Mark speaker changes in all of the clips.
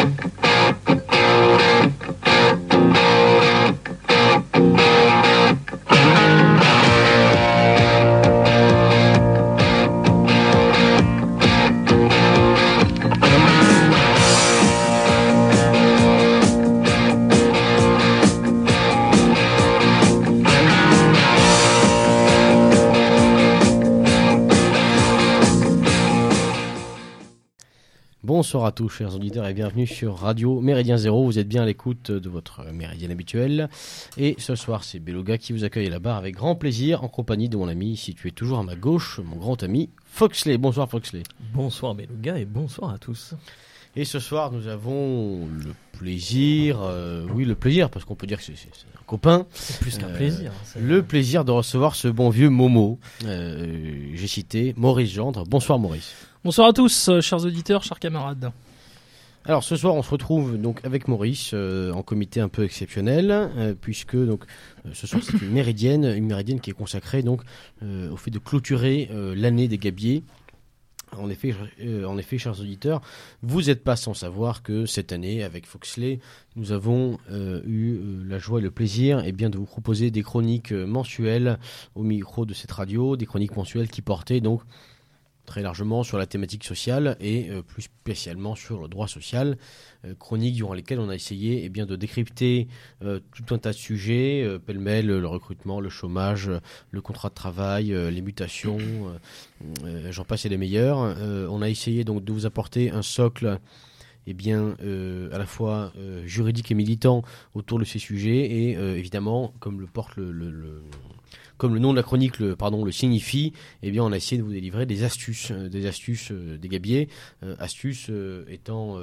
Speaker 1: Bonsoir à tous, chers auditeurs, et bienvenue sur Radio Méridien Zéro. Vous êtes bien à l'écoute de votre Méridien habituel. Et ce soir, c'est Beluga qui vous accueille à la barre avec grand plaisir, en compagnie de mon ami, situé toujours à ma gauche, mon grand ami Foxley. Bonsoir Foxley.
Speaker 2: Bonsoir Beluga et bonsoir à tous.
Speaker 1: Et ce soir, nous avons le plaisir, le plaisir, parce qu'on peut dire que c'est un copain.
Speaker 2: C'est plus qu'un plaisir.
Speaker 1: Le plaisir de recevoir ce bon vieux Momo. J'ai cité Maurice Gendre. Bonsoir Maurice.
Speaker 3: Bonsoir à tous, chers auditeurs, chers camarades.
Speaker 1: Alors ce soir on se retrouve donc avec Maurice en comité un peu exceptionnel puisque donc ce soir c'est une méridienne qui est consacrée donc au fait de clôturer l'année des gabiers. En effet, chers auditeurs, vous n'êtes pas sans savoir que cette année, avec Foxley, nous avons eu la joie et le plaisir de vous proposer des chroniques mensuelles au micro de cette radio, des chroniques mensuelles qui portaient donc très largement sur la thématique sociale et plus spécialement sur le droit social, chroniques durant lesquelles on a essayé de décrypter tout un tas de sujets, pêle-mêle, le recrutement, le chômage, le contrat de travail, les mutations, j'en passe et les meilleurs. On a essayé donc de vous apporter un socle à la fois juridique et militant autour de ces sujets et évidemment, comme le porte comme le nom de la chronique le signifie, on a essayé de vous délivrer des astuces des gabiers, astuces étant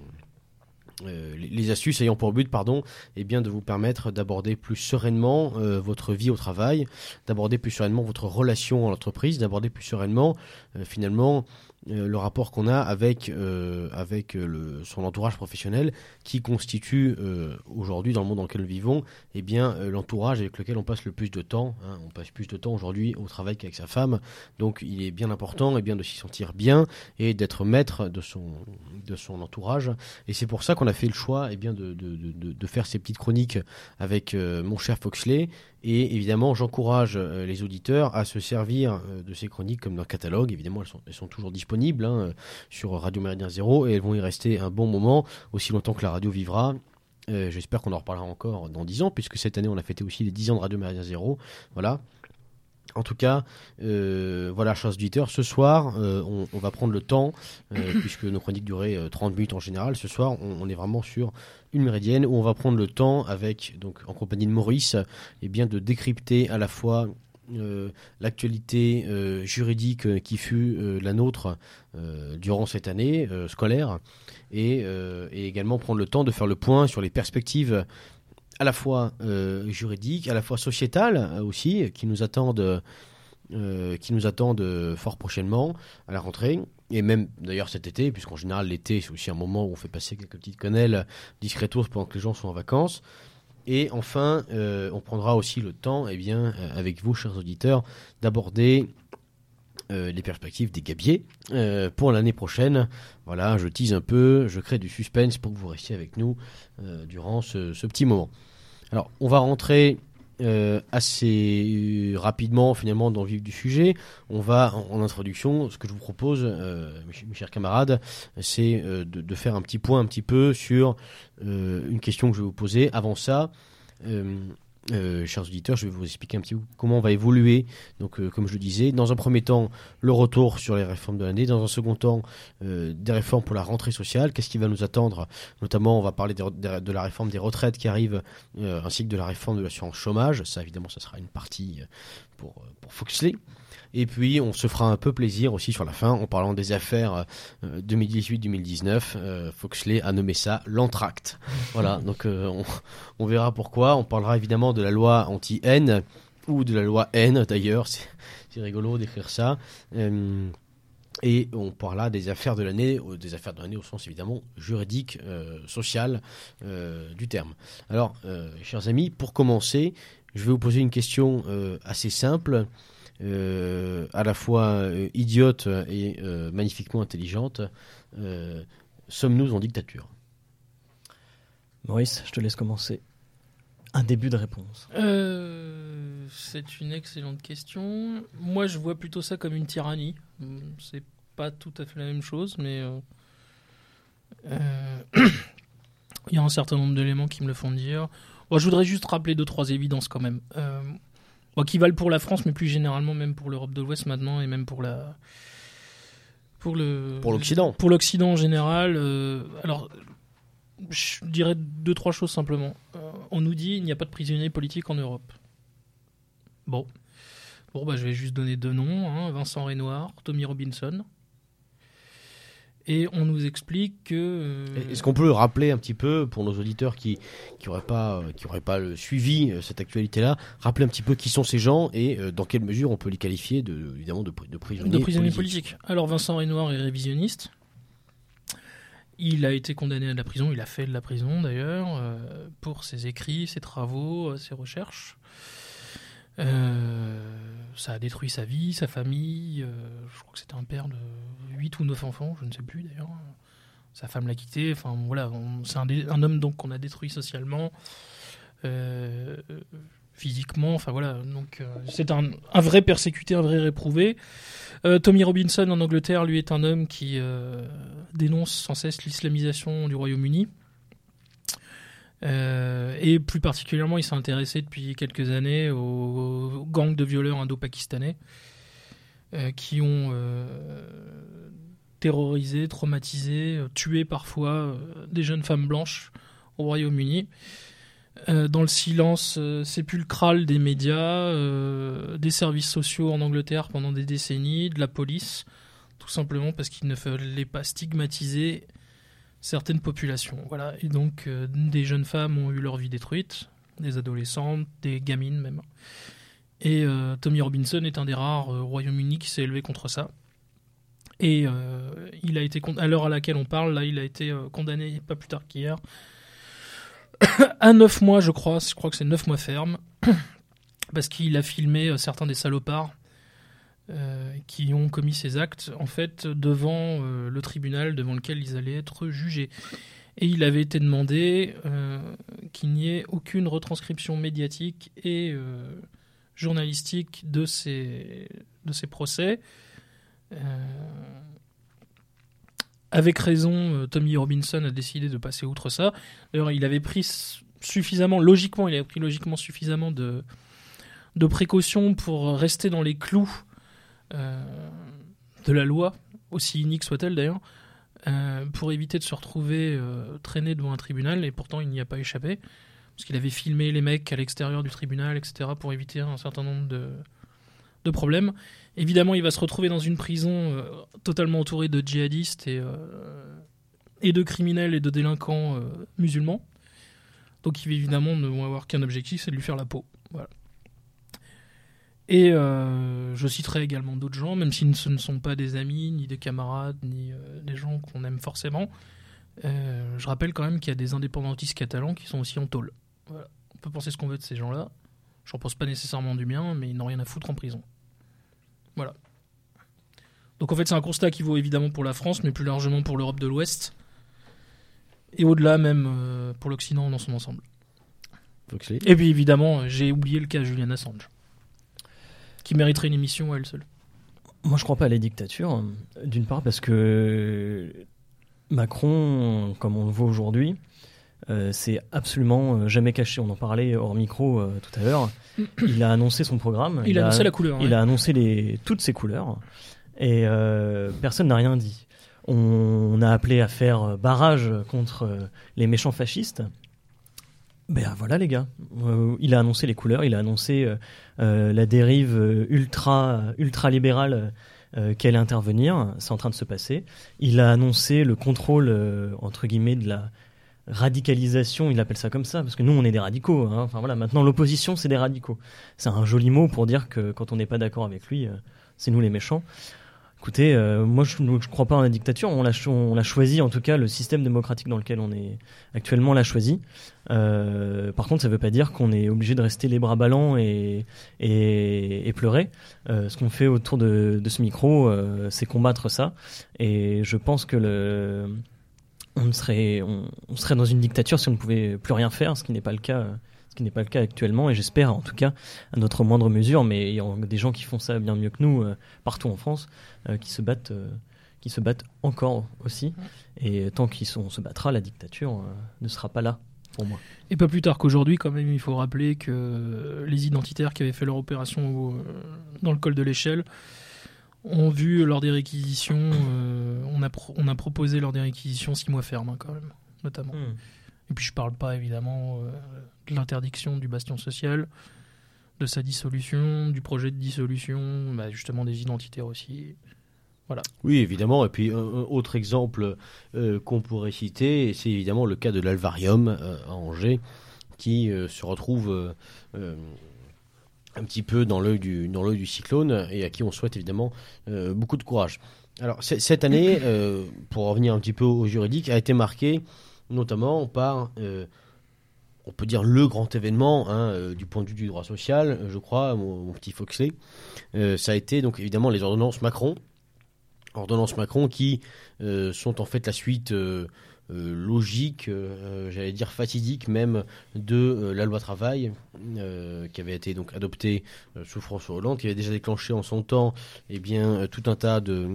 Speaker 1: les astuces ayant pour but de vous permettre d'aborder plus sereinement votre vie au travail, d'aborder plus sereinement votre relation à l'entreprise, d'aborder plus sereinement finalement le rapport qu'on a avec son entourage professionnel qui constitue aujourd'hui dans le monde dans lequel nous vivons l'entourage avec lequel on passe le plus de temps. On passe plus de temps aujourd'hui au travail qu'avec sa femme, donc il est bien important de s'y sentir bien et d'être maître de son entourage, et c'est pour ça qu'on a fait le choix de faire ces petites chroniques avec mon cher Foxley. Et évidemment, j'encourage les auditeurs à se servir de ces chroniques comme d'un catalogue. Évidemment, elles sont toujours disponibles sur Radio Méridien Zéro et elles vont y rester un bon moment, aussi longtemps que la radio vivra. J'espère qu'on en reparlera encore dans 10 ans, puisque cette année, on a fêté aussi les 10 ans de Radio Méridien Zéro. Voilà. En tout cas, chers auditeurs, ce soir, on va prendre le temps, puisque nos chroniques duraient 30 minutes en général. Ce soir, on est vraiment sur une méridienne où on va prendre le temps, en compagnie de Maurice, de décrypter à la fois l'actualité juridique qui fut la nôtre durant cette année scolaire, et également prendre le temps de faire le point sur les perspectives à la fois juridiques, à la fois sociétales aussi, qui nous attendent fort prochainement à la rentrée, et même d'ailleurs cet été, puisqu'en général l'été c'est aussi un moment où on fait passer quelques petites quenelles discretos pendant que les gens sont en vacances. Et enfin, on prendra aussi le temps, avec vous, chers auditeurs, d'aborder les perspectives des gabiers pour l'année prochaine. Voilà, je tease un peu, je crée du suspense pour que vous restiez avec nous durant ce petit moment. Alors, on va rentrer assez rapidement finalement dans le vif du sujet. On va en introduction, ce que je vous propose, mes chers camarades, c'est de faire un petit point un petit peu sur une question que je vais vous poser. Avant ça, chers auditeurs, je vais vous expliquer un petit peu comment on va évoluer. Donc, comme je le disais, dans un premier temps, le retour sur les réformes de l'année. Dans un second temps, des réformes pour la rentrée sociale. Qu'est-ce qui va nous attendre? Notamment, on va parler de la réforme des retraites qui arrive, ainsi que de la réforme de l'assurance chômage. Ça, évidemment, ça sera une partie pour Foxley. Et puis, on se fera un peu plaisir aussi sur la fin en parlant des affaires 2018-2019. Foxley a nommé ça l'entracte. Voilà, donc on verra pourquoi. On parlera évidemment de la loi anti-haine, ou de la loi haine d'ailleurs. C'est rigolo d'écrire ça. Et on parlera des affaires de l'année au sens évidemment juridique, social du terme. Alors, chers amis, pour commencer, je vais vous poser une question assez simple, à la fois idiote et magnifiquement intelligente. Sommes-nous en dictature?
Speaker 2: Maurice, je te laisse commencer. Un début de réponse.
Speaker 3: C'est une excellente question. Moi, je vois plutôt ça comme une tyrannie. C'est pas tout à fait la même chose, mais il y a un certain nombre d'éléments qui me le font dire. Bon, je voudrais juste rappeler 2-3 évidences quand même, qui valent pour la France, mais plus généralement même pour l'Europe de l'Ouest maintenant, et même pour
Speaker 1: l'Occident.
Speaker 3: Pour l'Occident en général. Alors, je dirais 2-3 choses simplement. On nous dit qu'il n'y a pas de prisonniers politiques en Europe. Bon, je vais juste donner 2 noms, Vincent Renoir, Tommy Robinson. Et on nous explique que...
Speaker 1: Est-ce qu'on peut rappeler un petit peu, pour nos auditeurs qui n'auraient pas suivi cette actualité-là, rappeler un petit peu qui sont ces gens et dans quelle mesure on peut les qualifier évidemment de prisonniers politiques.
Speaker 3: Alors Vincent Renoir est révisionniste. Il a été condamné à de la prison, il a fait de la prison d'ailleurs, pour ses écrits, ses travaux, ses recherches. Ça a détruit sa vie, sa famille. Je crois que c'était un père de 8 ou 9 enfants, je ne sais plus d'ailleurs. Sa femme l'a quitté. Enfin voilà, c'est un homme donc qu'on a détruit socialement, physiquement. Enfin voilà, donc c'est un vrai persécuté, un vrai réprouvé. Tommy Robinson en Angleterre, lui, est un homme qui dénonce sans cesse l'islamisation du Royaume-Uni. Et plus particulièrement, il s'est intéressé depuis quelques années aux gangs de violeurs indo-pakistanais qui ont terrorisé, traumatisé, tué parfois des jeunes femmes blanches au Royaume-Uni. Dans le silence sépulcral des médias, des services sociaux en Angleterre pendant des décennies, de la police, tout simplement parce qu'il ne fallait pas stigmatiser certaines populations. Voilà. Et donc, des jeunes femmes ont eu leur vie détruite, des adolescentes, des gamines même. Et Tommy Robinson est un des rares au Royaume-Uni qui s'est élevé contre ça. Et il a été, à l'heure à laquelle on parle, là, il a été condamné pas plus tard qu'hier à 9 mois, je crois que c'est 9 mois ferme, parce qu'il a filmé certains des salopards qui ont commis ces actes, en fait, devant le tribunal devant lequel ils allaient être jugés. Et il avait été demandé qu'il n'y ait aucune retranscription médiatique et journalistique de ces procès. Avec raison, Tommy Robinson a décidé de passer outre ça. D'ailleurs, il avait pris logiquement suffisamment de précautions pour rester dans les clous de la loi, aussi inique soit-elle d'ailleurs, pour éviter de se retrouver traîné devant un tribunal, et pourtant il n'y a pas échappé, parce qu'il avait filmé les mecs à l'extérieur du tribunal, etc., pour éviter un certain nombre de problèmes. Évidemment, il va se retrouver dans une prison totalement entourée de djihadistes et de criminels et de délinquants musulmans. Donc, évidemment, ne vont avoir qu'un objectif, c'est de lui faire la peau. Voilà. Et je citerai également d'autres gens, même si ce ne sont pas des amis, ni des camarades, ni des gens qu'on aime forcément. Je rappelle quand même qu'il y a des indépendantistes catalans qui sont aussi en tôle. Voilà. On peut penser ce qu'on veut de ces gens-là. J'en pense pas nécessairement du bien, mais ils n'ont rien à foutre en prison. Voilà. Donc en fait, c'est un constat qui vaut évidemment pour la France, mais plus largement pour l'Europe de l'Ouest. Et au-delà même pour l'Occident dans son ensemble.
Speaker 1: Foxley.
Speaker 3: Et puis évidemment, j'ai oublié le cas de Julian Assange, qui mériterait une émission à elle seule.
Speaker 2: Moi, je crois pas à la dictature. D'une part parce que Macron, comme on le voit aujourd'hui, c'est absolument jamais caché. On en parlait hors micro tout à l'heure. Il a annoncé son programme.
Speaker 3: Il a annoncé la couleur.
Speaker 2: Il a annoncé toutes ses couleurs. Et personne n'a rien dit. On a appelé à faire barrage contre les méchants fascistes. Ben voilà les gars. Il a annoncé les couleurs. Il a annoncé la dérive ultra-libérale qui allait intervenir. C'est en train de se passer. Il a annoncé le contrôle, entre guillemets, de la radicalisation, il appelle ça comme ça, parce que nous on est des radicaux, hein. Enfin voilà, maintenant l'opposition c'est des radicaux. C'est un joli mot pour dire que quand on n'est pas d'accord avec lui, c'est nous les méchants. Écoutez, moi je crois pas en la dictature, on l'a choisi, en tout cas le système démocratique dans lequel on est actuellement on l'a choisi. Par contre ça veut pas dire qu'on est obligé de rester les bras ballants et pleurer. Ce qu'on fait autour de ce micro, c'est combattre ça, et je pense que on serait dans une dictature si on ne pouvait plus rien faire, ce qui n'est pas le cas. Ce qui n'est pas le cas actuellement, et j'espère en tout cas à notre moindre mesure, mais il y a des gens qui font ça bien mieux que nous partout en France, qui se battent encore aussi, et tant on se battra, la dictature ne sera pas là pour moi.
Speaker 3: Et pas plus tard qu'aujourd'hui, quand même, il faut rappeler que les identitaires qui avaient fait leur opération dans le col de l'Échelle ont vu lors des réquisitions, on a proposé lors des réquisitions 6 mois ferme, quand même, notamment. Et puis je parle pas évidemment de l'interdiction du bastion social, de sa dissolution, du projet de dissolution, justement des identitaires aussi. Voilà.
Speaker 1: Oui, évidemment. Et puis un autre exemple qu'on pourrait citer, c'est évidemment le cas de l'Alvarium à Angers, qui se retrouve un petit peu dans l'œil du cyclone, et à qui on souhaite évidemment beaucoup de courage. Alors cette année, pour revenir un petit peu au juridique, a été marquée notamment par, on peut dire, le grand événement du point de vue du droit social, je crois, mon petit Foxley. Ça a été donc évidemment les ordonnances Macron. Ordonnances Macron qui sont en fait la suite logique, j'allais dire fatidique même, de la loi travail qui avait été donc adoptée sous François Hollande, qui avait déjà déclenché en son temps tout un tas de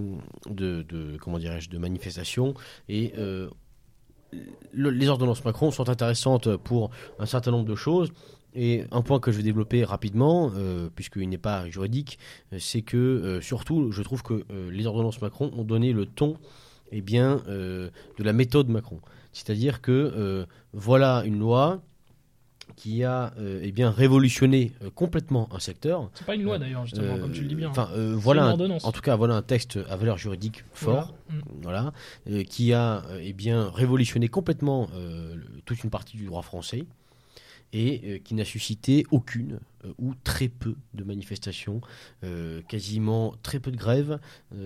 Speaker 1: manifestations, et les ordonnances Macron sont intéressantes pour un certain nombre de choses. Et un point que je vais développer rapidement, puisqu'il n'est pas juridique, c'est que surtout, je trouve que les ordonnances Macron ont donné le ton de la méthode Macron. C'est-à-dire que voilà une loi qui a révolutionné complètement un secteur.
Speaker 3: C'est pas une loi d'ailleurs, justement, comme tu le dis bien.
Speaker 1: Voilà, en tout cas, voilà un texte à valeur juridique fort, voilà, qui a révolutionné complètement toute une partie du droit français, et qui n'a suscité aucune ou très peu de manifestations, quasiment très peu de grèves.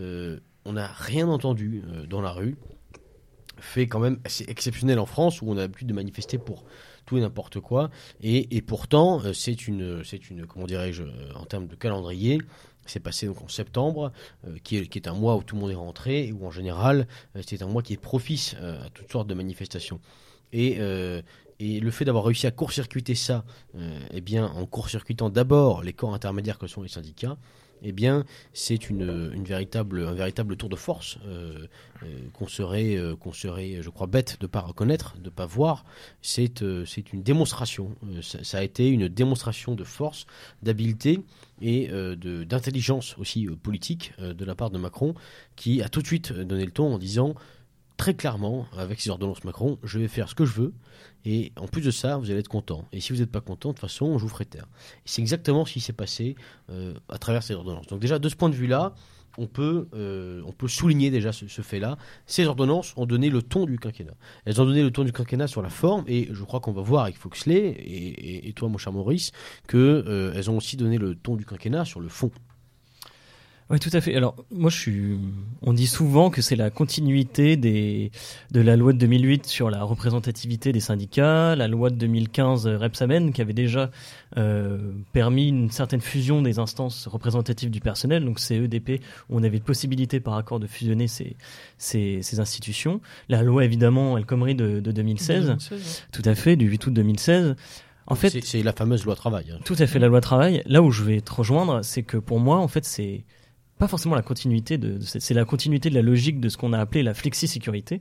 Speaker 1: On n'a rien entendu dans la rue. Fait quand même assez exceptionnel en France, où on a l'habitude de manifester pour tout et n'importe quoi, et pourtant c'est une comment dirais-je, en termes de calendrier, c'est passé donc en septembre, qui est un mois où tout le monde est rentré, et où en général c'est un mois qui est propice à toutes sortes de manifestations. Et le fait d'avoir réussi à court-circuiter ça, en court-circuitant d'abord les corps intermédiaires que sont les syndicats, c'est un véritable tour de force qu'on serait, je crois, bête de ne pas reconnaître, de ne pas voir. C'est une démonstration. Ça a été une démonstration de force, d'habileté et d'intelligence aussi politique de la part de Macron, qui a tout de suite donné le ton en disant très clairement, avec ces ordonnances Macron, je vais faire ce que je veux, et en plus de ça, vous allez être content. Et si vous n'êtes pas content, de toute façon, je vous ferai taire. Et c'est exactement ce qui s'est passé à travers ces ordonnances. Donc déjà, de ce point de vue-là, on peut souligner déjà ce fait-là. Ces ordonnances ont donné le ton du quinquennat. Elles ont donné le ton du quinquennat sur la forme, et je crois qu'on va voir avec Foxley, et toi, mon cher Maurice, qu'elles ont aussi donné le ton du quinquennat sur le fond.
Speaker 2: Oui, tout à fait. Alors, moi, on dit souvent que c'est la continuité de la loi de 2008 sur la représentativité des syndicats, la loi de 2015 Rebsamen, qui avait déjà permis une certaine fusion des instances représentatives du personnel, donc CEDP, où on avait la possibilité par accord de fusionner ces institutions. La loi, évidemment, El Khomri de 2016, tout à fait, du 8 août 2016. En fait,
Speaker 1: c'est la fameuse loi travail.
Speaker 2: Tout à fait, la loi travail. Là où je vais te rejoindre, c'est que pour moi, en fait, c'est pas forcément la continuité c'est la continuité de la logique de ce qu'on a appelé la flexi-sécurité.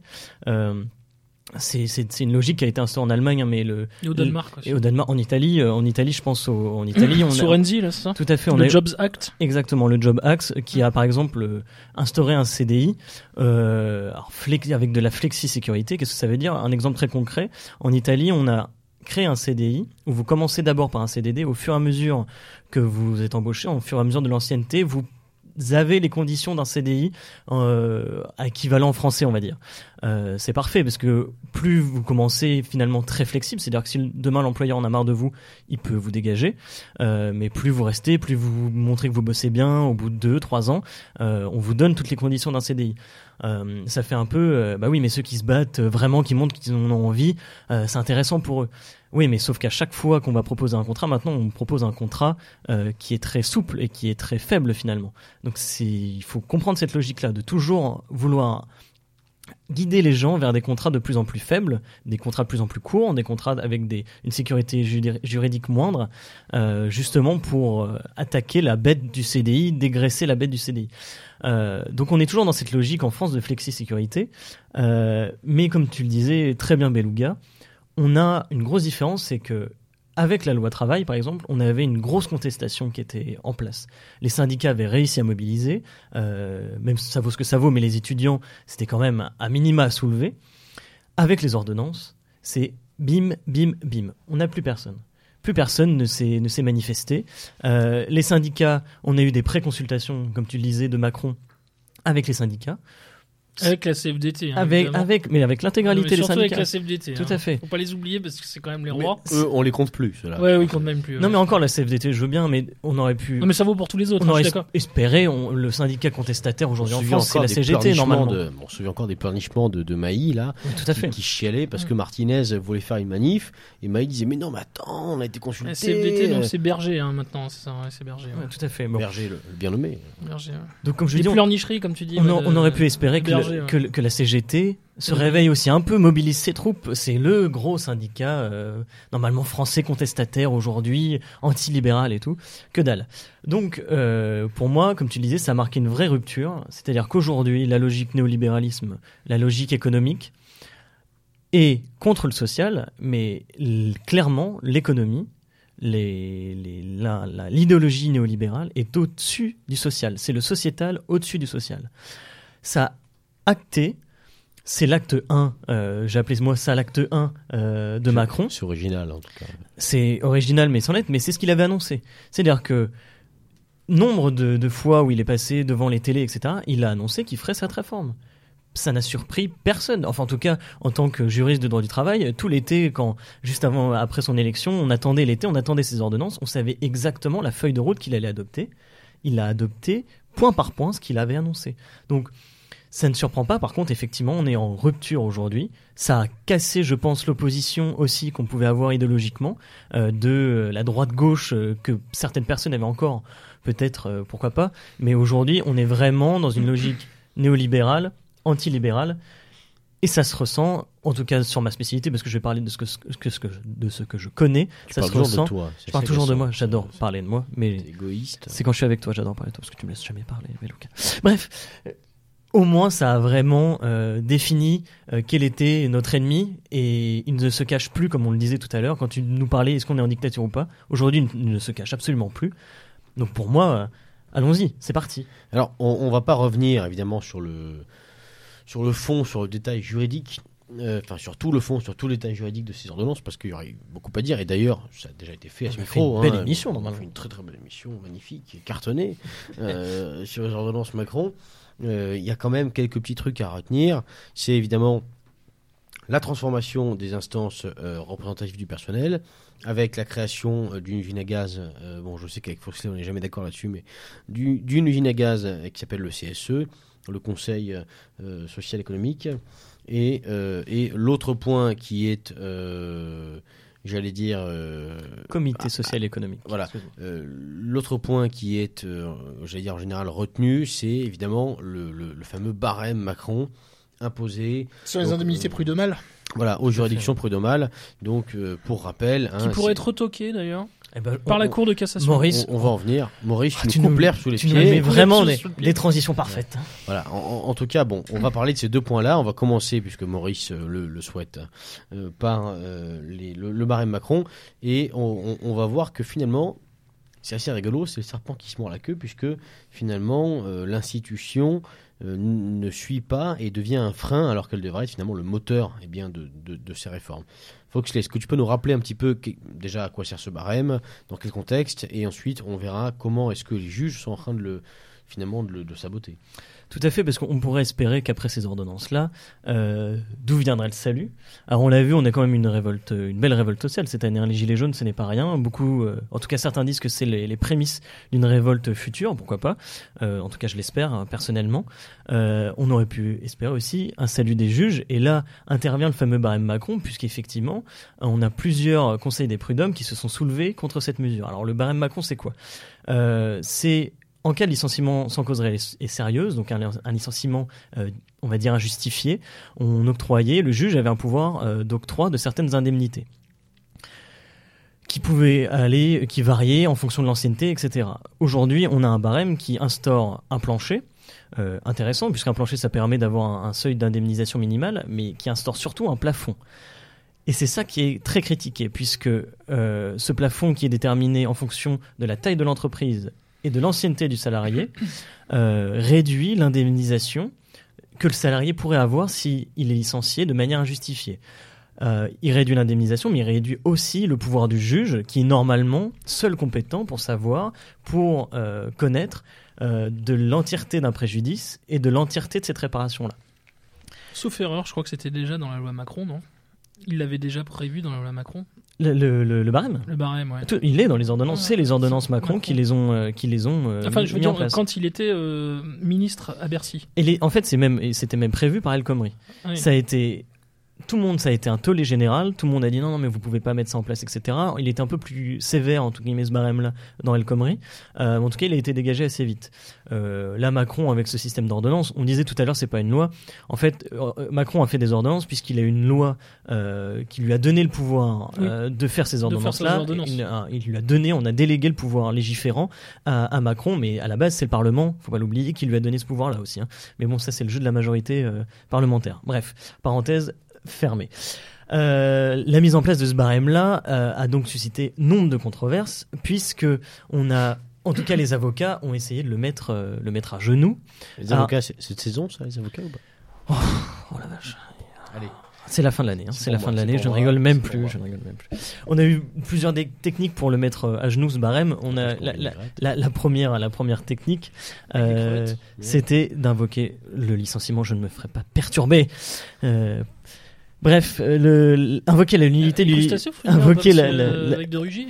Speaker 2: C'est une logique qui a été instaurée en Allemagne, mais
Speaker 3: et au Danemark aussi.
Speaker 2: Et au Danemark, en Italie, je pense en Italie,
Speaker 3: sur Renzi, là, c'est ça.
Speaker 2: Tout à fait.
Speaker 3: Le Jobs Act.
Speaker 2: Exactement, le Jobs Act, qui a par exemple instauré un CDI avec de la flexi-sécurité. Qu'est-ce que ça veut dire? Un exemple très concret. En Italie, on a créé un CDI où vous commencez d'abord par un CDD. Au fur et à mesure que vous êtes embauché, au fur et à mesure de l'ancienneté, vous avez les conditions d'un CDI équivalent français, on va dire. C'est parfait, parce que plus vous commencez finalement très flexible, c'est-à-dire que si demain l'employeur en a marre de vous, il peut vous dégager, mais plus vous restez, plus vous montrez que vous bossez bien, au bout de 2-3 ans, on vous donne toutes les conditions d'un CDI. Ça fait un peu, oui, mais ceux qui se battent vraiment, qui montrent qu'ils en ont envie, c'est intéressant pour eux. Oui, mais sauf qu'à chaque fois qu'on va proposer un contrat, maintenant on propose un contrat qui est très souple et qui est très faible finalement. Donc il faut comprendre cette logique-là, de toujours vouloir guider les gens vers des contrats de plus en plus faibles, des contrats de plus en plus courts, des contrats avec une sécurité juridique moindre, justement pour attaquer la bête du CDI, dégraisser la bête du CDI. Donc on est toujours dans cette logique en France de flexi-sécurité, mais comme tu le disais très bien Beluga, on a une grosse différence, c'est que avec la loi travail, par exemple, on avait une grosse contestation qui était en place. Les syndicats avaient réussi à mobiliser, même si ça vaut ce que ça vaut, mais les étudiants, c'était quand même à minima à soulever. Avec les ordonnances, c'est bim, bim, bim. On n'a plus personne. Plus personne ne s'est manifesté. Les syndicats, on a eu des pré-consultations, comme tu le disais, de Macron avec les syndicats.
Speaker 3: Avec la CFDT.
Speaker 2: Mais avec l'intégralité des syndicats.
Speaker 3: Surtout avec la CFDT.
Speaker 2: Tout à fait.
Speaker 3: Faut pas les oublier parce que c'est quand même les rois.
Speaker 1: Eux, on les compte plus, ceux-là.
Speaker 3: Ouais, oui, ils comptent même plus.
Speaker 2: Non, mais encore la CFDT, je veux bien, mais on aurait pu.
Speaker 3: Non, mais ça vaut pour tous les autres.
Speaker 2: On aurait
Speaker 3: je suis d'accord.
Speaker 2: espéré, le syndicat contestataire aujourd'hui en France, c'est la CGT normalement.
Speaker 1: On se souvient encore des pleurnichements de Maï, là.
Speaker 2: Oui, tout à fait.
Speaker 1: Qui chialait parce que Martinez voulait faire une manif et Maï disait mais non, mais attends, on a été consulté.
Speaker 3: La CFDT, donc c'est Berger maintenant, c'est ça, c'est Berger.
Speaker 2: Ouais, tout à fait. Bon.
Speaker 1: Berger, le bien nommé.
Speaker 3: Berger.
Speaker 2: Donc comme je dis,
Speaker 3: pleurnicheries, comme tu dis.
Speaker 2: on aurait pu espérer
Speaker 3: Berger,
Speaker 2: que la CGT se réveille aussi un peu, mobilise ses troupes. C'est le gros syndicat, normalement français contestataire aujourd'hui, anti-libéral et tout. Que dalle. Donc, pour moi, comme tu le disais, ça a marqué une vraie rupture. C'est-à-dire qu'aujourd'hui, la logique néolibéralisme, la logique économique, est contre le social, mais clairement, l'économie, l'idéologie néolibérale est au-dessus du social. C'est le sociétal au-dessus du social. Ça a acté. C'est l'acte 1, j'ai appelé moi ça l'acte 1 de Macron.
Speaker 1: C'est original en tout cas.
Speaker 2: C'est original mais sans lettre, mais c'est ce qu'il avait annoncé. C'est-à-dire que nombre de fois où il est passé devant les télés, etc., il a annoncé qu'il ferait cette réforme. Ça n'a surpris personne. Enfin, en tout cas, en tant que juriste de droit du travail, tout l'été, juste après son élection, on attendait ses ordonnances, on savait exactement la feuille de route qu'il allait adopter. Il a adopté point par point ce qu'il avait annoncé. Donc, ça ne surprend pas, par contre, effectivement, on est en rupture aujourd'hui. Ça a cassé, je pense, l'opposition aussi qu'on pouvait avoir idéologiquement de la droite-gauche que certaines personnes avaient encore, peut-être, pourquoi pas. Mais aujourd'hui, on est vraiment dans une logique néolibérale, antilibérale, et ça se ressent, en tout cas sur ma spécialité, parce que je vais parler de ce que je connais. Ça se ressent. Je parle toujours de moi, j'adore parler de moi, mais
Speaker 1: égoïste.
Speaker 2: C'est quand je suis avec toi, j'adore parler de toi, parce que tu me laisses jamais parler, Beluga. Bref. Au moins, ça a vraiment défini quel était notre ennemi, et il ne se cache plus, comme on le disait tout à l'heure, quand tu nous parlais est-ce qu'on est en dictature ou pas. Aujourd'hui, il ne se cache absolument plus. Donc pour moi, allons-y, c'est parti.
Speaker 1: Alors, on va pas revenir évidemment sur le fond, sur le détail juridique, sur tout le fond, sur tout le détail juridique de ces ordonnances, parce qu'il y aurait beaucoup à dire, et d'ailleurs, ça a déjà été fait à ce micro.
Speaker 2: On a fait une belle émission, normalement.
Speaker 1: On a fait une très très belle émission, magnifique, et cartonnée, sur les ordonnances Macron. Il y a quand même quelques petits trucs à retenir. C'est évidemment la transformation des instances représentatives du personnel, avec la création d'une usine à gaz. Je sais qu'avec Foxley on n'est jamais d'accord là-dessus, mais d'une usine à gaz qui s'appelle le CSE, le Conseil social économique, et l'autre point qui est
Speaker 2: comité social économique.
Speaker 1: Voilà. L'autre point qui est, en général retenu, c'est évidemment le fameux barème Macron imposé
Speaker 3: sur les indemnités prud'homales.
Speaker 1: Voilà, aux juridictions prud'homales. Donc, pour rappel,
Speaker 3: qui pourrait être retoqué d'ailleurs. Par la Cour de cassation.
Speaker 2: Maurice,
Speaker 1: on va en venir. Maurice, tu nous coupes l'herbe sous les pieds.
Speaker 2: Tu nous mets vraiment les transitions parfaites.
Speaker 1: Voilà. En tout cas, on va parler de ces deux points-là. On va commencer, puisque Maurice le souhaite, par le barème Macron. Et on va voir que finalement, c'est assez rigolo, c'est le serpent qui se mord la queue, puisque finalement, l'institution ne suit pas et devient un frein, alors qu'elle devrait être finalement le moteur de ces réformes. Foxley, est-ce que tu peux nous rappeler un petit peu déjà à quoi sert ce barème, dans quel contexte, et ensuite on verra comment est-ce que les juges sont en train de le saboter.
Speaker 2: Tout à fait, parce qu'on pourrait espérer qu'après ces ordonnances-là, d'où viendrait le salut? Alors on l'a vu, on a quand même une belle révolte sociale cette année. Les Gilets jaunes, ce n'est pas rien. Beaucoup, en tout cas certains disent que c'est les prémices d'une révolte future, pourquoi pas. En tout cas je l'espère, personnellement. On aurait pu espérer aussi un salut des juges, et là intervient le fameux barème Macron, puisqu'effectivement, on a plusieurs conseils des prud'hommes qui se sont soulevés contre cette mesure. Alors le barème Macron, c'est quoi? C'est en cas de licenciement sans cause réelle et sérieuse, donc un licenciement, on va dire injustifié, le juge avait un pouvoir d'octroi de certaines indemnités qui variaient en fonction de l'ancienneté, etc. Aujourd'hui, on a un barème qui instaure un plancher, intéressant, puisqu'un plancher, ça permet d'avoir un seuil d'indemnisation minimale, mais qui instaure surtout un plafond. Et c'est ça qui est très critiqué, puisque ce plafond qui est déterminé en fonction de la taille de l'entreprise et de l'ancienneté du salarié réduit l'indemnisation que le salarié pourrait avoir s'il est licencié de manière injustifiée. Il réduit l'indemnisation, mais il réduit aussi le pouvoir du juge, qui est normalement seul compétent pour savoir, pour connaître de l'entièreté d'un préjudice et de l'entièreté de cette réparation-là.
Speaker 3: Sauf erreur, je crois que c'était déjà dans la loi Macron, non ? Il l'avait déjà prévu dans la loi Macron.
Speaker 2: Le barème ?
Speaker 3: Le barème, ouais.
Speaker 2: Il est dans les ordonnances. C'est les ordonnances Macron qui les ont
Speaker 3: enfin, je veux
Speaker 2: mis en
Speaker 3: dire,
Speaker 2: place.
Speaker 3: quand il était ministre à Bercy.
Speaker 2: En fait, c'était même prévu par El Khomri.
Speaker 3: Oui.
Speaker 2: Ça a été un tollé général. Tout le monde a dit non, mais vous pouvez pas mettre ça en place, etc. Il était un peu plus sévère, en tout cas, ce barème-là, dans El Khomri. En tout cas, il a été dégagé assez vite. Là, Macron, avec ce système d'ordonnance, on disait tout à l'heure, c'est pas une loi. En fait, Macron a fait des ordonnances puisqu'il a une loi qui lui a donné le pouvoir de faire ces ordonnances-là. Il lui a donné, on a délégué le pouvoir légiférant à Macron, mais à la base, c'est le Parlement, faut pas l'oublier, qui lui a donné ce pouvoir-là aussi. Hein. Mais bon, ça, c'est le jeu de la majorité parlementaire. Bref, parenthèse fermée. La mise en place de ce barème-là a donc suscité nombre de controverses, puisque en tout cas, les avocats ont essayé de le mettre à genoux.
Speaker 1: Les avocats, c'est de saison, ça, les avocats ou pas ?
Speaker 2: Oh la vache.
Speaker 1: Allez.
Speaker 2: C'est la fin de l'année. Hein. C'est la fin de l'année. Je ne rigole même plus. On a eu plusieurs techniques pour le mettre à genoux, ce barème. On a la première technique, c'était d'invoquer le licenciement. Je ne me ferai pas perturber. Bref, invoquer la nullité du
Speaker 3: invoquer avec de Rugy,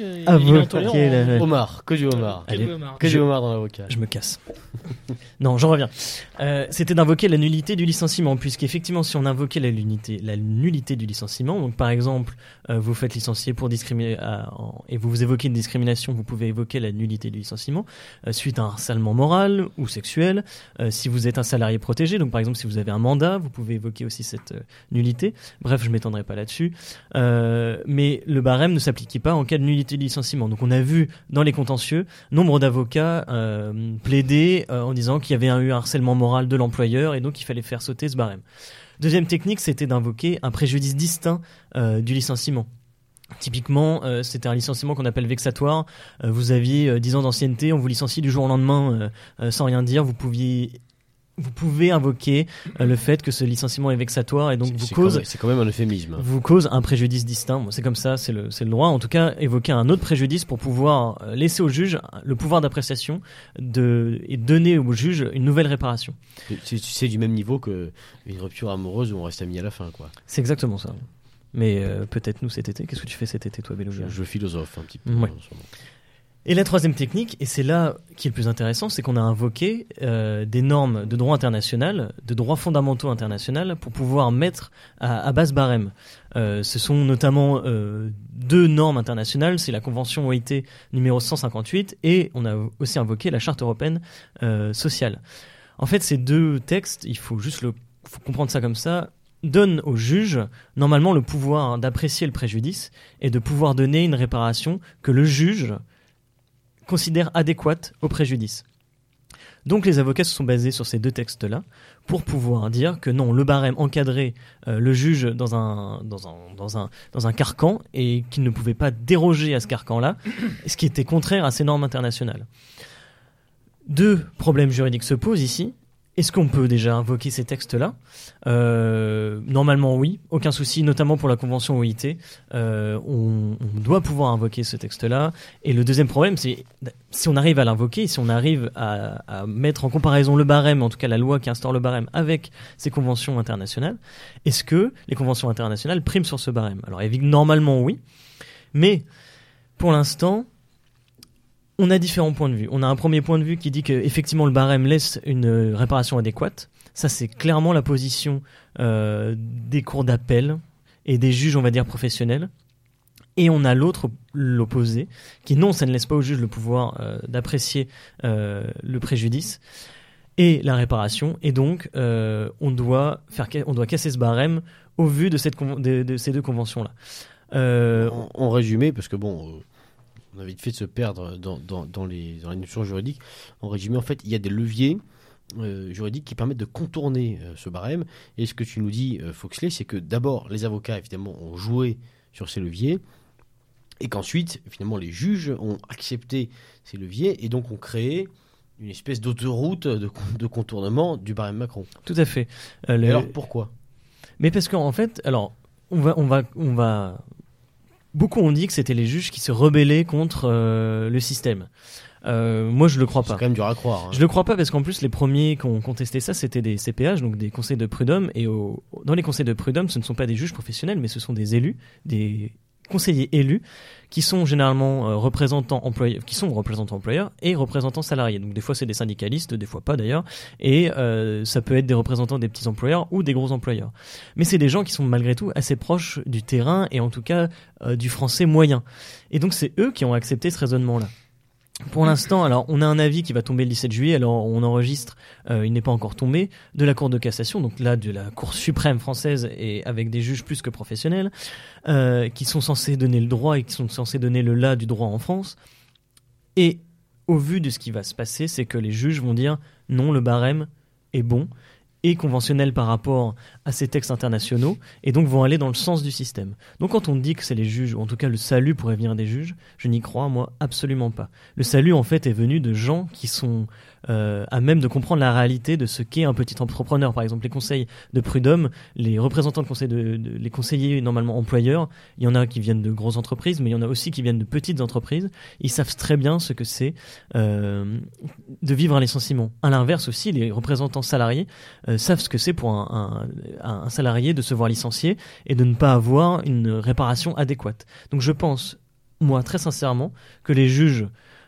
Speaker 1: Omar, que du Homard. Que du Homard dans l'avocat.
Speaker 2: Je me casse. Non, j'en reviens. C'était d'invoquer la nullité du licenciement, puisqu'effectivement, si on invoquait la nullité du licenciement, donc par exemple, vous faites licencier pour discriminer et vous évoquez une discrimination, vous pouvez évoquer la nullité du licenciement suite à un harcèlement moral ou sexuel. Si vous êtes un salarié protégé, donc par exemple si vous avez un mandat, vous pouvez évoquer aussi cette nullité. Bref, je ne m'étendrai pas là-dessus. Mais le barème ne s'appliquait pas en cas de nullité de licenciement. Donc on a vu dans les contentieux nombre d'avocats plaider en disant qu'il y avait eu un harcèlement moral de l'employeur et donc il fallait faire sauter ce barème. Deuxième technique, c'était d'invoquer un préjudice distinct du licenciement. Typiquement, c'était un licenciement qu'on appelle vexatoire. Vous aviez 10 ans d'ancienneté, on vous licencie du jour au lendemain sans rien dire. Vous pouvez invoquer le fait que ce licenciement est vexatoire et donc
Speaker 1: c'est quand même un euphémisme.
Speaker 2: Vous cause un préjudice distinct. Bon, c'est comme ça, c'est le droit. En tout cas, évoquer un autre préjudice pour pouvoir laisser au juge le pouvoir d'appréciation et donner au juge une nouvelle réparation.
Speaker 1: C'est du même niveau qu'une rupture amoureuse où on reste amis à la fin, quoi.
Speaker 2: C'est exactement ça. Mais peut-être nous cet été. Qu'est-ce que tu fais cet été, toi, Bélo ?
Speaker 1: Je philosophe un petit peu.
Speaker 2: Ouais. Et la troisième technique, et c'est là qui est le plus intéressant, c'est qu'on a invoqué des normes de droit international, de droits fondamentaux international, pour pouvoir mettre à base barème. Ce sont notamment deux normes internationales, c'est la Convention OIT numéro 158, et on a aussi invoqué la Charte européenne sociale. En fait, ces deux textes, il faut comprendre ça comme ça, donne au juge normalement le pouvoir d'apprécier le préjudice et de pouvoir donner une réparation que le juge considère adéquate au préjudice. Donc les avocats se sont basés sur ces deux textes-là pour pouvoir dire que non, le barème encadrait le juge dans un carcan et qu'il ne pouvait pas déroger à ce carcan-là, ce qui était contraire à ces normes internationales. Deux problèmes juridiques se posent ici. Est-ce qu'on peut déjà invoquer ces textes-là ? Normalement, oui, aucun souci, notamment pour la Convention OIT. On doit pouvoir invoquer ce texte-là. Et le deuxième problème, c'est si on arrive à l'invoquer, si on arrive à mettre en comparaison le barème, en tout cas la loi qui instaure le barème, avec ces conventions internationales, est-ce que les conventions internationales priment sur ce barème ? Alors, normalement, oui. Mais, pour l'instant, on a différents points de vue. On a un premier point de vue qui dit qu'effectivement le barème laisse une réparation adéquate. Ça, c'est clairement la position des cours d'appel et des juges, on va dire, professionnels. Et on a l'opposé, qui non, ça ne laisse pas au juge le pouvoir d'apprécier le préjudice et la réparation, et donc on doit casser ce barème au vu de ces deux conventions-là.
Speaker 1: En résumé, parce que on a vite fait de se perdre dans les notions juridiques. En résumé, en fait, il y a des leviers juridiques qui permettent de contourner ce barème. Et ce que tu nous dis, Foxley, c'est que d'abord, les avocats, évidemment, ont joué sur ces leviers, et qu'ensuite, finalement, les juges ont accepté ces leviers, et donc ont créé une espèce d'autoroute de contournement du barème Macron.
Speaker 2: Tout à fait.
Speaker 1: Alors, pourquoi ?
Speaker 2: Mais parce qu'en fait, alors, on va... Beaucoup ont dit que c'était les juges qui se rebellaient contre le système. Moi, je le crois pas.
Speaker 1: C'est quand même dur à croire.
Speaker 2: Je le crois pas parce qu'en plus, les premiers qui ont contesté ça, c'était des CPH, donc des conseils de prud'homme. Et dans les conseils de prud'homme, ce ne sont pas des juges professionnels, mais ce sont des élus, des conseillers élus, qui sont généralement représentants employeurs et représentants salariés. Donc des fois, c'est des syndicalistes, des fois pas d'ailleurs. Et ça peut être des représentants des petits employeurs ou des gros employeurs. Mais c'est des gens qui sont malgré tout assez proches du terrain et en tout cas du français moyen. Et donc c'est eux qui ont accepté ce raisonnement-là. Pour l'instant, alors on a un avis qui va tomber le 17 juillet, alors on enregistre, il n'est pas encore tombé, de la Cour de cassation, donc là de la Cour suprême française et avec des juges plus que professionnels, qui sont censés donner le droit et qui sont censés donner le là du droit en France. Et au vu de ce qui va se passer, c'est que les juges vont dire non, le barème est bon et conventionnel par rapport à ces textes internationaux, et donc vont aller dans le sens du système. Donc quand on dit que c'est les juges, ou en tout cas le salut pourrait venir des juges, je n'y crois, moi, absolument pas. Le salut, en fait, est venu de gens qui sont à même de comprendre la réalité de ce qu'est un petit entrepreneur. Par exemple, les conseils de prud'homme, les représentants de conseils les conseillers normalement employeurs, il y en a qui viennent de grosses entreprises, mais il y en a aussi qui viennent de petites entreprises. Ils savent très bien ce que c'est de vivre un licenciement. À l'inverse aussi, les représentants salariés savent ce que c'est pour un salarié de se voir licencié et de ne pas avoir une réparation adéquate. Donc je pense, moi, très sincèrement, que les juges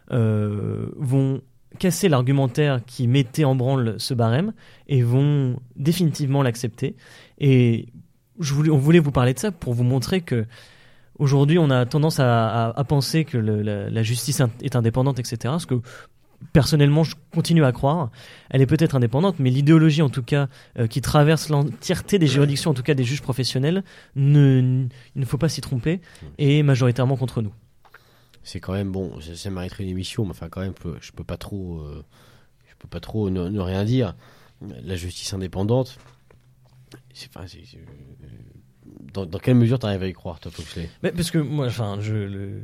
Speaker 2: vont casser l'argumentaire qui mettait en branle ce barème et vont définitivement l'accepter. Et on voulait vous parler de ça pour vous montrer que aujourd'hui on a tendance à penser que la justice est indépendante, etc. Ce que personnellement je continue à croire. Elle est peut-être indépendante, mais l'idéologie en tout cas qui traverse l'entièreté des juridictions, en tout cas des juges professionnels, il ne faut pas s'y tromper, est majoritairement contre nous.
Speaker 1: C'est quand même bon, ça mériterait une émission, mais enfin quand même, je peux pas trop ne rien dire. La justice indépendante, dans quelle mesure tu arrives à y croire, toi, Foxley ?
Speaker 2: Parce que moi, enfin, je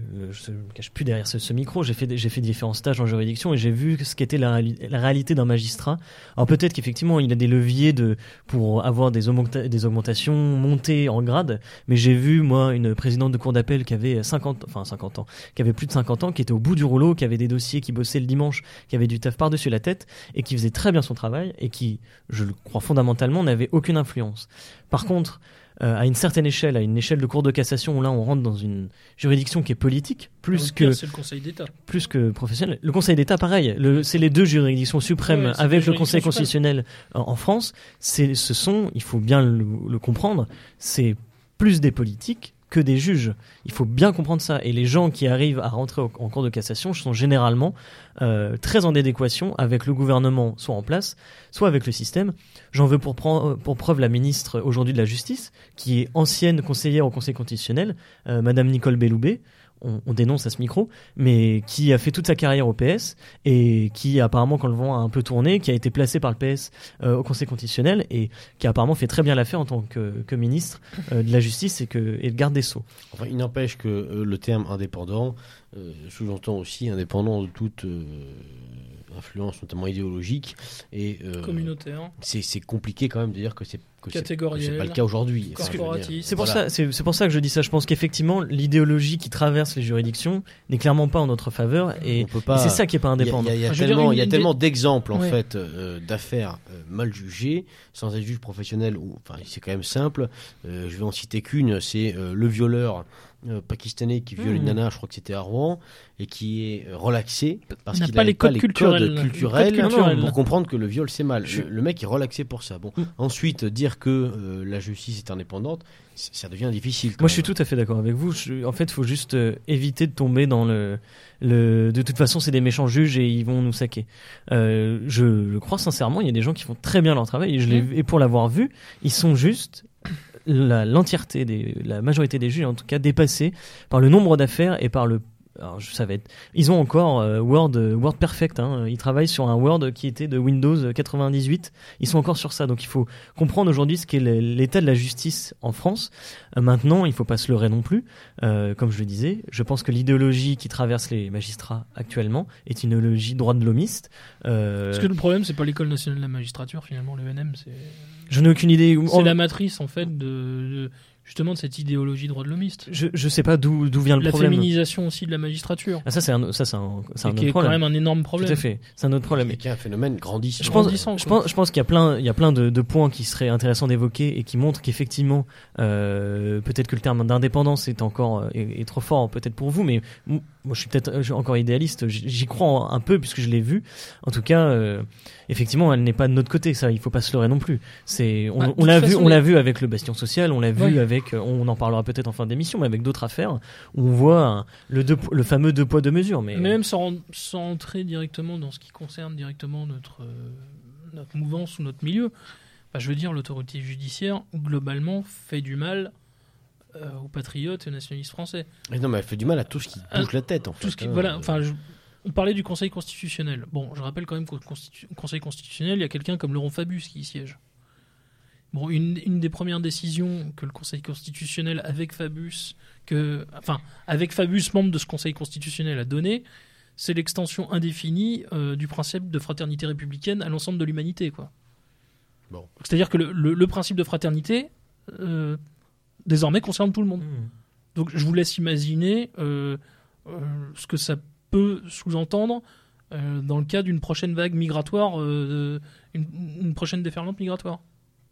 Speaker 2: me cache plus derrière ce micro. J'ai fait différents stages en juridiction et j'ai vu ce qu'était la réalité d'un magistrat. Alors peut-être qu'effectivement, il a des leviers pour avoir des augmentations, monter en grade. Mais j'ai vu, moi, une présidente de cour d'appel qui avait 50 ans, qui avait plus de 50 ans, qui était au bout du rouleau, qui avait des dossiers, qui bossait le dimanche, qui avait du taf par-dessus la tête et qui faisait très bien son travail et qui, je le crois fondamentalement, n'avait aucune influence. Par contre, à une certaine échelle, à une échelle de cour de cassation, où là on rentre dans une juridiction qui est politique,
Speaker 3: c'est le Conseil d'État.
Speaker 2: Plus que professionnel. Le Conseil d'État, pareil, c'est les deux juridictions suprêmes avec le Conseil constitutionnel en France. Il faut bien le comprendre, c'est plus des politiques que des juges. Il faut bien comprendre ça. Et les gens qui arrivent à rentrer en cour de cassation sont généralement très en adéquation avec le gouvernement, soit en place, soit avec le système. J'en veux pour preuve la ministre aujourd'hui de la Justice, qui est ancienne conseillère au Conseil constitutionnel, Madame Nicole Belloubet. On dénonce à ce micro, mais qui a fait toute sa carrière au PS et qui apparemment, quand le vent a un peu tourné, qui a été placé par le PS au Conseil constitutionnel et qui a apparemment fait très bien l'affaire en tant que ministre de la Justice et de garde des Sceaux.
Speaker 1: Enfin, il n'empêche que le terme indépendant sous-entend aussi indépendant de toute influence, notamment idéologique et
Speaker 3: communautaire.
Speaker 1: C'est compliqué quand même de dire que c'est
Speaker 3: catégoriel,
Speaker 1: pas le cas aujourd'hui.
Speaker 3: Corporatiste.
Speaker 2: C'est pour ça que je dis ça. Je pense qu'effectivement l'idéologie qui traverse les juridictions n'est clairement pas en notre faveur et c'est ça qui est pas indépendant.
Speaker 1: Il y a tellement d'exemples en fait d'affaires mal jugées sans être juge professionnel. C'est quand même simple. Je vais en citer qu'une. C'est le violeur pakistanais qui viole une nana, je crois que c'était à Rouen, et qui est relaxé parce qu'il n'a pas les codes culturels pour comprendre que le viol c'est mal. Le mec est relaxé pour ça. Bon, ensuite dire dire que la justice est indépendante, ça devient difficile.
Speaker 2: Moi, je suis tout à fait d'accord avec vous. En fait, il faut juste éviter de tomber dans de toute façon, c'est des méchants juges et ils vont nous saquer. Je le crois sincèrement, il y a des gens qui font très bien leur travail et pour l'avoir vu, ils sont juste l'entièreté la majorité des juges, en tout cas, dépassés par le nombre d'affaires et par ils ont encore Word Perfect, hein. Ils travaillent sur un Word qui était de Windows 98. Ils sont encore sur ça. Donc il faut comprendre aujourd'hui ce qu'est l'état de la justice en France. Maintenant, il faut pas se leurrer non plus. Comme je le disais, je pense que l'idéologie qui traverse les magistrats actuellement est une idéologie droit de l'homiste.
Speaker 3: Parce que le problème, c'est pas l'École nationale de la magistrature, finalement, l'ENM,
Speaker 2: je n'ai aucune idée.
Speaker 3: C'est la matrice, en fait, justement, de cette idéologie droit de l'homiste.
Speaker 2: Je sais pas d'où vient le problème.
Speaker 3: La féminisation aussi de la magistrature.
Speaker 2: Ah, ça c'est un autre problème.
Speaker 3: Qui est quand même un énorme problème.
Speaker 2: Tout à fait, c'est un autre problème.
Speaker 1: C'est un phénomène grandissant.
Speaker 2: Je pense qu'il y a plein de points qui seraient intéressants d'évoquer et qui montrent qu'effectivement, peut-être que le terme d'indépendance est encore est trop fort peut-être pour vous, mais moi je suis peut-être encore idéaliste. J'y crois un peu puisque je l'ai vu. En tout cas, effectivement, elle n'est pas de notre côté. Ça, il faut pas se leurrer non plus. On l'a vu avec le Bastion social, on l'a vu avec on en parlera peut-être en fin d'émission, mais avec d'autres affaires, où on voit le fameux 2 poids 2 mesures. Mais
Speaker 3: même sans entrer directement dans ce qui concerne directement notre mouvance ou notre milieu, je veux dire, l'autorité judiciaire, globalement, fait du mal aux patriotes et aux nationalistes français.
Speaker 1: Mais non, mais elle fait du mal à tout ce qui bouge la tête, en fait.
Speaker 3: On parlait du Conseil constitutionnel. Bon, je rappelle quand même qu'au Conseil constitutionnel, il y a quelqu'un comme Laurent Fabius qui y siège. Bon, une des premières décisions que le Conseil constitutionnel, avec Fabius, membre de ce Conseil constitutionnel, a donné, c'est l'extension indéfinie du principe de fraternité républicaine à l'ensemble de l'humanité, quoi.
Speaker 1: Bon.
Speaker 3: C'est-à-dire que le principe de fraternité, désormais, concerne tout le monde. Donc, je vous laisse imaginer ce que ça peut sous-entendre dans le cas d'une prochaine vague migratoire, une prochaine déferlante migratoire.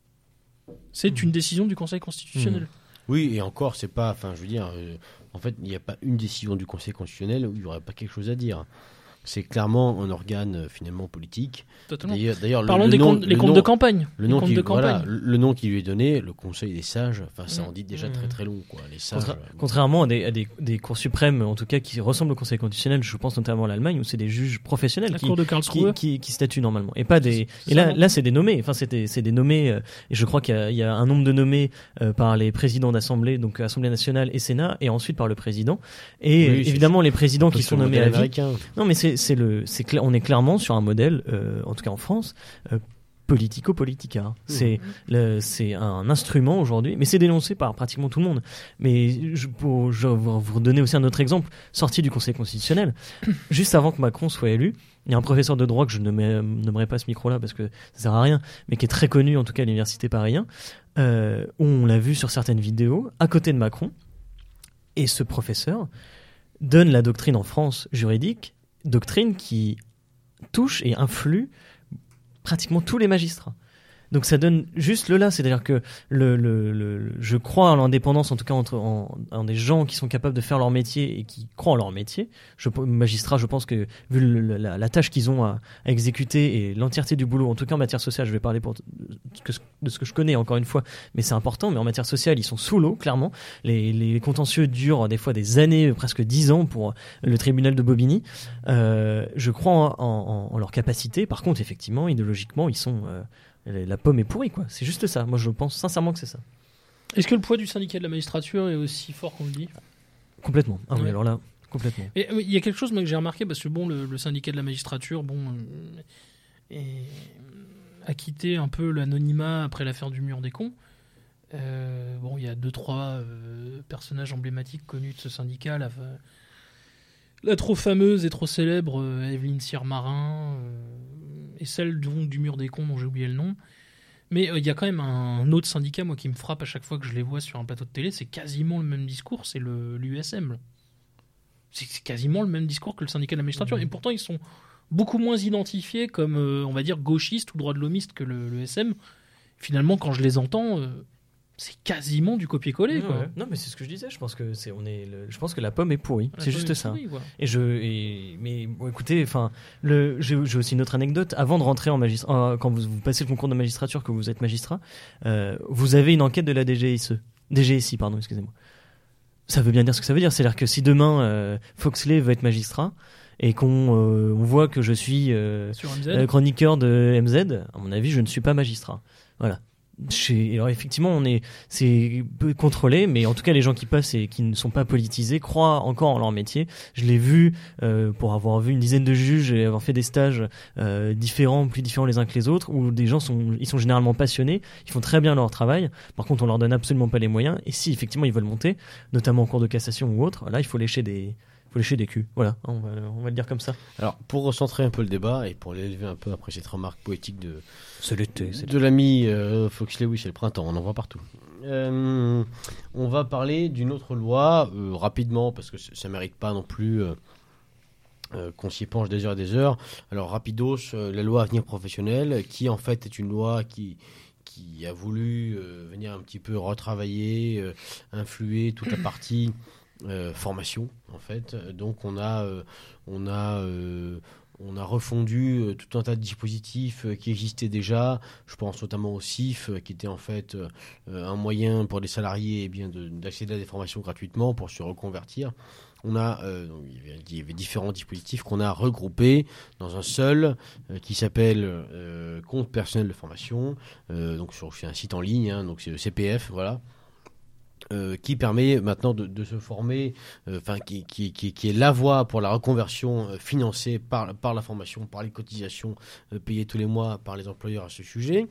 Speaker 3: C'est une décision du Conseil constitutionnel.
Speaker 1: Oui, et encore, c'est pas... Enfin, je veux dire, en fait, il n'y a pas une décision du Conseil constitutionnel où il n'y aurait pas quelque chose à dire. C'est clairement un organe, finalement, politique.
Speaker 3: Totalement.
Speaker 1: D'ailleurs,
Speaker 3: parlons des comptes de campagne.
Speaker 1: Le nom qui lui est donné, le Conseil des sages, ça en dit déjà très très long, quoi. Les sages,
Speaker 2: contrairement à des cours suprêmes, en tout cas, qui ressemblent au Conseil constitutionnel, je pense notamment à l'Allemagne, où c'est des juges professionnels qui statuent normalement. Et pas des. Là, c'est des nommés. Enfin, c'est des nommés. Et je crois qu'il y a un nombre de nommés par les présidents d'assemblée, donc Assemblée nationale et Sénat, et ensuite par le président. Et évidemment, les présidents qui sont nommés à vie. Non, mais on est clairement sur un modèle, en tout cas en France, politico-politica. C'est un instrument aujourd'hui, mais c'est dénoncé par pratiquement tout le monde. Mais pour vous redonner aussi un autre exemple, sorti du Conseil constitutionnel, juste avant que Macron soit élu, il y a un professeur de droit que je ne nommerai pas ce micro-là parce que ça sert à rien, mais qui est très connu en tout cas à l'université Paris 1, où on l'a vu sur certaines vidéos, à côté de Macron, et ce professeur donne la doctrine en France juridique, doctrine qui touche et influe pratiquement tous les magistrats. Donc ça donne juste le là, c'est-à-dire que je crois à l'indépendance, en tout cas en des gens qui sont capables de faire leur métier et qui croient en leur métier. Magistrats, je pense que vu la tâche qu'ils ont à exécuter et l'entièreté du boulot, en tout cas en matière sociale, je vais parler de ce que je connais encore une fois, mais c'est important, mais en matière sociale, ils sont sous l'eau, clairement. Les contentieux durent des fois des années, presque 10 ans pour le tribunal de Bobigny. Je crois en leur capacité. Par contre, effectivement, idéologiquement, ils sont... la pomme est pourrie, quoi. C'est juste ça. Moi, je pense sincèrement que c'est ça.
Speaker 3: Est-ce que le poids du syndicat de la magistrature est aussi fort qu'on le dit ?
Speaker 2: Complètement. Ah oui, alors là, complètement.
Speaker 3: Et il y a quelque chose moi, que j'ai remarqué, parce que le syndicat de la magistrature, a quitté un peu l'anonymat après l'affaire du mur des cons. Il y a 2-3 personnages emblématiques connus de ce syndicat. La trop fameuse et trop célèbre Evelyne Cyr-Marin, et celle du mur des cons dont j'ai oublié le nom. Mais il y a quand même un autre syndicat, moi, qui me frappe à chaque fois que je les vois sur un plateau de télé. C'est quasiment le même discours, c'est l'USM. C'est quasiment le même discours que le syndicat de la magistrature. Et pourtant, ils sont beaucoup moins identifiés comme, on va dire, gauchistes ou droit de l'homiste que le SM. Finalement, quand je les entends, c'est quasiment du copier-coller. Quoi.
Speaker 2: Ouais. Non, mais c'est ce que je disais. Je pense que je pense que la pomme est pourrie. C'est juste ça.
Speaker 3: Pourrie, voilà.
Speaker 2: Mais bon, écoutez, enfin, j'ai aussi une autre anecdote. Avant de rentrer en magistrat, quand vous passez le concours de magistrature, que vous êtes magistrat, vous avez une enquête de la DGSI, pardon, excusez-moi. Ça veut bien dire ce que ça veut dire. C'est-à-dire que si demain Foxley veut être magistrat et qu'on voit que je suis
Speaker 3: Sur MZ.
Speaker 2: chroniqueur de MZ, à mon avis, je ne suis pas magistrat. Voilà. Alors effectivement, c'est peu contrôlé, mais en tout cas, les gens qui passent et qui ne sont pas politisés croient encore en leur métier. Je l'ai vu pour avoir vu une dizaine de juges et avoir fait des stages plus différents les uns que les autres, où des gens ils sont généralement passionnés, ils font très bien leur travail. Par contre, on leur donne absolument pas les moyens. Et si effectivement ils veulent monter, notamment en cours de cassation ou autre, là, il faut lécher des culs. Voilà, on va le dire comme ça.
Speaker 1: Alors, pour recentrer un peu le débat et pour l'élever un peu après cette remarque poétique de
Speaker 2: l'été.
Speaker 1: l'ami Foxley, oui, c'est le printemps, on en voit partout. On va parler d'une autre loi rapidement parce que ça mérite pas non plus qu'on s'y penche des heures et des heures. Alors, rapidos, la loi Avenir Professionnel, qui en fait est une loi qui a voulu venir un petit peu retravailler, influer toute la partie formation en fait. Donc on a refondu tout un tas de dispositifs qui existaient déjà. Je pense notamment au CIF qui était en fait un moyen pour les salariés d'accéder à des formations gratuitement pour se reconvertir. On a il y avait différents dispositifs qu'on a regroupés dans un seul qui s'appelle compte personnel de formation. Donc sur un site en ligne, hein, donc c'est le CPF, voilà. Qui permet maintenant de se former, qui est la voie pour la reconversion financée par la formation, par les cotisations payées tous les mois par les employeurs à ce sujet.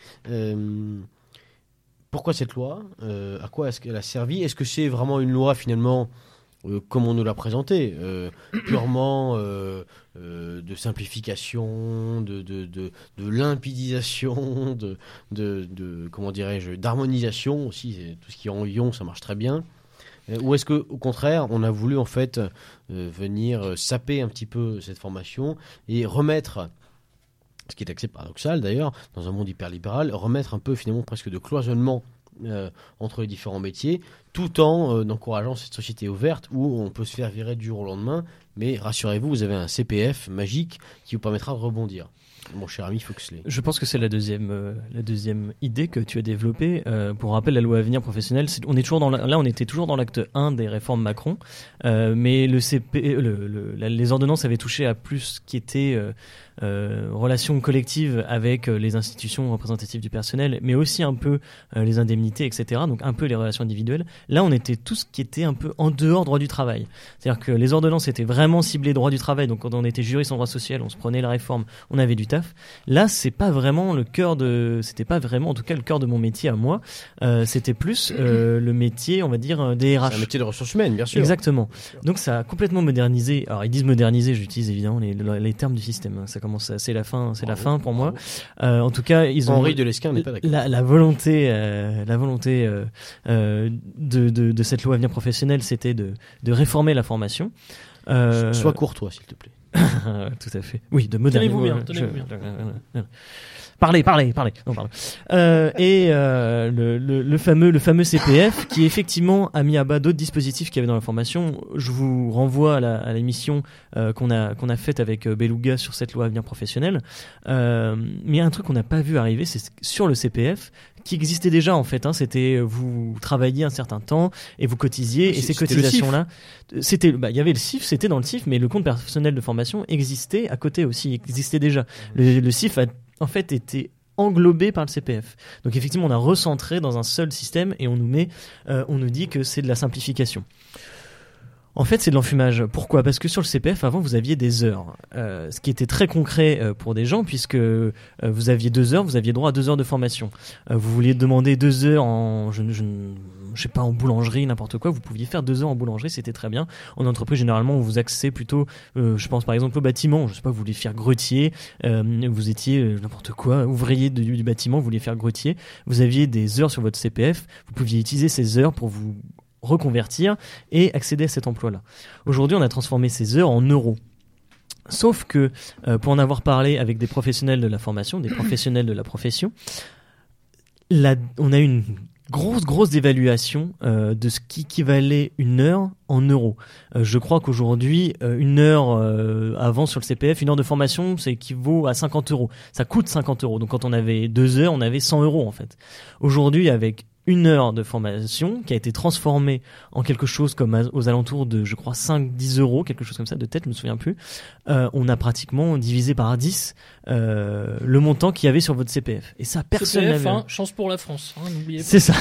Speaker 1: Pourquoi cette loi ? À quoi est-ce qu'elle a servi ? Est-ce que c'est vraiment une loi finalement comme on nous l'a présenté, purement de simplification, de limpidisation, de comment dirais-je, d'harmonisation aussi, tout ce qui est en Lyon, ça marche très bien. Ou est-ce que, au contraire, on a voulu en fait venir saper un petit peu cette formation et remettre, ce qui est assez paradoxal d'ailleurs, dans un monde hyper-libéral, remettre un peu finalement presque de cloisonnement entre les différents métiers, tout en encourageant cette société ouverte où on peut se faire virer du jour au lendemain, mais rassurez-vous, vous avez un CPF magique qui vous permettra de rebondir. Mon cher ami Foxley.
Speaker 2: Je pense que c'est la deuxième idée que tu as développée. Pour rappel, la loi Avenir Professionnel, on était toujours dans l'acte 1 des réformes Macron, mais les ordonnances avaient touché à plus ce qui était relations collectives avec les institutions représentatives du personnel, mais aussi un peu les indemnités, etc. Donc un peu les relations individuelles. Là, on était tout ce qui était un peu en dehors droit du travail. C'est-à-dire que les ordonnances étaient vraiment ciblées droit du travail. Donc quand on était juriste en droit social, on se prenait la réforme, on avait du taf. Là, c'était pas vraiment en tout cas le cœur de mon métier à moi. C'était plus le métier, on va dire, des RH.
Speaker 1: C'est un métier de ressources humaines, bien sûr.
Speaker 2: Exactement. Donc ça a complètement modernisé. Alors ils disent moderniser, j'utilise évidemment les termes du système. Ça commence, c'est la fin pour moi. En tout cas, ils ont.
Speaker 1: Henri de Lesquen n'est pas d'accord.
Speaker 2: La volonté de cette loi Avenir Professionnel, c'était de réformer la formation.
Speaker 1: Sois courtois, s'il te plaît.
Speaker 2: Tout à fait. Oui, de moderniser.
Speaker 3: Tenez-vous bien.
Speaker 2: Parlez. Non, pardon. Le fameux CPF qui effectivement a mis à bas d'autres dispositifs qu'il y avait dans la formation. Je vous renvoie à l'émission qu'on a faite avec Beluga sur cette loi Avenir Professionnel. Mais il y a un truc qu'on n'a pas vu arriver, c'est sur le CPF qui existait déjà en fait. C'était vous travailliez un certain temps et vous cotisiez et ces cotisations-là, il y avait le CIF, c'était dans le CIF, mais le compte personnel de formation existait à côté aussi, existait déjà. Le CIF a en fait été englobé par le CPF. Donc effectivement, on a recentré dans un seul système et on nous dit que c'est de la simplification. En fait, c'est de l'enfumage. Pourquoi ? Parce que sur le CPF, avant, vous aviez des heures. Ce qui était très concret pour des gens, puisque vous aviez 2 heures, vous aviez droit à 2 heures de formation. Vous vouliez demander 2 heures en boulangerie, n'importe quoi, vous pouviez faire 2 heures en boulangerie, c'était très bien. En entreprise, généralement, on vous accès plutôt, je pense par exemple au bâtiment, je sais pas, vous vouliez faire grutier, vous étiez n'importe quoi, ouvrier du bâtiment, vous vouliez faire grutier, vous aviez des heures sur votre CPF, vous pouviez utiliser ces heures pour vous reconvertir et accéder à cet emploi-là. Aujourd'hui, on a transformé ces heures en euros. Sauf que, pour en avoir parlé avec des professionnels de la formation, des professionnels de la profession, on a une grosse dévaluation de ce qui équivalait une heure en euros. Je crois qu'aujourd'hui, une heure avant sur le CPF, une heure de formation, ça équivaut à 50 euros. Ça coûte 50 euros. Donc quand on avait 2 heures, on avait 100 euros en fait. Aujourd'hui, avec une heure de formation qui a été transformée en quelque chose comme aux alentours de, je crois, 5-10 euros, quelque chose comme ça, de tête, je me souviens plus, on a pratiquement divisé par 10 le montant qu'il y avait sur votre CPF. Et ça, personne
Speaker 3: CPF,
Speaker 2: n'avait.
Speaker 3: chance pour la France, n'oubliez pas.
Speaker 2: C'est ça.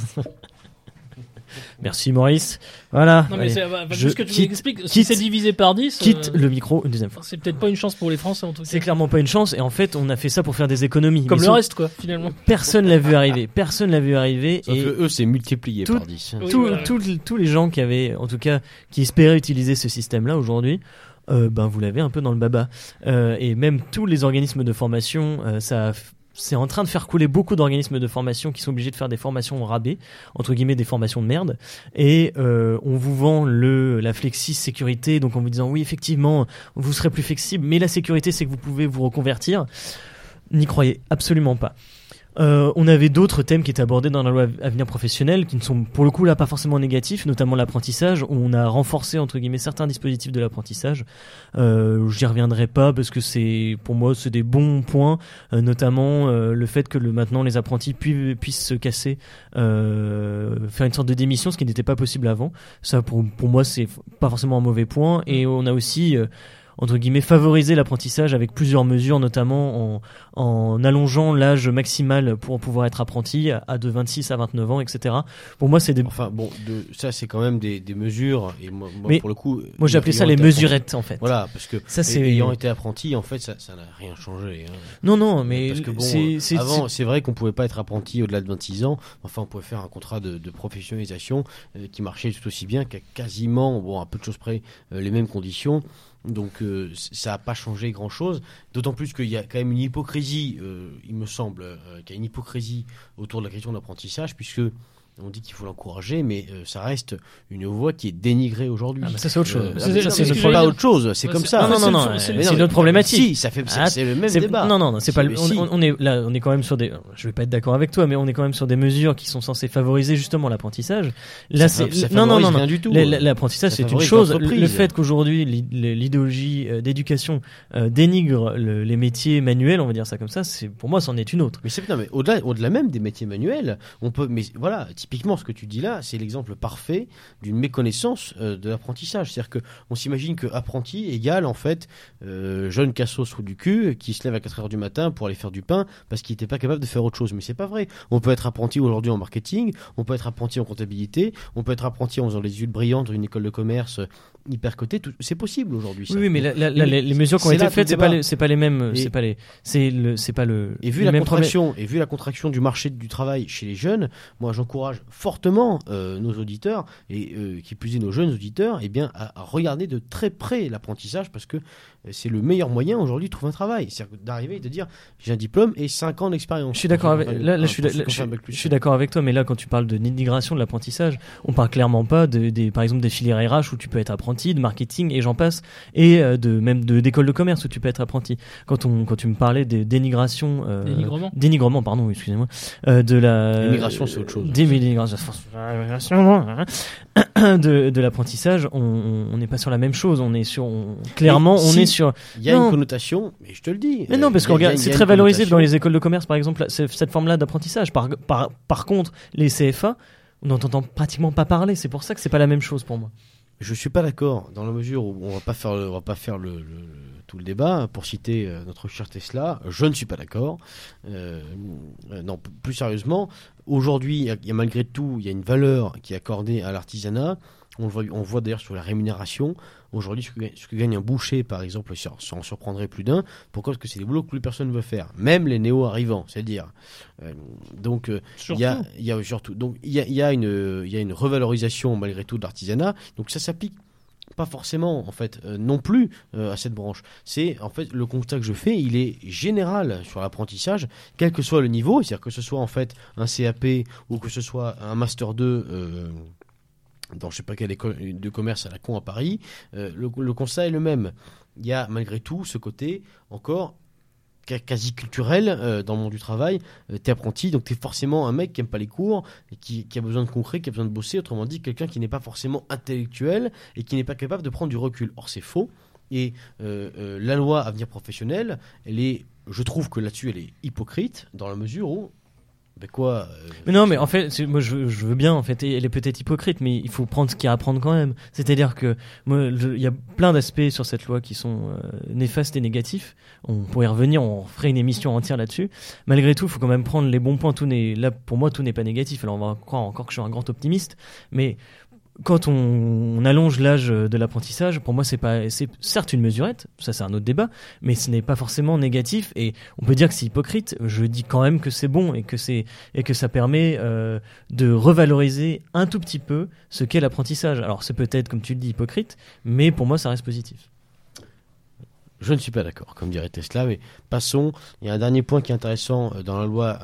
Speaker 2: Merci Maurice. Voilà.
Speaker 3: Non mais
Speaker 2: allez.
Speaker 3: c'est juste que tu m'expliques. Si
Speaker 2: quitte-
Speaker 3: c'est divisé par 10,
Speaker 2: Quitte le micro une deuxième fois.
Speaker 3: c'est peut-être pas une chance pour les Français en tout cas.
Speaker 2: C'est clairement pas une chance et en fait on a fait ça pour faire des économies.
Speaker 3: Comme
Speaker 2: Mais
Speaker 3: le reste quoi, finalement.
Speaker 2: Personne l'a vu arriver. Personne l'a vu arriver.
Speaker 1: Sauf
Speaker 2: Et
Speaker 1: que eux, c'est multiplié
Speaker 2: tout-
Speaker 1: par 10.
Speaker 3: Oui,
Speaker 2: tous
Speaker 3: voilà.
Speaker 2: tous les gens qui avaient, en tout cas, qui espéraient utiliser ce système-là aujourd'hui, vous l'avez un peu dans le baba. Et même tous les organismes de formation, c'est en train de faire couler beaucoup d'organismes de formation qui sont obligés de faire des formations au rabais, entre guillemets des formations de merde, et on vous vend la flexi sécurité, donc en vous disant oui effectivement vous serez plus flexible, mais la sécurité c'est que vous pouvez vous reconvertir. N'y croyez absolument pas. On avait d'autres thèmes qui étaient abordés dans la loi Avenir Professionnel qui ne sont pour le coup là pas forcément négatifs, notamment l'apprentissage où on a renforcé entre guillemets certains dispositifs de l'apprentissage. J'y reviendrai pas parce que pour moi c'est des bons points, notamment le fait que maintenant les apprentis puissent se casser, faire une sorte de démission, ce qui n'était pas possible avant. Ça pour moi c'est pas forcément un mauvais point. Et on a aussi entre guillemets favoriser l'apprentissage avec plusieurs mesures, notamment en allongeant l'âge maximal pour pouvoir être apprenti de 26 à 29 ans, etc. Pour moi, c'est des...
Speaker 1: Enfin bon, ça c'est quand même des mesures. Et moi
Speaker 2: Mais
Speaker 1: pour le coup,
Speaker 2: moi j'ai appelé ça
Speaker 1: ayant
Speaker 2: les
Speaker 1: été
Speaker 2: mesurettes en fait.
Speaker 1: Voilà, parce que
Speaker 2: Ça, c'est...
Speaker 1: ayant été apprenti, en fait, ça n'a rien changé. Hein.
Speaker 2: Non, mais
Speaker 1: Parce que bon, avant, c'est vrai qu'on pouvait pas être apprenti au-delà de 26 ans. Enfin, on pouvait faire un contrat de professionnalisation qui marchait tout aussi bien qu'à quasiment, bon, à peu de choses près, les mêmes conditions. Donc ça n'a pas changé grand-chose, d'autant plus qu'il y a quand même une hypocrisie, il me semble, qu'il y a une hypocrisie autour de la question de l'apprentissage, puisque on dit qu'il faut l'encourager, mais ça reste une voie qui est dénigrée aujourd'hui.
Speaker 2: Ah bah ça c'est autre chose.
Speaker 3: c'est
Speaker 1: pas autre chose, c'est comme ça.
Speaker 2: Non,
Speaker 3: c'est
Speaker 2: c'est une autre problématique.
Speaker 1: Si, c'est le même débat.
Speaker 2: Non, c'est pas.
Speaker 1: Si.
Speaker 2: On est là, on est quand même sur des. Je vais pas être d'accord avec toi, mais on est quand même sur des mesures qui sont censées favoriser justement l'apprentissage. Là,
Speaker 1: ça
Speaker 2: c'est
Speaker 1: favorise rien du tout.
Speaker 2: L'apprentissage,
Speaker 1: Ça
Speaker 2: c'est une
Speaker 1: favorise
Speaker 2: chose.
Speaker 1: l'entreprise.
Speaker 2: Le fait qu'aujourd'hui l'idéologie d'éducation dénigre les métiers manuels, on va dire ça comme ça, c'est pour moi, c'en est une autre.
Speaker 1: Mais au-delà même des métiers manuels, on peut. Mais voilà, typiquement, ce que tu dis là, c'est l'exemple parfait d'une méconnaissance de l'apprentissage. C'est-à-dire que on s'imagine que apprenti égale en fait jeune cassos trou du cul qui se lève à 4h du matin pour aller faire du pain parce qu'il n'était pas capable de faire autre chose. Mais c'est pas vrai. On peut être apprenti aujourd'hui en marketing, on peut être apprenti en comptabilité, on peut être apprenti en faisant les études brillantes dans une école de commerce hyper cotée. C'est possible aujourd'hui. Ça.
Speaker 2: Oui, mais les mesures qui ont été faites, c'est pas les mêmes.
Speaker 1: Et,
Speaker 2: c'est pas le.
Speaker 1: Et vu la contraction du marché du travail chez les jeunes, moi j'encourage fortement nos auditeurs et qui plus est nos jeunes auditeurs, à regarder de très près l'apprentissage parce que c'est le meilleur moyen aujourd'hui de trouver un travail. C'est-à-dire d'arriver et de dire j'ai un diplôme et 5 ans d'expérience.
Speaker 2: Je suis d'accord avec. Je suis d'accord avec toi, mais là quand tu parles de l'immigration de l'apprentissage, on parle clairement pas par exemple des filières RH où tu peux être apprenti, de marketing et j'en passe, et d'écoles de commerce où tu peux être apprenti. Quand tu me parlais de dénigration, dénigrement, pardon, excusez-moi, de la.
Speaker 1: L'immigration, c'est autre chose.
Speaker 2: De l'apprentissage, on n'est pas sur la même chose. On est sur.
Speaker 1: Il y a une connotation, mais je te le dis.
Speaker 2: Mais non, parce que regarde, c'est très valorisé dans les écoles de commerce, par exemple, cette forme-là d'apprentissage. Par contre, les CFA, on n'entend pratiquement pas parler. C'est pour ça que c'est pas la même chose pour moi.
Speaker 1: Je suis pas d'accord dans la mesure où on va pas faire tout le débat. Pour citer notre cher Tesla, je ne suis pas d'accord. Non, plus sérieusement, aujourd'hui, il y a malgré tout, il y a une valeur qui est accordée à l'artisanat. On voit d'ailleurs sur la rémunération. Aujourd'hui, ce que gagne un boucher, par exemple, ça en surprendrait plus d'un. Pourquoi ? Parce que c'est des boulots que plus personne ne veut faire, même les néo-arrivants, c'est-à-dire. Donc, il y a surtout. Donc, il y a une revalorisation malgré tout de l'artisanat. Donc, ça s'applique pas forcément en fait non plus à cette branche. C'est en fait le constat que je fais, il est général sur l'apprentissage, quel que soit le niveau, c'est-à-dire que ce soit en fait un CAP ou que ce soit un master 2 dans je sais pas quelle école de commerce à la con à Paris, le constat est le même. Il y a malgré tout ce côté encore quasi culturel dans le monde du travail. T'es apprenti, donc t'es forcément un mec qui aime pas les cours, et qui a besoin de concret, qui a besoin de bosser. Autrement dit, quelqu'un qui n'est pas forcément intellectuel et qui n'est pas capable de prendre du recul. Or, c'est faux. Et la loi Avenir Professionnel, je trouve que là-dessus, elle est hypocrite dans la mesure où
Speaker 2: mais non, mais en fait, moi je veux bien, en fait, et elle est peut-être hypocrite, mais il faut prendre ce qu'il y a à prendre quand même. C'est-à-dire que moi, il y a plein d'aspects sur cette loi qui sont néfastes et négatifs. On pourrait y revenir, on ferait une émission entière là-dessus. Malgré tout, il faut quand même prendre les bons points. Là, pour moi, tout n'est pas négatif. Alors, on va croire encore que je suis un grand optimiste, mais quand on allonge l'âge de l'apprentissage, pour moi, c'est certes une mesurette, ça c'est un autre débat, mais ce n'est pas forcément négatif, et on peut dire que c'est hypocrite. Je dis quand même que c'est bon et que ça permet de revaloriser un tout petit peu ce qu'est l'apprentissage. Alors c'est peut-être, comme tu le dis, hypocrite, mais pour moi, ça reste positif.
Speaker 1: Je ne suis pas d'accord, comme dirait Tesla, mais passons. Il y a un dernier point qui est intéressant dans la loi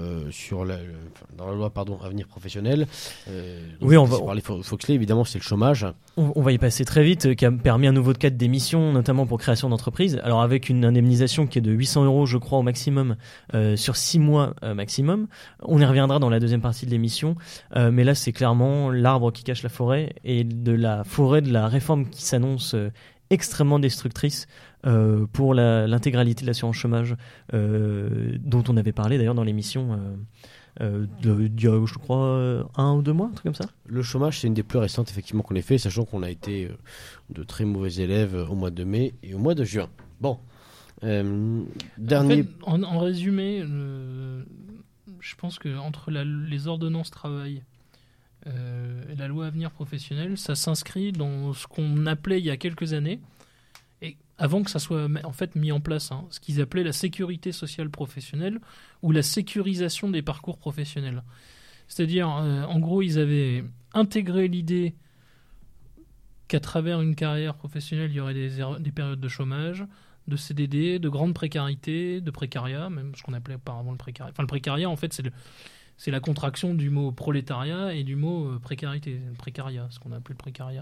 Speaker 1: Avenir Professionnel.
Speaker 2: Oui, on va
Speaker 1: parler Foxley, évidemment, c'est le chômage.
Speaker 2: On va y passer très vite, qui a permis un nouveau cadre d'émission, notamment pour création d'entreprise. Alors avec une indemnisation qui est de 800 €, je crois, au maximum, sur 6 mois maximum. On y reviendra dans la deuxième partie de l'émission, mais là c'est clairement l'arbre qui cache la forêt, et de la forêt de la réforme qui s'annonce extrêmement destructrice pour l'intégralité de l'assurance chômage, dont on avait parlé d'ailleurs dans l'émission il y a, je crois, 1 ou 2 mois, un truc comme ça.
Speaker 1: Le chômage, c'est une des plus récentes effectivement qu'on ait fait, sachant qu'on a été de très mauvais élèves au mois de mai et au mois de juin. Bon, dernier...
Speaker 3: En résumé, je pense que entre les ordonnances travail et la loi Avenir Professionnel, ça s'inscrit dans ce qu'on appelait il y a quelques années, et avant que ça soit en fait mis en place, ce qu'ils appelaient la sécurité sociale professionnelle ou la sécurisation des parcours professionnels. C'est-à-dire, en gros, ils avaient intégré l'idée qu'à travers une carrière professionnelle, il y aurait des périodes de chômage, de CDD, de grande précarité, de précariat, même ce qu'on appelait auparavant le précariat. Enfin, le précariat, en fait, c'est la contraction du mot prolétariat et du mot précarité, le précariat, ce qu'on appelle le précariat.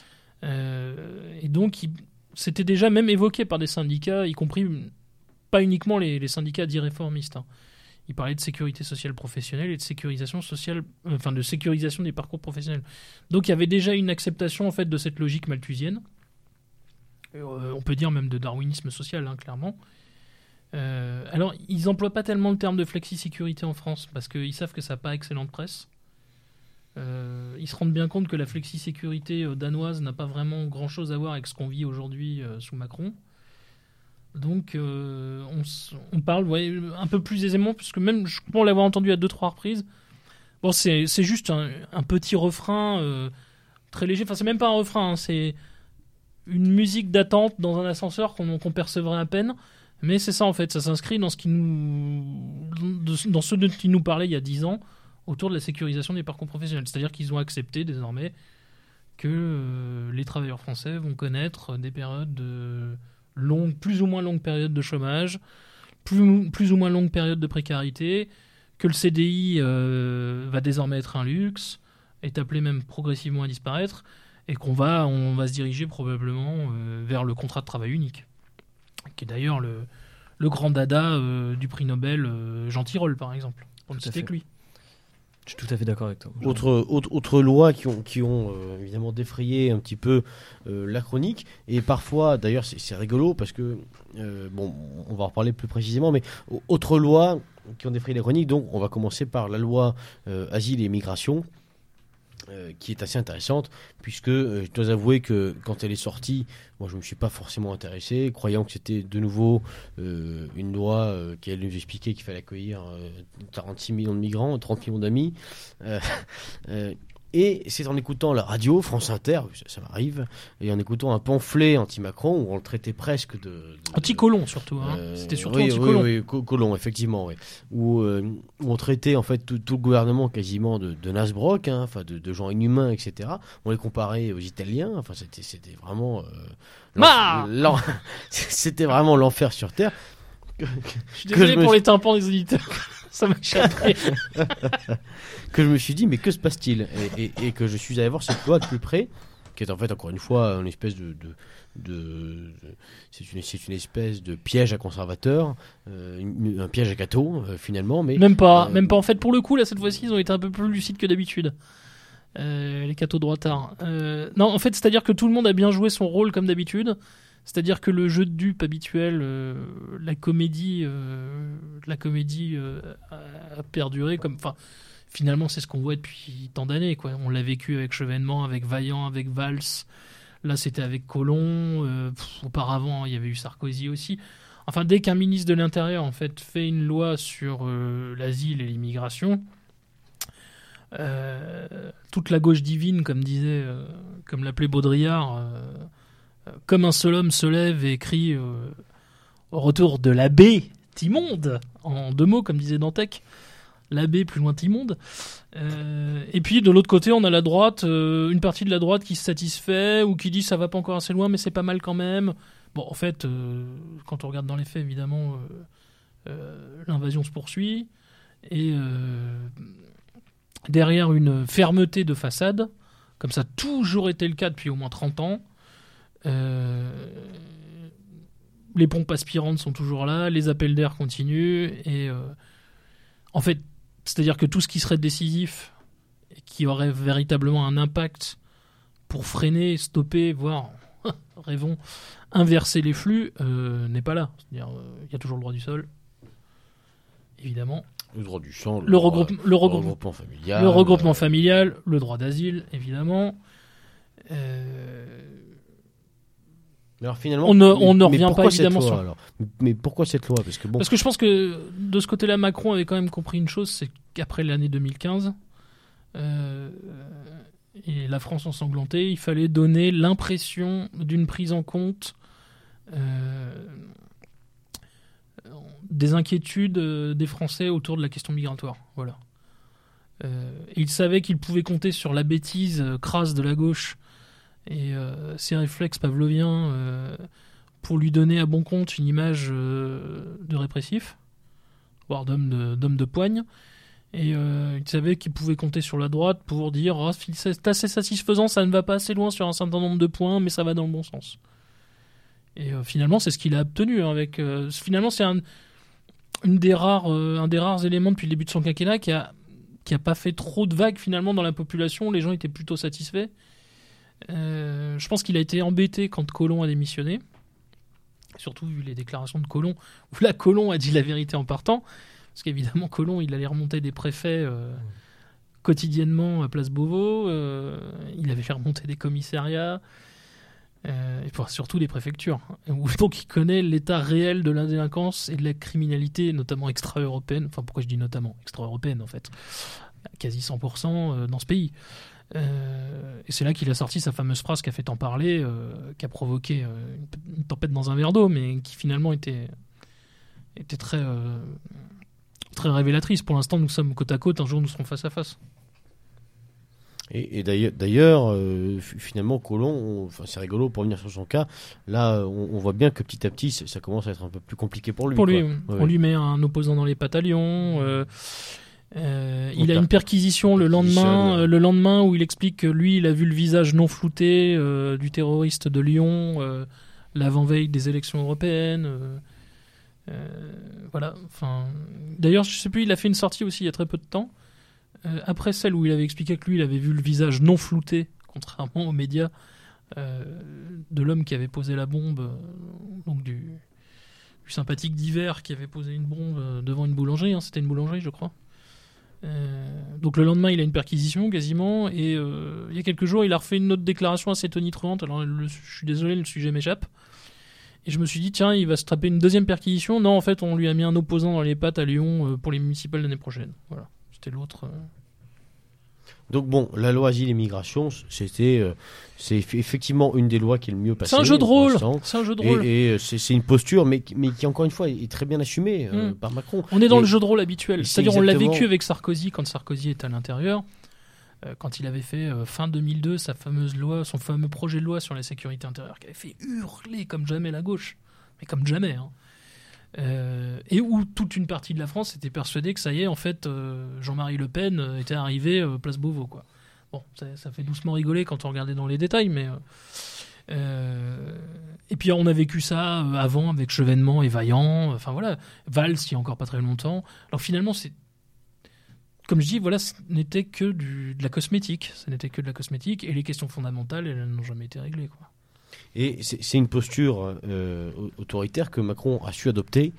Speaker 3: Et donc, c'était déjà même évoqué par des syndicats, y compris pas uniquement les syndicats dits réformistes. Ils parlaient de sécurité sociale professionnelle et de sécurisation sociale, de sécurisation des parcours professionnels. Donc, il y avait déjà une acceptation en fait de cette logique malthusienne. On peut dire même de darwinisme social, clairement. Alors, ils n'emploient pas tellement le terme de flexi-sécurité en France, parce qu'ils savent que ça n'a pas excellente presse. Ils se rendent bien compte que la flexi-sécurité danoise n'a pas vraiment grand-chose à voir avec ce qu'on vit aujourd'hui sous Macron. Donc, on parle un peu plus aisément, puisque même, je pense l'avoir entendu à 2-3 reprises. Bon, c'est juste un petit refrain très léger. Enfin, c'est même pas un refrain, c'est une musique d'attente dans un ascenseur qu'on percevrait à peine. Mais c'est ça, en fait, ça s'inscrit dans ce dont il nous parlait il y a 10 ans, autour de la sécurisation des parcours professionnels. C'est-à-dire qu'ils ont accepté désormais que les travailleurs français vont connaître des périodes de plus ou moins longues périodes de chômage, plus ou moins longues périodes de précarité, que le CDI va désormais être un luxe, est appelé même progressivement à disparaître, et on va se diriger probablement vers le contrat de travail unique, qui est d'ailleurs le grand dada du prix Nobel Jean Tirole, par exemple, pour ne citer que lui.
Speaker 2: Je suis tout à fait d'accord avec toi.
Speaker 1: Autre loi qui ont évidemment défrayé un petit peu la chronique, et parfois, d'ailleurs c'est rigolo parce que, on va en reparler plus précisément, mais autre loi qui ont défrayé la chronique, donc on va commencer par la loi Asile et Migration, qui est assez intéressante, puisque je dois avouer que quand elle est sortie, moi je ne me suis pas forcément intéressé, croyant que c'était de nouveau une loi qui allait nous expliquer qu'il fallait accueillir 46 millions de migrants, 30 millions d'amis. Et c'est en écoutant la radio, France Inter, ça m'arrive, et en écoutant un pamphlet anti-Macron, où on le traitait presque de
Speaker 3: anti-colon surtout, c'était surtout anti-colon.
Speaker 1: Oui, colon, effectivement, oui. Où on traitait en fait tout le gouvernement quasiment de Nasbrock, de gens inhumains, etc. On les comparait aux Italiens, c'était vraiment... c'était vraiment l'enfer sur Terre.
Speaker 3: Je suis désolé pour les tympans des auditeurs. Ça m'a échappé.
Speaker 1: Que je me suis dit, mais que se passe-t-il ? Et que je suis allé voir cette loi de plus près. qui est en fait encore une fois une espèce c'est une espèce de piège à conservateurs, un piège à cathos finalement, mais
Speaker 3: même pas en fait pour le coup là cette fois-ci ils ont été un peu plus lucides que d'habitude. Les cathos droitards. Non, en fait, c'est-à-dire que tout le monde a bien joué son rôle comme d'habitude. C'est-à-dire que le jeu de dupes habituel, la comédie a perduré. Finalement, c'est ce qu'on voit depuis tant d'années, quoi. On l'a vécu avec Chevènement, avec Vaillant, avec Valls. Là, c'était avec Collomb. Auparavant, il y avait eu Sarkozy aussi. Enfin, dès qu'un ministre de l'Intérieur en fait, fait une loi sur l'asile et l'immigration, toute la gauche divine, comme l'appelait Baudrillard, comme un seul homme se lève et crie au retour de l'abbé Timonde, en 2 mots, comme disait Dantec, l'abbé plus loin Timonde. Et puis de l'autre côté, on a la droite, une partie de la droite qui se satisfait ou qui dit ça va pas encore assez loin, mais c'est pas mal quand même. Bon, en fait, quand on regarde dans les faits, évidemment, l'invasion se poursuit et derrière une fermeté de façade, comme ça a toujours été le cas depuis au moins 30 ans. Les pompes aspirantes sont toujours là, les appels d'air continuent, et en fait, c'est-à-dire que tout ce qui serait décisif et qui aurait véritablement un impact pour freiner, stopper, voire, rêvons, inverser les flux, n'est pas là. C'est-à-dire, il y a toujours le droit du sol, évidemment.
Speaker 1: Le droit du sang,
Speaker 3: le regroupement
Speaker 1: familial.
Speaker 3: Le regroupement familial, le droit d'asile, évidemment.
Speaker 1: Alors finalement,
Speaker 3: on ne revient pas évidemment
Speaker 1: sur. Mais pourquoi cette loi ? Parce que
Speaker 3: je pense que de ce côté-là, Macron avait quand même compris une chose, c'est qu'après l'année 2015, et la France ensanglantée, il fallait donner l'impression d'une prise en compte des inquiétudes des Français autour de la question migratoire. Voilà. Il savait qu'il pouvait compter sur la bêtise crasse de la gauche et ses réflexes pavloviens pour lui donner à bon compte une image de répressif, voire d'homme de poigne. Et il savait qu'il pouvait compter sur la droite pour dire c'est assez satisfaisant, ça ne va pas assez loin sur un certain nombre de points, mais ça va dans le bon sens. Et finalement, c'est ce qu'il a obtenu. Finalement, c'est un des rares éléments depuis le début de son quinquennat qui a pas fait trop de vagues finalement dans la population. Les gens étaient plutôt satisfaits. Je pense qu'il a été embêté quand Collomb a démissionné, surtout vu les déclarations de Collomb, où là Collomb a dit la vérité en partant, parce qu'évidemment Collomb il allait remonter des préfets quotidiennement à Place Beauvau, il avait fait remonter des commissariats, et surtout des préfectures, donc il connaît l'état réel de la délinquance et de la criminalité, notamment extra-européenne. Enfin, pourquoi je dis notamment extra-européenne en fait, quasi 100% dans ce pays. Et c'est là qu'il a sorti sa fameuse phrase qui a fait tant parler, qui a provoqué une tempête dans un verre d'eau, mais qui finalement était très, très révélatrice. Pour l'instant, nous sommes côte à côte, un jour nous serons face à face.
Speaker 1: Et d'ailleurs, finalement, Collomb, c'est rigolo pour revenir sur son cas. Là, on voit bien que petit à petit, ça commence à être un peu plus compliqué pour lui.
Speaker 3: On lui met un opposant dans les pattes à Lyon. Il a une perquisition le lendemain où il explique que lui, il a vu le visage non flouté du terroriste de Lyon l'avant-veille des élections européennes. Voilà. Enfin, d'ailleurs, je sais plus, il a fait une sortie aussi il y a très peu de temps. Après celle où il avait expliqué que lui, il avait vu le visage non flouté, contrairement aux médias, de l'homme qui avait posé la bombe, donc du sympathique d'hiver qui avait posé une bombe devant une boulangerie. C'était une boulangerie, je crois. Donc le lendemain, il a une perquisition quasiment, et il y a quelques jours, il a refait une autre déclaration assez tonitruante. Alors, je suis désolé, le sujet m'échappe. Et je me suis dit, tiens, il va se taper une deuxième perquisition. Non, en fait, on lui a mis un opposant dans les pattes à Lyon pour les municipales l'année prochaine. Voilà, c'était l'autre.
Speaker 1: Donc bon, la loi asile et migration, c'est effectivement une des lois qui est le mieux passée.
Speaker 3: C'est un jeu de rôle.
Speaker 1: Et c'est une posture, mais qui encore une fois est très bien assumée par Macron.
Speaker 3: On est dans le jeu de rôle habituel. C'est-à-dire, on l'a vécu avec Sarkozy quand Sarkozy était à l'intérieur, quand il avait fait fin 2002 sa fameuse loi, son fameux projet de loi sur la sécurité intérieure, qui avait fait hurler comme jamais la gauche, mais comme jamais. Et où toute une partie de la France était persuadée que ça y est, en fait, Jean-Marie Le Pen était arrivé place Beauvau, quoi. Bon, ça fait doucement rigoler quand on regardait dans les détails, mais... et puis on a vécu ça avant avec Chevènement et Vaillant, enfin voilà, Valls il y a encore pas très longtemps. Alors finalement, c'est... Comme je dis, voilà, ce n'était que de la cosmétique. Ce n'était que de la cosmétique, et les questions fondamentales, elles n'ont jamais été réglées, quoi.
Speaker 1: Et c'est une posture autoritaire que Macron a su adopter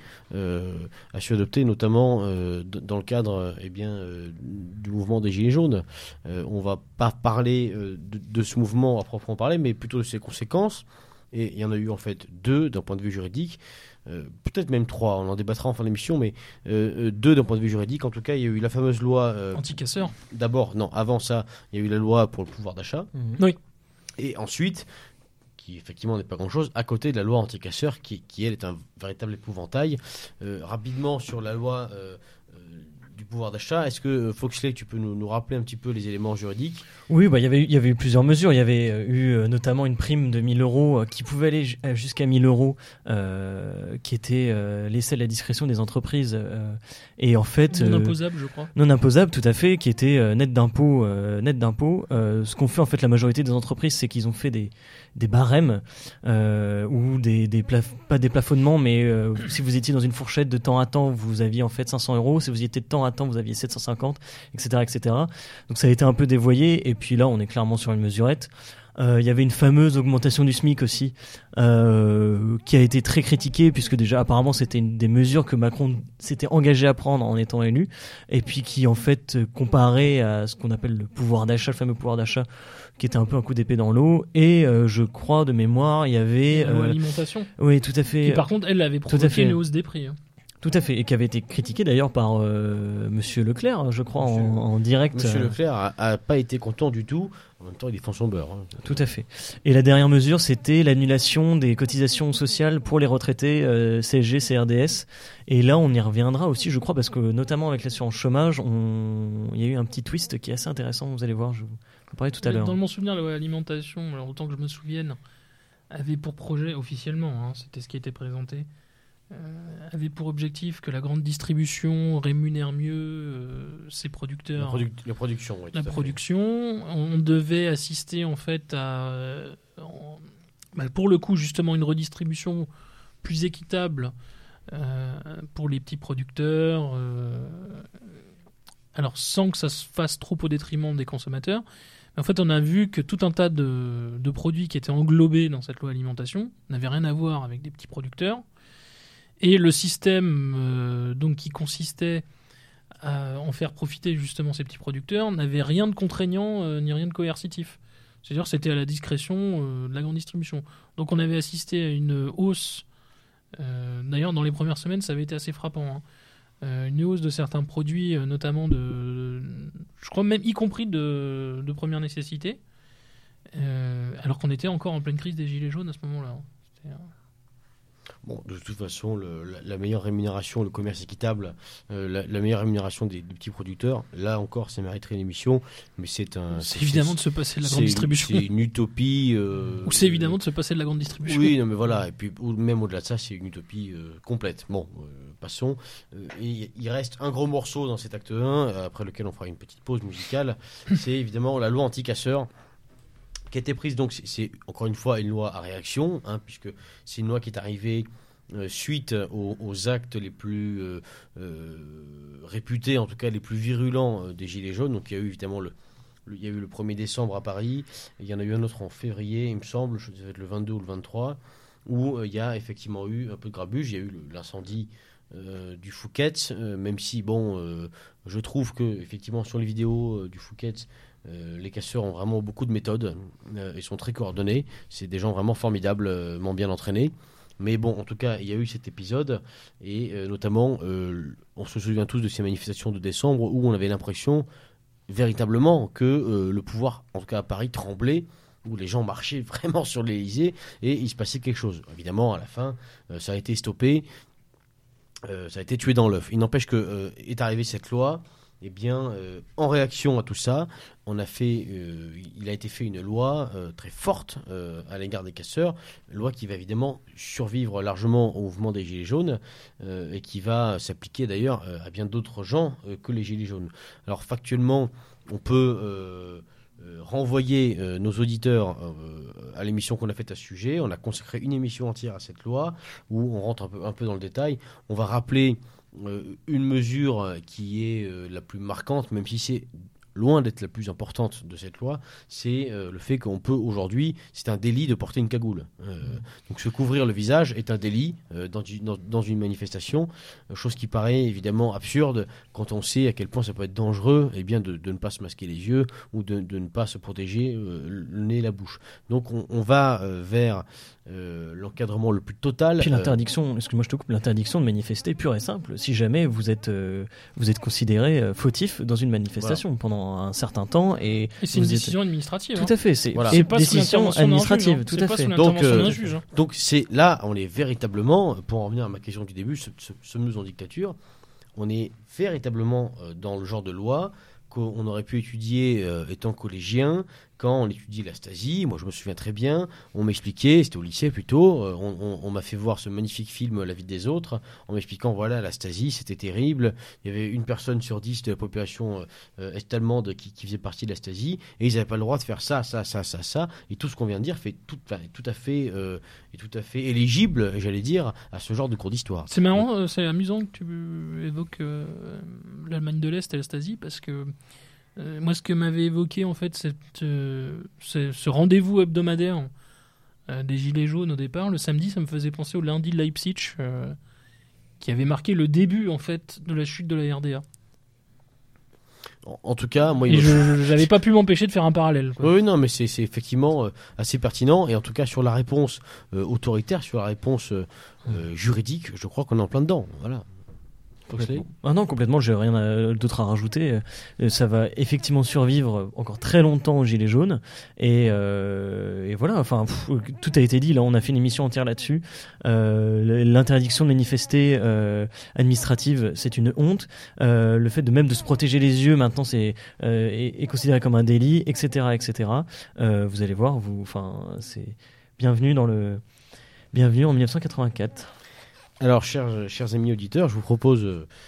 Speaker 1: notamment dans le cadre du mouvement des Gilets jaunes. On va pas parler de ce mouvement à proprement parler, mais plutôt de ses conséquences. Et il y en a eu en fait 2 d'un point de vue juridique, peut-être même 3, on en débattra en fin d'émission, mais 2 d'un point de vue juridique. En tout cas, il y a eu la fameuse loi...
Speaker 3: Anti-casseurs.
Speaker 1: D'abord, non, avant ça, il y a eu la loi pour le pouvoir d'achat.
Speaker 3: Oui.
Speaker 1: Et ensuite... qui effectivement n'est pas grand-chose, à côté de la loi anti-casseurs, qui elle, est un véritable épouvantail. Rapidement, sur la loi du pouvoir d'achat, est-ce que, Foxley, tu peux nous rappeler un petit peu les éléments juridiques ?
Speaker 2: Oui, il y avait eu plusieurs mesures. Il y avait eu notamment une prime de 1 000 euros qui pouvait aller jusqu'à 1 000 euros, qui était laissée à la discrétion des entreprises. Et en fait,
Speaker 3: non imposable, je crois.
Speaker 2: Non imposable, tout à fait, qui était net d'impôts. Ce qu'ont fait en fait la majorité des entreprises, c'est qu'ils ont fait des barèmes ou pas des plafonnements, mais si vous étiez dans une fourchette de temps à temps, vous aviez en fait 500 euros. Si vous y étiez de temps à temps, vous aviez 750, etc., etc. Donc ça a été un peu dévoyé. Et puis là, on est clairement sur une mesurette. Il y avait une fameuse augmentation du SMIC aussi, qui a été très critiquée, puisque déjà apparemment c'était une des mesures que Macron s'était engagé à prendre en étant élu, et puis qui en fait, comparé à ce qu'on appelle le pouvoir d'achat, le fameux pouvoir d'achat, qui était un peu un coup d'épée dans l'eau. Et je crois de mémoire, il y avait...
Speaker 3: La loi alimentation.
Speaker 2: Oui, tout à fait.
Speaker 3: Qui par contre, elle avait provoqué une hausse des prix.
Speaker 2: Tout à fait, et qui avait été critiqué d'ailleurs par Monsieur Leclerc, je crois, en direct.
Speaker 1: Monsieur Leclerc a pas été content du tout. En même temps, il défend son beurre. Hein.
Speaker 2: Tout à fait. Et la dernière mesure, c'était l'annulation des cotisations sociales pour les retraités CSG, CRDS. Et là, on y reviendra aussi, je crois, parce que notamment avec l'assurance chômage, il y a eu un petit twist qui est assez intéressant. Vous allez voir, je vous en parlais tout à l'heure.
Speaker 3: Dans mon souvenir, la loi alimentation, alors autant que je me souvienne, avait pour projet officiellement, hein, c'était ce qui était présenté. Avait pour objectif que la grande distribution rémunère mieux ses producteurs.
Speaker 1: La production, oui.
Speaker 3: La production. On devait assister en fait à, pour le coup, justement, une redistribution plus équitable pour les petits producteurs. Alors, sans que ça se fasse trop au détriment des consommateurs. En fait, on a vu que tout un tas de produits qui étaient englobés dans cette loi alimentation n'avaient rien à voir avec des petits producteurs. Et le système donc qui consistait à en faire profiter justement ces petits producteurs n'avait rien de contraignant ni rien de coercitif. C'est-à-dire que c'était à la discrétion de la grande distribution. Donc on avait assisté à une hausse, d'ailleurs dans les premières semaines ça avait été assez frappant, hein. Une hausse de certains produits, notamment je crois même y compris de première nécessité, alors qu'on était encore en pleine crise des Gilets jaunes à ce moment-là.
Speaker 1: Bon, de toute façon, la meilleure rémunération, le commerce équitable, la meilleure rémunération des petits producteurs, là encore, ça mériterait une émission, mais c'est
Speaker 3: évidemment de se passer de la grande distribution.
Speaker 1: C'est une utopie.
Speaker 3: Ou c'est évidemment de se passer de la grande distribution.
Speaker 1: Oui, non, mais voilà, et puis même au-delà de ça, c'est une utopie complète. Bon, passons. Il reste un gros morceau dans cet acte 1, après lequel on fera une petite pause musicale. C'est évidemment la loi anti-casseurs, qui a été prise, donc c'est encore une fois une loi à réaction, hein, puisque c'est une loi qui est arrivée suite aux actes les plus réputés, en tout cas les plus virulents des Gilets jaunes. Donc il y a eu évidemment il y a eu le 1er décembre à Paris, et il y en a eu un autre en février, il me semble, ça devait être le 22 ou le 23, où il y a effectivement eu un peu de grabuge. Il y a eu l'incendie du Fouquet's, même si, bon, je trouve que effectivement sur les vidéos du Fouquet's, les casseurs ont vraiment beaucoup de méthodes, ils sont très coordonnés, c'est des gens vraiment formidablement bien entraînés. Mais bon, en tout cas, il y a eu cet épisode, et notamment, on se souvient tous de ces manifestations de décembre où on avait l'impression véritablement que le pouvoir, en tout cas à Paris, tremblait, où les gens marchaient vraiment sur l'Élysée et il se passait quelque chose. Évidemment, à la fin, ça a été stoppé, ça a été tué dans l'œuf. Il n'empêche que est arrivée cette loi. Eh bien, en réaction à tout ça, il a été fait une loi très forte à l'égard des casseurs, une loi qui va évidemment survivre largement au mouvement des Gilets jaunes et qui va s'appliquer d'ailleurs à bien d'autres gens que les Gilets jaunes. Alors factuellement, on peut renvoyer nos auditeurs à l'émission qu'on a faite à ce sujet. On a consacré une émission entière à cette loi où on rentre un peu dans le détail. On va rappeler une mesure qui est la plus marquante, même si c'est loin d'être la plus importante de cette loi, c'est le fait qu'on peut aujourd'hui, c'est un délit de porter une cagoule. Donc se couvrir le visage est un délit dans une manifestation, chose qui paraît évidemment absurde quand on sait à quel point ça peut être dangereux de ne pas se masquer les yeux ou de ne pas se protéger le nez et la bouche. Donc on va vers l'encadrement le plus total.
Speaker 2: Puis l'interdiction, excuse-moi je te coupe, l'interdiction de manifester pure et simple, si jamais vous êtes considéré fautif dans une manifestation pendant un certain temps et
Speaker 3: c'est une décision administrative.
Speaker 2: Tout à fait, c'est
Speaker 1: voilà.
Speaker 2: une décision administrative, tout à fait.
Speaker 1: Donc c'est là, on est véritablement, pour en revenir à ma question du début, sommes-nous en dictature? On est véritablement dans le genre de loi qu'on aurait pu étudier étant collégien, quand on étudie la Stasi. Moi je me souviens très bien, on m'expliquait, c'était au lycée plutôt, on m'a fait voir ce magnifique film La vie des autres, en m'expliquant voilà la Stasi c'était terrible, il y avait 1 personne sur 10 de la population est-allemande qui faisait partie de la Stasi, et ils n'avaient pas le droit de faire ça, et tout ce qu'on vient de dire fait tout à fait éligible, j'allais dire, à ce genre de cours d'histoire.
Speaker 3: C'est marrant, c'est amusant que tu évoques l'Allemagne de l'Est et la Stasi, parce que moi, ce que m'avait évoqué, en fait, ce rendez-vous hebdomadaire des Gilets jaunes au départ, le samedi, ça me faisait penser au lundi de Leipzig, qui avait marqué le début, en fait, de la chute de la RDA.
Speaker 1: En tout cas, moi...
Speaker 3: j'avais pas pu m'empêcher de faire un parallèle. Quoi.
Speaker 1: Oui, non, mais c'est effectivement assez pertinent. Et en tout cas, sur la réponse autoritaire, sur la réponse juridique, je crois qu'on est en plein dedans. Voilà.
Speaker 2: Ah non, complètement, j'ai rien d'autre à rajouter. Ça va effectivement survivre encore très longtemps aux Gilets jaunes. Et voilà, enfin, tout a été dit. Là, on a fait une émission entière là-dessus. L'interdiction de manifester administrative, c'est une honte. Le fait même de se protéger les yeux, maintenant, est considéré comme un délit, etc., etc. Vous allez voir, c'est bienvenue en 1984.
Speaker 1: Alors, chers amis auditeurs, je vous propose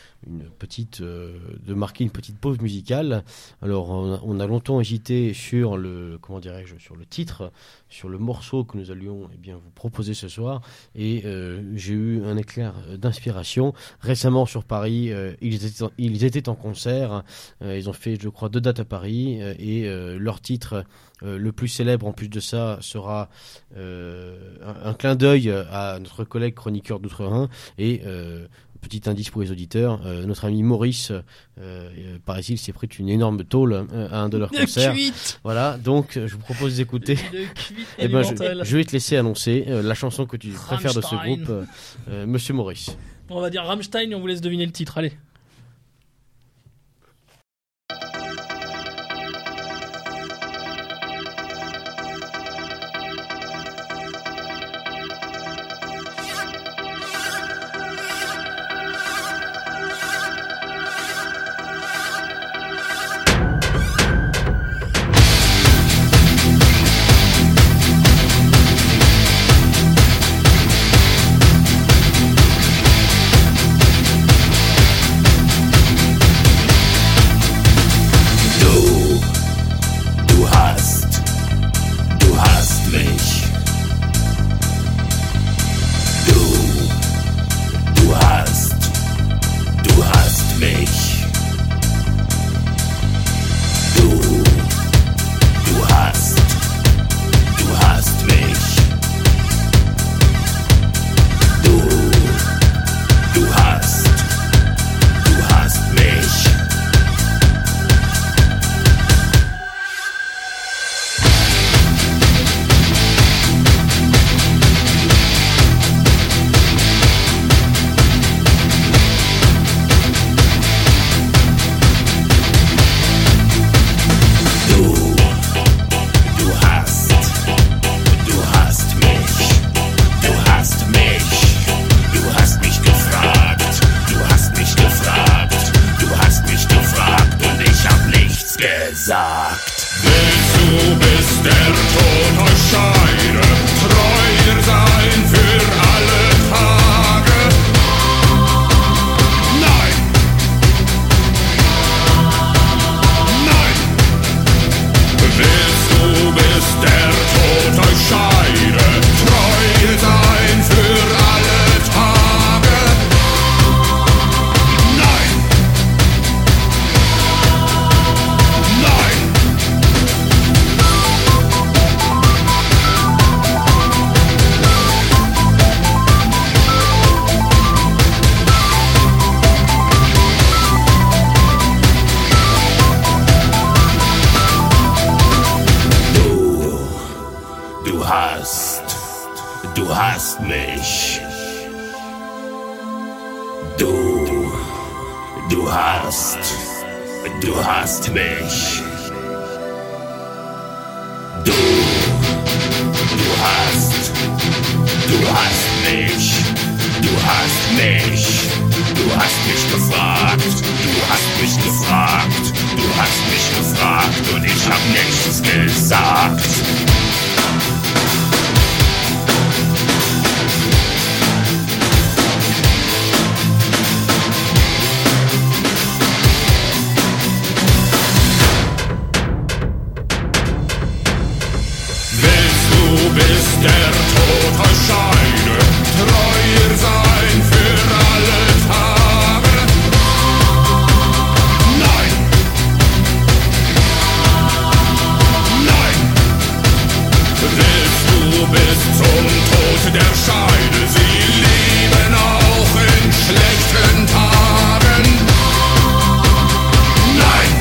Speaker 1: de marquer une petite pause musicale. Alors, on a longtemps hésité sur sur le titre, sur le morceau que nous allions vous proposer ce soir, et j'ai eu un éclair d'inspiration. Récemment sur Paris, ils étaient en concert. Ils ont fait, je crois, 2 dates à Paris, et leur titre le plus célèbre en plus de ça sera un clin d'œil à notre collègue chroniqueur d'Outre-Rhin, et petit indice pour les auditeurs, notre ami Maurice, paraît-il, s'est pris une énorme tôle à un de leurs concerts. Voilà, donc je vous propose d'écouter. Je vais te laisser annoncer la chanson que tu préfères de ce groupe, Monsieur Maurice.
Speaker 3: On va dire Rammstein et on vous laisse deviner le titre, allez.
Speaker 4: Du hast mich. Du hast mich. Du hast mich. Du hast mich. Du hast mich gefragt. Du hast mich gefragt. Du hast mich gefragt und ich hab nichts gesagt. Bis der Tod euch scheide, treuer sein für alle Tage. Nein! Nein! Willst du bis zum Tod der Scheide sie lieben auch in schlechten Tagen? Nein!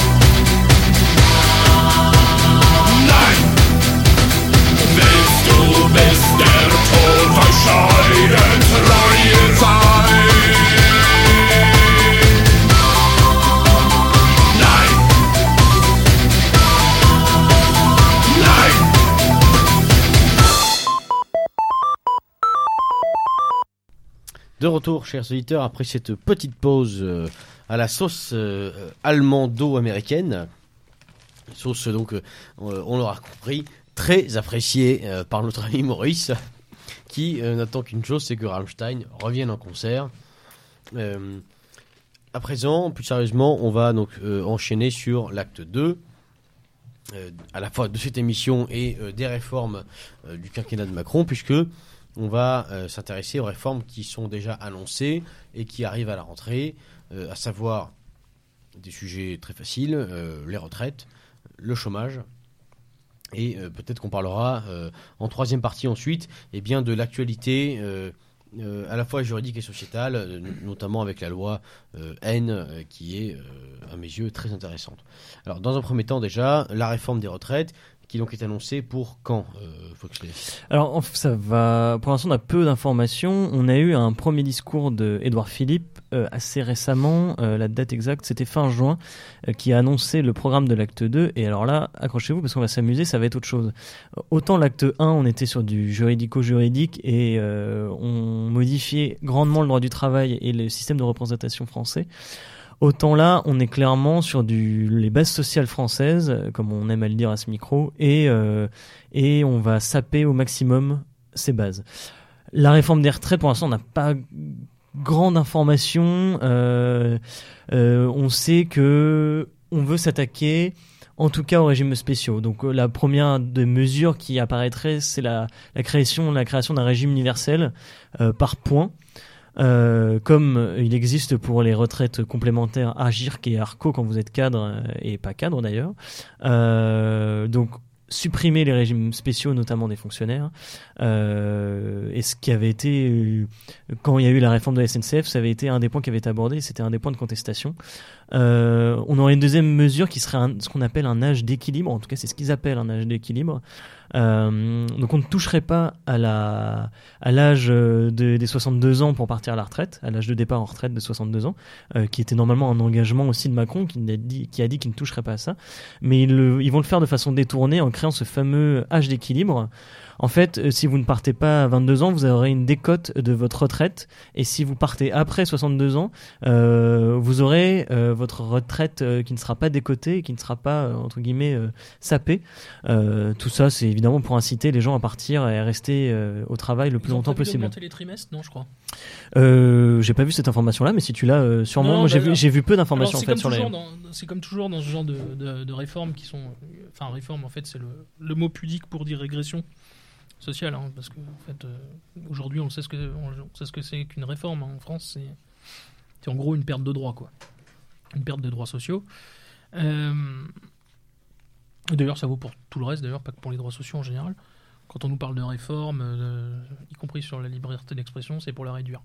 Speaker 4: Nein! Willst du bis der Tod euch scheiden, treuer sein? Nein! Nein!
Speaker 1: De retour, chers auditeurs, après cette petite pause à la sauce allemando-américaine. Sauce, donc, on l'aura compris, très appréciée par notre ami Maurice, qui n'attend qu'une chose, c'est que Rammstein revienne en concert. À présent, plus sérieusement, on va donc enchaîner sur l'acte 2, à la fois de cette émission et des réformes du quinquennat de Macron, puisque on va s'intéresser aux réformes qui sont déjà annoncées et qui arrivent à la rentrée, à savoir des sujets très faciles, les retraites, le chômage. Et peut-être qu'on parlera en troisième partie ensuite de l'actualité à la fois juridique et sociétale, notamment avec la loi N qui est à mes yeux très intéressante. Alors dans un premier temps déjà, la réforme des retraites qui donc est annoncée pour quand, Foxley ?
Speaker 2: Alors ça va. Pour l'instant, on a peu d'informations. On a eu un premier discours de Édouard Philippe assez récemment. La date exacte, c'était fin juin, qui a annoncé le programme de l'acte 2. Et alors là, accrochez-vous parce qu'on va s'amuser. Ça va être autre chose. Autant l'acte 1, on était sur du juridico-juridique et on modifiait grandement le droit du travail et le système de représentation français. Autant là, on est clairement sur les bases sociales françaises, comme on aime à le dire à ce micro, et on va saper au maximum ces bases. La réforme des retraites, pour l'instant, on n'a pas grande information. On sait que on veut s'attaquer, en tout cas aux régimes spéciaux. Donc la première des mesures qui apparaîtrait, c'est la création d'un régime universel par points. Comme il existe pour les retraites complémentaires AGIRC et ARCO quand vous êtes cadre et pas cadre d'ailleurs. Donc supprimer les régimes spéciaux, notamment des fonctionnaires. Et ce qui avait été, quand il y a eu la réforme de la SNCF, ça avait été un des points qui avait été abordé, c'était un des points de contestation. On aurait une deuxième mesure qui serait ce qu'on appelle un âge d'équilibre, en tout cas c'est ce qu'ils appellent un âge d'équilibre. Donc on ne toucherait pas à l'âge des 62 ans pour partir à la retraite, à l'âge de départ en retraite de 62 ans, qui était normalement un engagement aussi de Macron qui a dit qu'il ne toucherait pas à ça, mais ils vont le faire de façon détournée en créant ce fameux âge d'équilibre. En fait, si vous ne partez pas à 22 ans, vous aurez une décote de votre retraite. Et si vous partez après 62 ans, vous aurez votre retraite qui ne sera pas décotée, qui ne sera pas, entre guillemets, sapée. Tout ça, c'est évidemment pour inciter les gens à partir et à rester au travail le plus longtemps possible.
Speaker 3: Ils ont augmenté les trimestres, non, je crois.
Speaker 2: J'ai pas vu cette information-là, mais si tu l'as, sûrement.
Speaker 3: Non,
Speaker 2: moi, j'ai vu peu d'informations en fait sur les.
Speaker 3: C'est comme toujours dans ce genre de réformes qui sont. Enfin, réforme, en fait, c'est le mot pudique pour dire régression sociale, hein, parce que en fait, aujourd'hui, on sait ce que c'est qu'une réforme hein, en France. C'est en gros une perte de droits, quoi. Une perte de droits sociaux. D'ailleurs, ça vaut pour tout le reste, d'ailleurs, pas que pour les droits sociaux en général. Quand on nous parle de réforme, y compris sur la liberté d'expression, c'est pour la réduire.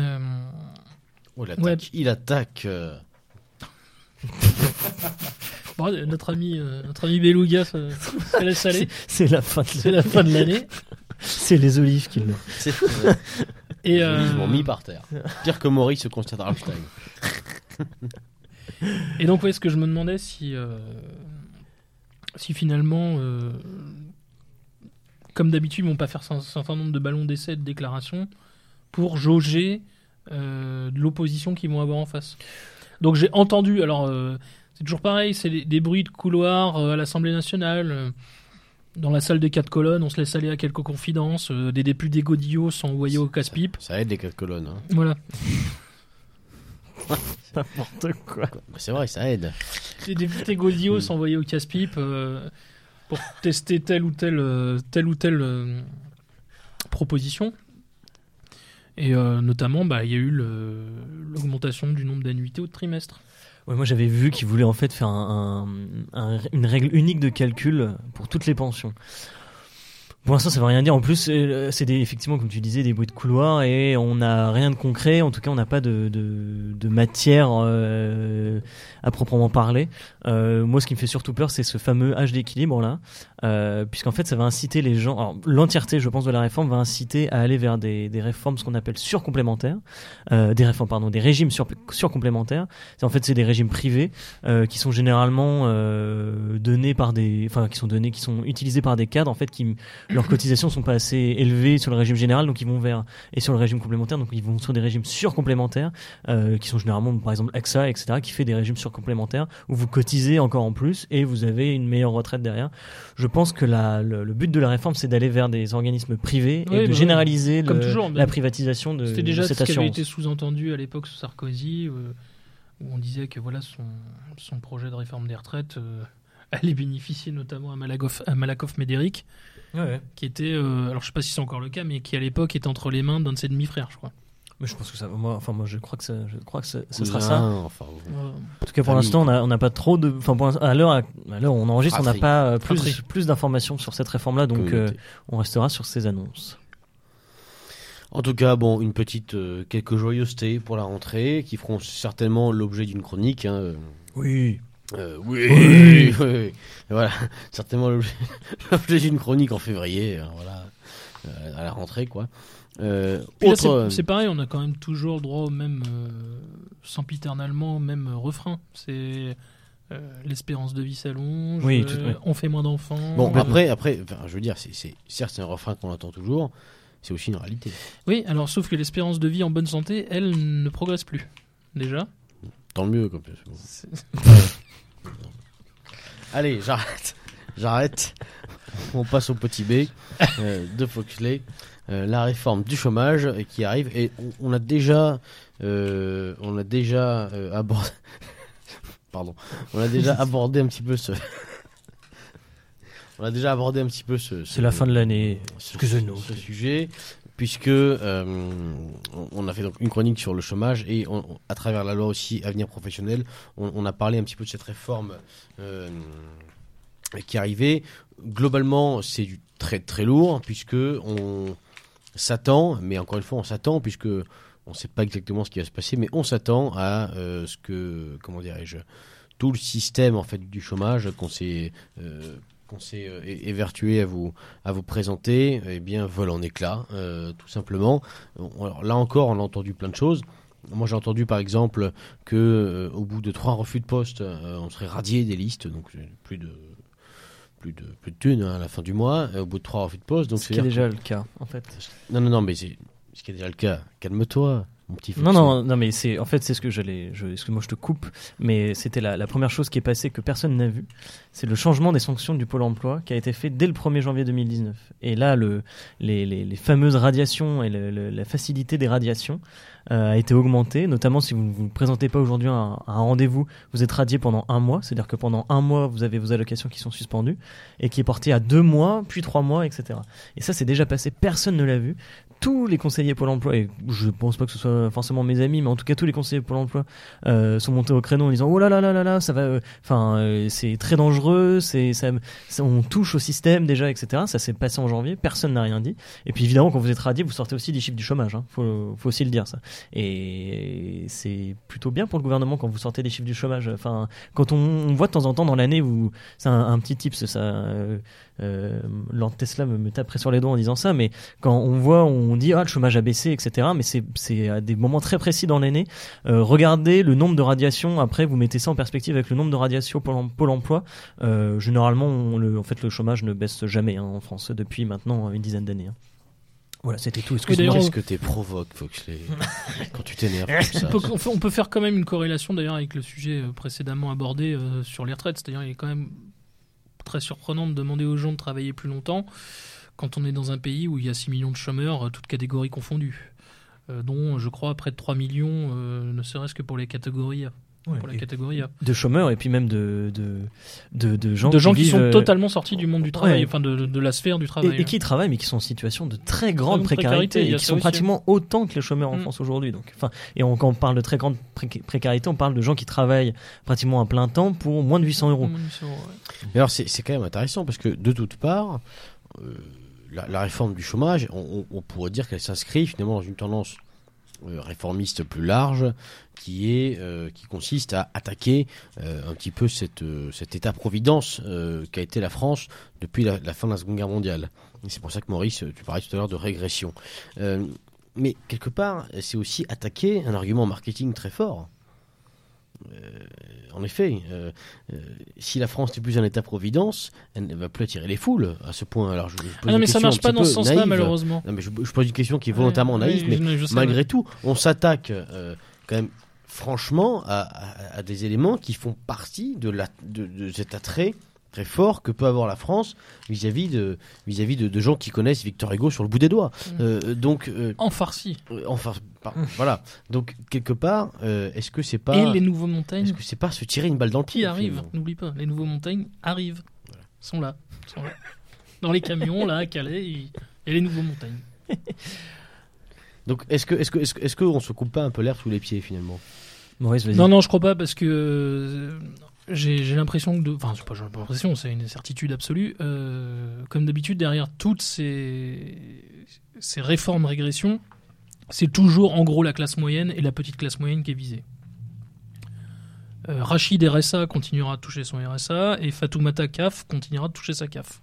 Speaker 1: Oh, il attaque.
Speaker 3: Bon, notre ami Beluga, ça laisse aller.
Speaker 2: C'est la fin
Speaker 3: C'est la fin de l'année.
Speaker 2: C'est les olives qui le.
Speaker 3: Et
Speaker 1: Ils m'ont mis par terre. Pire que Maurice se concert à Rammstein.
Speaker 3: Et donc, ce que je me demandais, si finalement, comme d'habitude, ils vont pas faire un certain nombre de ballons d'essai et de déclarations pour jauger de l'opposition qu'ils vont avoir en face. Donc j'ai entendu, alors c'est toujours pareil, c'est des bruits de couloir à l'Assemblée nationale. Dans la salle des 4 colonnes, on se laisse aller à quelques confidences. Des députés godillots sont envoyés au casse-pipe.
Speaker 1: Ça aide les 4 colonnes. Hein.
Speaker 3: Voilà.
Speaker 2: N'importe quoi.
Speaker 1: C'est vrai, ça aide.
Speaker 3: Des députés godillots sont envoyés au casse-pipe pour tester telle ou telle proposition. Et notamment, il y a eu l'augmentation du nombre d'annuités au trimestre.
Speaker 2: Ouais, moi j'avais vu qu'ils voulaient en fait faire une règle unique de calcul pour toutes les pensions. Pour l'instant, ça veut rien dire. En plus, c'est effectivement, comme tu disais, des bruits de couloir et on n'a rien de concret. En tout cas, on n'a pas de matière à proprement parler. Moi, ce qui me fait surtout peur, c'est ce fameux âge d'équilibre là, puisqu'en fait, ça va inciter les gens. Alors, l'entièreté, je pense, de la réforme va inciter à aller vers des réformes, ce qu'on appelle surcomplémentaires, des régimes surcomplémentaires. C'est des régimes privés qui sont généralement donnés par qui sont utilisés par des cadres en fait qui leurs cotisations sont pas assez élevées sur le régime général, donc ils vont et sur le régime complémentaire, donc ils vont sur des régimes surcomplémentaires, qui sont généralement, par exemple, AXA, etc., qui fait des régimes surcomplémentaires, où vous cotisez encore en plus, et vous avez une meilleure retraite derrière. Je pense que le but de la réforme, c'est d'aller vers des organismes privés, et de généraliser la privatisation de cette assurance.
Speaker 3: C'était déjà ce qui avait été sous-entendu à l'époque sous Sarkozy, où on disait que voilà, son projet de réforme des retraites allait bénéficier notamment à Malakoff Médéric, qui était, alors je sais pas si c'est encore le cas, mais qui à l'époque était entre les mains d'un de ses demi-frères, je crois.
Speaker 2: Mais je pense que moi je crois que ça sera ça.
Speaker 1: Enfin,
Speaker 2: en tout cas, pour l'instant, on n'a pas trop de. Enfin, à l'heure où on enregistre, on n'a pas plus d'informations sur cette réforme-là, donc on restera sur ces annonces.
Speaker 1: En tout cas, une petite quelques joyeusetés pour la rentrée qui feront certainement l'objet d'une chronique. Hein.
Speaker 2: Oui.
Speaker 1: Oui. Voilà, certainement l'objet d'une chronique en février, à la rentrée, quoi.
Speaker 3: C'est pareil, on a quand même toujours le droit au même, sempiternellement, au même refrain. C'est l'espérance de vie s'allonge, on fait moins d'enfants.
Speaker 1: Bon, après, je veux dire, certes, c'est un refrain qu'on entend toujours, c'est aussi une réalité. Oui,
Speaker 3: alors, sauf que l'espérance de vie en bonne santé, elle ne progresse plus, déjà.
Speaker 1: Tant mieux, comme ça. Allez, j'arrête. On passe au petit B de Foxley. La réforme du chômage qui arrive et on a déjà abordé. Pardon. On a déjà abordé un petit peu ce. C'est
Speaker 2: la fin de l'année.
Speaker 1: Ce sujet. Puisque on a fait donc une chronique sur le chômage et à travers la loi aussi Avenir professionnel, on a parlé un petit peu de cette réforme qui arrivait. Globalement, c'est du très très lourd puisque on s'attend, mais encore une fois, on s'attend puisque on ne sait pas exactement ce qui va se passer, mais on s'attend à ce que, tout le système en fait du chômage qu'on s'est évertué à vous présenter, vole en éclats, tout simplement. Alors, là encore, on a entendu plein de choses. Moi, j'ai entendu par exemple que au bout de 3 refus de poste, on serait radié des listes, donc plus de thunes à la fin du mois, au bout de 3 refus de poste. Donc
Speaker 2: ce qui est déjà le cas, en fait.
Speaker 1: Non, mais c'est ce qui est déjà le cas. Calme-toi. Mon petit
Speaker 2: non, mais c'est ce que excuse-moi, je te coupe, mais c'était la première chose qui est passée que personne n'a vue. C'est le changement des sanctions du Pôle emploi qui a été fait dès le 1er janvier 2019. Et là, les fameuses radiations et la facilité des radiations a été augmentée, notamment si vous ne vous présentez pas aujourd'hui à un rendez-vous, vous êtes radié pendant 1 mois, c'est-à-dire que pendant 1 mois, vous avez vos allocations qui sont suspendues et qui est porté à 2 mois, puis 3 mois, etc. Et ça, c'est déjà passé, personne ne l'a vu. Tous les conseillers Pôle emploi, et je pense pas que ce soit forcément mes amis, mais en tout cas tous les conseillers Pôle emploi sont montés au créneau en disant oh là là, ça va, c'est très dangereux, on touche au système déjà, etc. Ça s'est passé en janvier, personne n'a rien dit. Et puis évidemment, quand vous êtes radié, vous sortez aussi des chiffres du chômage, hein. Faut aussi le dire ça. Et c'est plutôt bien pour le gouvernement quand vous sortez des chiffres du chômage. Enfin, quand on voit de temps en temps dans l'année où c'est un petit tips, ça. Lord Tesla me taperait sur les doigts en disant ça, mais quand on dit le chômage a baissé, etc. Mais c'est à des moments très précis dans l'année. Regardez le nombre de radiations. Après, vous mettez ça en perspective avec le nombre de radiations Pôle emploi. Généralement, le chômage ne baisse jamais en France depuis maintenant une dizaine d'années. Voilà, c'était tout.
Speaker 1: Excuse-moi. Qu'est-ce que t'es provoque, Foxley, quand tu t'énerves comme ça.
Speaker 3: On peut faire quand même une corrélation d'ailleurs avec le sujet précédemment abordé sur les retraites. C'est-à-dire, il est quand même très surprenant de demander aux gens de travailler plus longtemps quand on est dans un pays où il y a 6 millions de chômeurs, toutes catégories confondues, dont je crois près de 3 millions, ne serait-ce que pour les catégories A.
Speaker 2: Ouais,
Speaker 3: pour la catégorie A.
Speaker 2: De chômeurs et puis même de gens
Speaker 3: qui sont totalement sortis du monde du travail, enfin de la sphère du travail.
Speaker 2: Et qui travaillent mais qui sont en situation de très grande précarité et qui sont pratiquement autant que les chômeurs en France aujourd'hui. Donc, quand on parle de très grande précarité, on parle de gens qui travaillent pratiquement à plein temps pour moins de 800 euros.
Speaker 1: Mais alors c'est quand même intéressant parce que de toutes parts, la réforme du chômage, on pourrait dire qu'elle s'inscrit finalement dans une tendance réformiste plus large qui consiste à attaquer un petit peu cet état-providence qu'a été la France depuis la fin de la Seconde Guerre mondiale. Et c'est pour ça que Maurice, tu parlais tout à l'heure de régression. Mais quelque part, c'est aussi attaquer un argument marketing très fort. En effet, si la France n'est plus un état-providence, elle ne va plus attirer les foules à ce point. Alors,
Speaker 3: mais ça marche pas dans ce sens-là, malheureusement.
Speaker 1: Non, mais je pose une question qui est volontairement naïve, mais malgré tout, on s'attaque quand même franchement à des éléments qui font partie de cet attrait très fort que peut avoir la France vis-à-vis de gens qui connaissent Victor Hugo sur le bout des doigts.
Speaker 3: En farci.
Speaker 1: Voilà. Donc quelque part, est-ce que c'est pas
Speaker 3: et les Nouveaux Montagnes?
Speaker 1: Est-ce que c'est pas se tirer une balle dans le pied?
Speaker 3: Qui arrive? N'oublie pas, les Nouveaux Montagnes arrivent. Voilà. Sont là. Dans les camions là à Calais, il y a les Nouveaux Montagnes.
Speaker 1: Donc est-ce que on se coupe pas un peu l'herbe sous les pieds finalement?
Speaker 3: Maurice, vas-y. Non, je crois pas parce que j'ai l'impression que c'est pas l'impression, c'est une certitude absolue. Comme d'habitude, derrière toutes ces réformes régression, c'est toujours en gros la classe moyenne et la petite classe moyenne qui est visée. Rachid RSA continuera de toucher son RSA et Fatoumata CAF continuera de toucher sa CAF.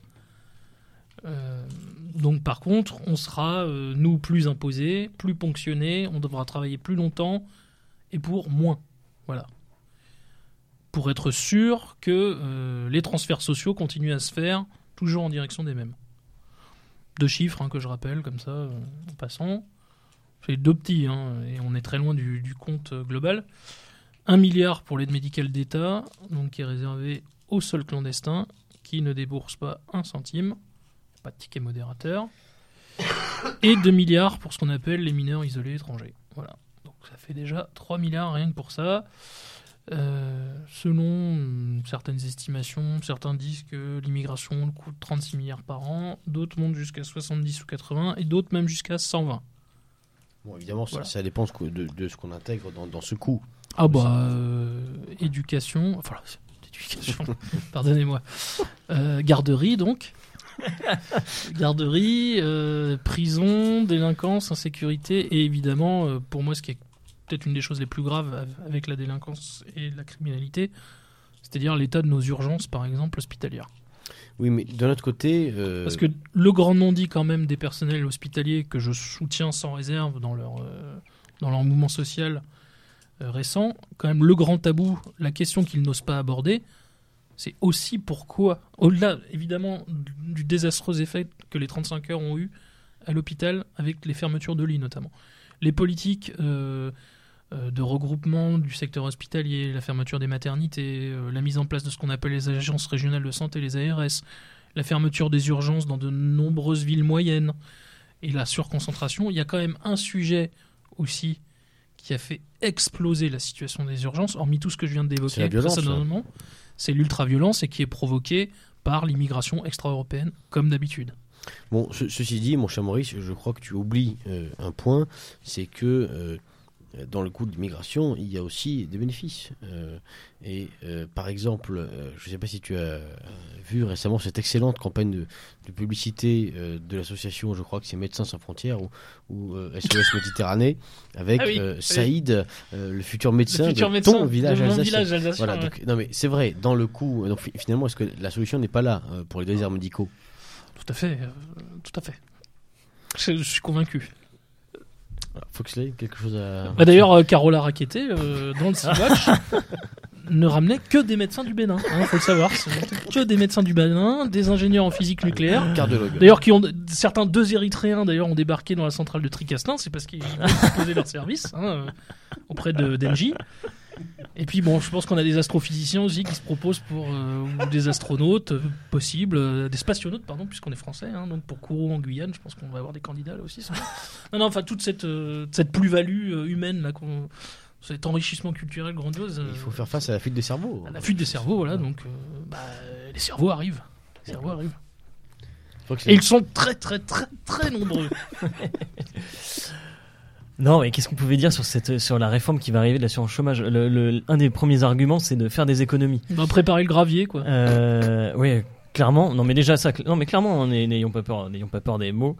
Speaker 3: Donc par contre, on sera nous plus imposés, plus ponctionnés, on devra travailler plus longtemps et pour moins. Voilà. Pour être sûr que les transferts sociaux continuent à se faire toujours en direction des mêmes. 2 chiffres que je rappelle comme ça en passant. C'est 2 petits et on est très loin du compte global. 1 milliard pour l'aide médicale d'État, donc qui est réservé aux seuls clandestins qui ne déboursent pas 1 centime, pas de ticket modérateur, et 2 milliards pour ce qu'on appelle les mineurs isolés étrangers. Voilà. Donc ça fait déjà 3 milliards rien que pour ça. Selon certaines estimations, certains disent que l'immigration coûte 36 milliards par an, d'autres montent jusqu'à 70 ou 80 et d'autres même jusqu'à 120.
Speaker 1: Bon, évidemment, voilà. ça dépend de ce qu'on intègre dans ce coût.
Speaker 3: Éducation, pardonnez-moi. Garderie donc. Garderie, prison, délinquance, insécurité et évidemment, pour moi, ce qui est peut-être une des choses les plus graves avec la délinquance et la criminalité, c'est-à-dire l'état de nos urgences, par exemple, hospitalières.
Speaker 1: Oui, mais de notre côté...
Speaker 3: Parce que le grand non-dit quand même des personnels hospitaliers que je soutiens sans réserve dans leur mouvement social récent, quand même le grand tabou, la question qu'ils n'osent pas aborder, c'est aussi pourquoi, au-delà évidemment du désastreux effet que les 35 heures ont eu à l'hôpital avec les fermetures de lits notamment, les politiques de regroupement du secteur hospitalier, la fermeture des maternités, la mise en place de ce qu'on appelle les agences régionales de santé, les ARS, la fermeture des urgences dans de nombreuses villes moyennes et la surconcentration, il y a quand même un sujet aussi qui a fait exploser la situation des urgences, hormis tout ce que je viens d'évoquer précédemment, c'est l'ultra-violence et qui est provoquée par l'immigration extra-européenne, comme d'habitude.
Speaker 1: Bon, ceci dit, mon cher Maurice, je crois que tu oublies un point, c'est que dans le coût de l'immigration, il y a aussi des bénéfices. Par exemple, je ne sais pas si tu as vu récemment cette excellente campagne de publicité de l'association, je crois que c'est Médecins sans frontières ou SOS Méditerranée, avec Saïd, le futur médecin de ton village alsacien. Voilà,
Speaker 3: ouais.
Speaker 1: donc, non mais c'est vrai, dans le coût, donc, finalement, est-ce que la solution n'est pas là pour les déserts médicaux?
Speaker 3: Tout à fait. Je suis convaincu.
Speaker 1: Voilà, Foxley, quelque chose à...
Speaker 3: D'ailleurs, Carola Rackete, dans le Sea-Watch, ne ramenait que des médecins du Bénin. Faut le savoir. Que des médecins du Bénin, des ingénieurs en physique nucléaire.
Speaker 1: Cardiologue.
Speaker 3: D'ailleurs, certains 2 Érythréens d'ailleurs ont débarqué dans la centrale de Tricastin. C'est parce qu'ils ont proposé leur service auprès d'Engie. Et puis bon, je pense qu'on a des astrophysiciens aussi qui se proposent pour ou des astronautes possibles, des spationautes pardon, puisqu'on est français. Donc pour Kourou en Guyane, je pense qu'on va avoir des candidats là aussi. Non, enfin toute cette plus-value humaine là, cet enrichissement culturel grandiose.
Speaker 1: Il faut faire face à la fuite des cerveaux.
Speaker 3: À la fuite des cerveaux, voilà. Donc les cerveaux arrivent. Et ils sont très très très très nombreux.
Speaker 2: Non, mais qu'est-ce qu'on pouvait dire sur la réforme qui va arriver de l'assurance chômage? Un des premiers arguments, c'est de faire des économies.
Speaker 3: On va préparer le gravier, quoi.
Speaker 2: Oui, clairement. Non, mais déjà ça. Non, mais clairement, n'ayons pas peur des mots.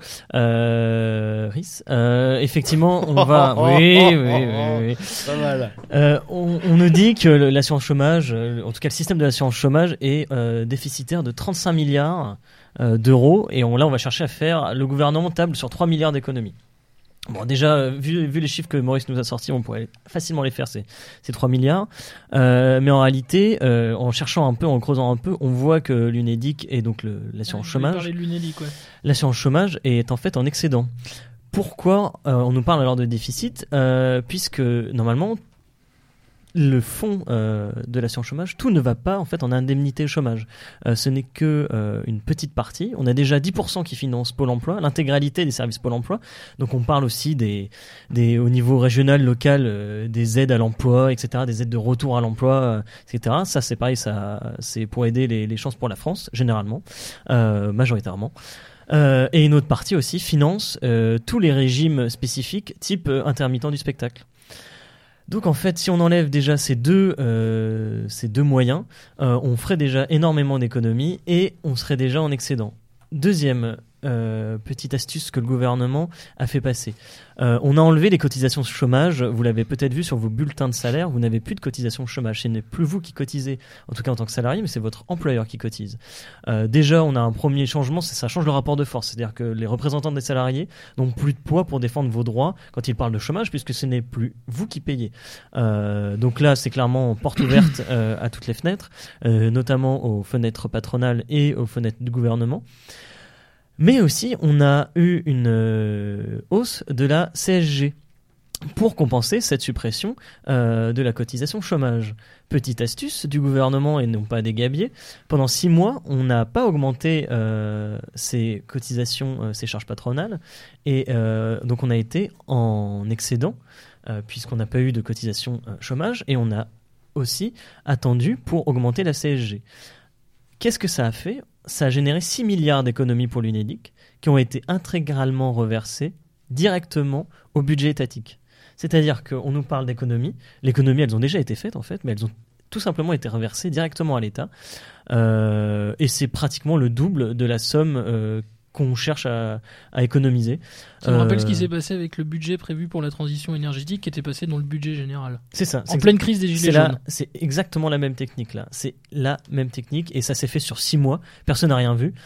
Speaker 2: Rhys, effectivement, on va. Oui.
Speaker 1: Pas mal.
Speaker 2: On nous dit que l'assurance chômage, en tout cas le système de l'assurance chômage, est déficitaire de 35 milliards d'euros, et là, on va chercher à faire le gouvernement table sur 3 milliards d'économies. Bon, déjà, vu les chiffres que Maurice nous a sortis, on pourrait facilement les faire, ces 3 milliards. Mais en réalité, en cherchant un peu, en creusant un peu, on voit que l'UNEDIC et donc l'assurance chômage.
Speaker 3: Parler de l'UNEDIC, ouais.
Speaker 2: L'assurance chômage est en fait en excédent. Pourquoi on nous parle alors de déficit? Puisque normalement, le fonds de l'assurance chômage, tout ne va pas en fait en indemnité chômage. Ce n'est que une petite partie. On a déjà 10% qui financent Pôle emploi, l'intégralité des services Pôle emploi. Donc on parle aussi au niveau régional, local, des aides à l'emploi, etc., des aides de retour à l'emploi, etc. Ça c'est pareil, c'est pour aider les chances pour la France, généralement, majoritairement. Et une autre partie aussi finance tous les régimes spécifiques type intermittent du spectacle. Donc en fait, si on enlève déjà ces deux moyens, on ferait déjà énormément d'économies et on serait déjà en excédent. Deuxième petite astuce que le gouvernement a fait passer. On a enlevé les cotisations chômage. Vous l'avez peut-être vu sur vos bulletins de salaire. Vous n'avez plus de cotisations chômage. Ce n'est plus vous qui cotisez, en tout cas en tant que salarié, mais c'est votre employeur qui cotise. Déjà, on a un premier changement, ça change le rapport de force. C'est-à-dire que les représentants des salariés n'ont plus de poids pour défendre vos droits quand ils parlent de chômage, puisque ce n'est plus vous qui payez. Donc là, c'est clairement porte ouverte à toutes les fenêtres, notamment aux fenêtres patronales et aux fenêtres du gouvernement. Mais aussi, on a eu une hausse de la CSG pour compenser cette suppression de la cotisation chômage. Petite astuce du gouvernement et non pas des gabiers, pendant 6 mois, on n'a pas augmenté ces cotisations, ces charges patronales, et donc on a été en excédent, puisqu'on n'a pas eu de cotisation chômage, et on a aussi attendu pour augmenter la CSG. Qu'est-ce que ça a fait ? Ça a généré 6 milliards d'économies pour l'UNEDIC qui ont été intégralement reversées directement au budget étatique. C'est-à-dire qu'on nous parle d'économies. L'économie, elles ont déjà été faites en fait, mais elles ont tout simplement été reversées directement à l'État. Et c'est pratiquement le double de la somme qu'on cherche à économiser.
Speaker 3: Ça me rappelle ce qui s'est passé avec le budget prévu pour la transition énergétique qui était passé dans le budget général.
Speaker 2: C'est ça.
Speaker 3: En pleine crise des gilets jaunes.
Speaker 2: C'est exactement la même technique là. C'est la même technique et ça s'est fait sur 6 mois. Personne n'a rien vu.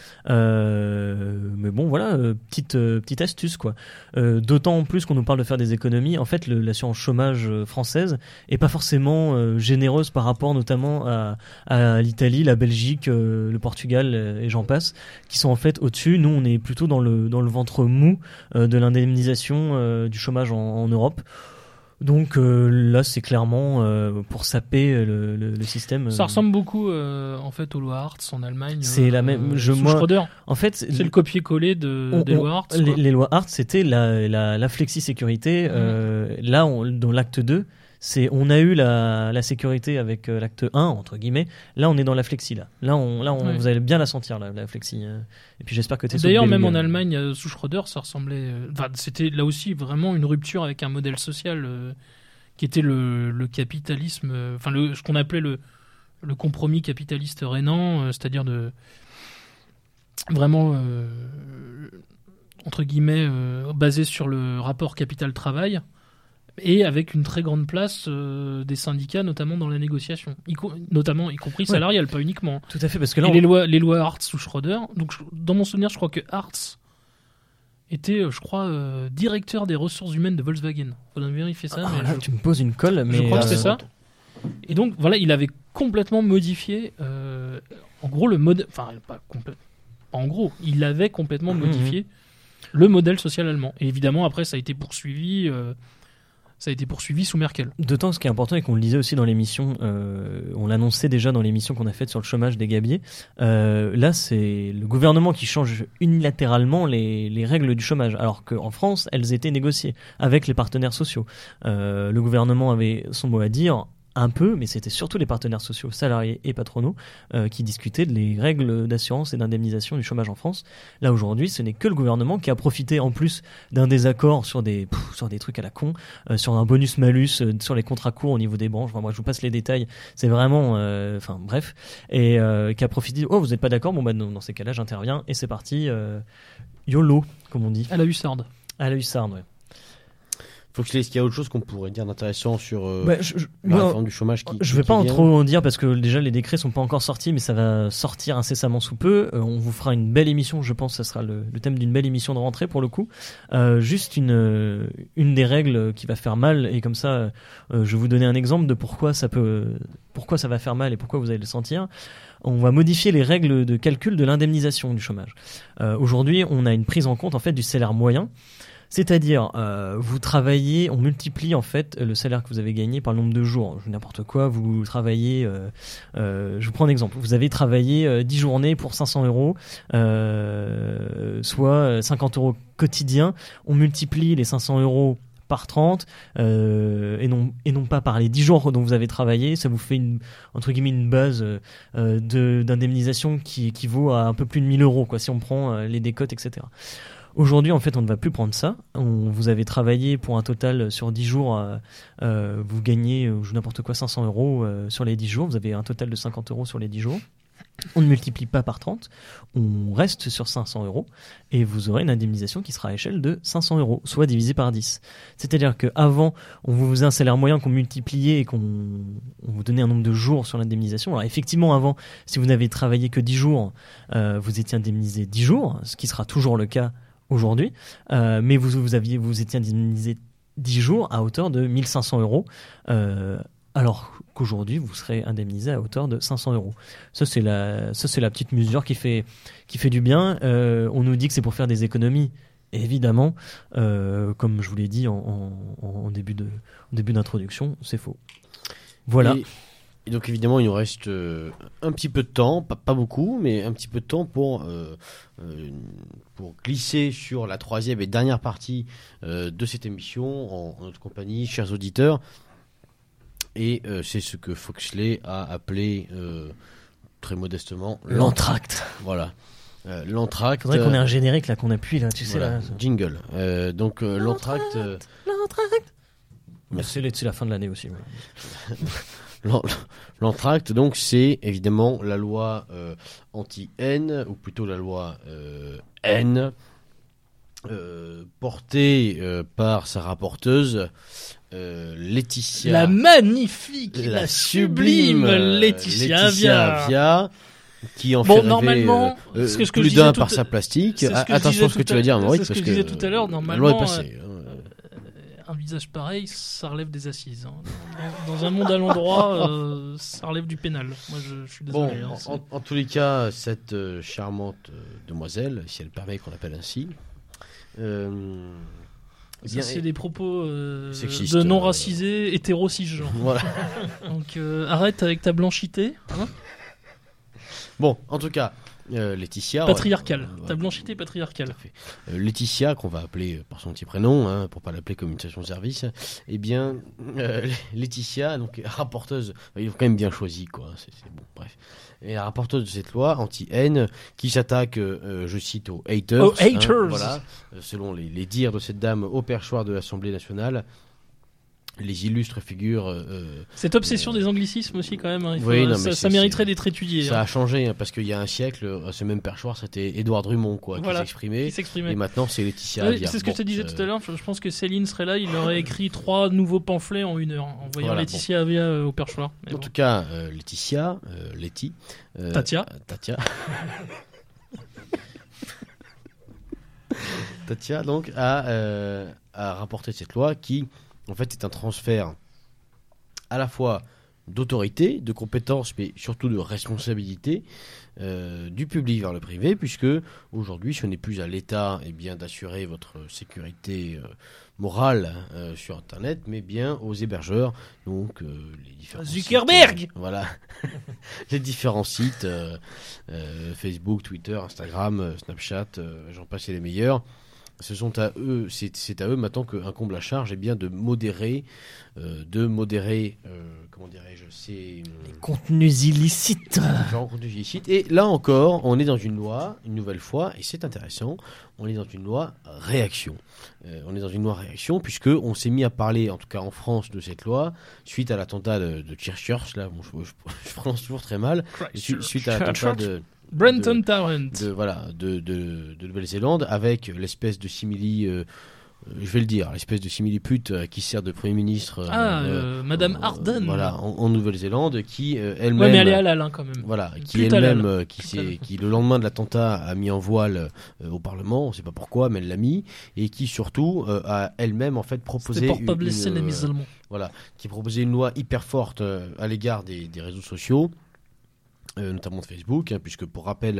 Speaker 2: Mais bon, voilà, petite astuce quoi. D'autant plus qu'on nous parle de faire des économies. En fait, l'assurance chômage française est pas forcément généreuse par rapport notamment à l'Italie, la Belgique, le Portugal et j'en passe, qui sont en fait au-dessus. Nous, on est plutôt dans le ventre mou de l'indemnisation du chômage en Europe. Donc là, c'est clairement pour saper le système.
Speaker 3: Ça ressemble beaucoup en fait aux lois Hartz en Allemagne.
Speaker 2: C'est la même.
Speaker 3: Sous Schröder.
Speaker 2: En fait,
Speaker 3: c'est le copier-coller des lois Hartz.
Speaker 2: Les lois Hartz, c'était la flexi-sécurité. Là, dans l'acte 2, On a eu la sécurité avec l'acte 1, entre guillemets. Là, on est dans la flexi.
Speaker 3: Ouais.
Speaker 2: Vous allez bien la sentir, la flexi. Et puis j'espère que t'es
Speaker 3: D'ailleurs, même en Allemagne, sous Schröder, ça ressemblait. C'était là aussi vraiment une rupture avec un modèle social qui était le capitalisme. Ce qu'on appelait le compromis capitaliste rhénan, c'est-à-dire de vraiment entre guillemets basé sur le rapport capital-travail. Et avec une très grande place des syndicats, notamment dans la négociation, y compris salariale, pas uniquement.
Speaker 2: Tout à fait, parce que là,
Speaker 3: les lois Hartz sous Schröder. Donc, dans mon souvenir, je crois que Hartz était, directeur des ressources humaines de Volkswagen. Faudrait vérifier ça.
Speaker 2: Tu me poses une colle, mais
Speaker 3: je crois que c'est ça. Et donc, voilà, il avait complètement modifié, en gros, le modèle. Enfin, pas complètement. En gros, il avait complètement modifié le modèle social allemand. Et évidemment, après, ça a été poursuivi. Sous Merkel.
Speaker 2: D'autant, ce qui est important et qu'on le disait aussi dans l'émission, on l'annonçait déjà dans l'émission qu'on a faite sur le chômage des gabiers, là c'est le gouvernement qui change unilatéralement les règles du chômage, alors qu'en France, elles étaient négociées avec les partenaires sociaux. Le gouvernement avait son mot à dire, un peu, mais c'était surtout les partenaires sociaux, salariés et patronaux, qui discutaient des règles d'assurance et d'indemnisation du chômage en France. Là, aujourd'hui, ce n'est que le gouvernement qui a profité, en plus d'un désaccord sur des trucs à la con, sur un bonus-malus, sur les contrats courts au niveau des branches. Enfin, moi, je vous passe les détails. C'est vraiment... bref. Et qui a profité... Oh, vous n'êtes pas d'accord ? Bon, bah, dans ces cas-là, j'interviens. Et c'est parti. YOLO, comme on dit.
Speaker 3: À la hussarde.
Speaker 2: À la hussarde, ouais.
Speaker 1: Est-ce qu'il y a autre chose qu'on pourrait dire d'intéressant sur la réforme du chômage
Speaker 2: Je vais pas trop en dire parce que déjà les décrets sont pas encore sortis, mais ça va sortir incessamment sous peu. On vous fera une belle émission, je pense que ça sera le thème d'une belle émission de rentrée pour le coup. Juste une des règles qui va faire mal, et comme ça je vais vous donner un exemple de pourquoi ça va faire mal et pourquoi vous allez le sentir. On va modifier les règles de calcul de l'indemnisation du chômage. Aujourd'hui, on a une prise en compte en fait du salaire moyen. C'est-à-dire, vous travaillez, on multiplie en fait le salaire que vous avez gagné par le nombre de jours. N'importe quoi, vous travaillez, je vous prends un exemple, vous avez travaillé 10 journées pour 500 euros, soit 50 euros quotidiens. On multiplie les 500 euros par 30 et non pas par les 10 jours dont vous avez travaillé. Ça vous fait entre guillemets une base d'indemnisation qui équivaut à un peu plus de 1000 euros, quoi, si on prend les décotes, etc. Aujourd'hui, en fait, on ne va plus prendre ça. Vous avez travaillé pour un total sur 10 jours, vous gagnez n'importe quoi 500 euros sur les 10 jours. Vous avez un total de 50 euros sur les 10 jours. On ne multiplie pas par 30, on reste sur 500 euros et vous aurez une indemnisation qui sera à échelle de 500 euros, soit divisé par 10. C'est-à-dire qu'avant, on vous faisait un salaire moyen qu'on multipliait et qu'on vous donnait un nombre de jours sur l'indemnisation. Alors effectivement, avant, si vous n'avez travaillé que 10 jours, vous étiez indemnisé 10 jours, ce qui sera toujours le cas aujourd'hui, mais vous étiez indemnisé 10 jours à hauteur de 1500 euros, alors qu'aujourd'hui vous serez indemnisé à hauteur de 500 euros. Ça c'est la petite mesure qui fait du bien. On nous dit que c'est pour faire des économies. Et évidemment, comme je vous l'ai dit en début d'introduction, c'est faux. Voilà.
Speaker 1: Et donc évidemment, il nous reste un petit peu de temps, pas beaucoup, mais un petit peu de temps pour glisser sur la troisième et dernière partie de cette émission en notre compagnie, chers auditeurs. Et c'est ce que Foxley a appelé très modestement
Speaker 2: l'entracte.
Speaker 1: Voilà. L'entracte.
Speaker 2: Faudrait qu'on ait un générique là qu'on appuie là, tu sais
Speaker 1: voilà,
Speaker 2: là.
Speaker 1: Jingle. Donc l'entracte.
Speaker 2: L'entracte. C'est la fin de l'année aussi.
Speaker 1: Voilà. L'entracte, donc, c'est évidemment la loi anti-haine, ou plutôt la loi haine, portée par sa rapporteuse Laetitia.
Speaker 3: La magnifique, la sublime Laetitia Avia.
Speaker 1: Qui en fait
Speaker 3: normalement,
Speaker 1: plus d'un par sa plastique. Attention à ce que tu vas dire, Maurice, parce que
Speaker 3: je disais tout à l'heure, normalement,
Speaker 1: la loi est passée.
Speaker 3: Un visage pareil, ça relève des assises. Dans un monde à l'endroit, ça relève du pénal. Moi, je suis désolé.
Speaker 1: En tous les cas, cette charmante demoiselle, si elle permet qu'on l'appelle ainsi,
Speaker 3: c'est des propos
Speaker 1: sexistes,
Speaker 3: de non-racisés, hétéro-cisgenres.
Speaker 1: Voilà.
Speaker 3: Donc arrête avec ta blanchité. Hein.
Speaker 1: Bon, en tout cas, Laetitia.
Speaker 3: Patriarcale.
Speaker 1: Ouais,
Speaker 3: Ta blanchité
Speaker 1: tout
Speaker 3: patriarcale.
Speaker 1: à fait. Laetitia, qu'on va appeler par son petit prénom, hein, pour pas l'appeler comme une station-service, eh bien, Laetitia, donc rapporteuse, ils ont quand même bien choisi, quoi. C'est bon, bref. Et la rapporteuse de cette loi anti-haine qui s'attaque, je cite, aux haters.
Speaker 3: Aux haters.
Speaker 1: Voilà, selon les dires de cette dame au perchoir de l'Assemblée nationale. Les illustres figures.
Speaker 3: Cette obsession des anglicismes aussi, quand même. Hein,
Speaker 1: Oui, non, mais
Speaker 3: ça mériterait d'être étudié.
Speaker 1: Ça
Speaker 3: hein.
Speaker 1: a changé, hein, parce qu'il y a un siècle, à ce même perchoir, c'était Édouard Drummond, quoi,
Speaker 3: Voilà,
Speaker 1: qui s'exprimait.
Speaker 3: Qui s'exprimait.
Speaker 1: Et maintenant, c'est Laetitia
Speaker 3: Ouais,
Speaker 1: Avia.
Speaker 3: c'est ce que je te disais tout à l'heure. Je pense que Céline serait là. Il aurait écrit 3 nouveaux pamphlets en 1 heure, en voyant
Speaker 1: Voilà,
Speaker 3: Laetitia Avia au perchoir. Mais
Speaker 1: En
Speaker 3: bon.
Speaker 1: tout cas, Laetitia, Letty.
Speaker 3: Tatia.
Speaker 1: Tatia, donc, a rapporté cette loi qui, en fait, est un transfert à la fois d'autorité, de compétences, mais surtout de responsabilité du public vers le privé, puisque aujourd'hui, ce n'est plus à l'État d'assurer votre sécurité morale sur Internet, mais bien aux hébergeurs, donc les différents
Speaker 3: Zuckerberg
Speaker 1: sites, voilà, les différents sites Facebook, Twitter, Instagram, Snapchat, j'en passe et les meilleurs. Ce sont à eux, c'est à eux maintenant qu'un comble à charge est bien de modérer, comment dirais-je, c'est
Speaker 2: Contenus illicites.
Speaker 1: genre contenus illicites. Et là encore, on est dans une loi, une nouvelle fois, et c'est intéressant, on est dans une loi réaction. On est dans une loi réaction puisque on s'est mis à parler, en tout cas en France, de cette loi suite à l'attentat de Christchurch. Là, bon, je prononce toujours très mal. Suite à l'attentat de
Speaker 3: Brenton Tarrant.
Speaker 1: de Nouvelle-Zélande, avec l'espèce de simili, je vais le dire, l'espèce de simili-pute qui sert de Premier ministre.
Speaker 3: Madame Ardern.
Speaker 1: Voilà, en Nouvelle-Zélande, qui elle-même.
Speaker 3: Ouais, mais elle est halal quand même.
Speaker 1: Voilà, qui
Speaker 3: Pute
Speaker 1: elle-même,
Speaker 3: halal.
Speaker 1: qui le lendemain de l'attentat a mis en voile au Parlement, on ne sait pas pourquoi, mais elle l'a mis, et qui surtout a elle-même en fait proposé
Speaker 3: C'était pour pas blesser les musulmans.
Speaker 1: voilà, qui proposait une loi hyper forte à l'égard des réseaux sociaux. Notamment de Facebook, hein, puisque pour rappel,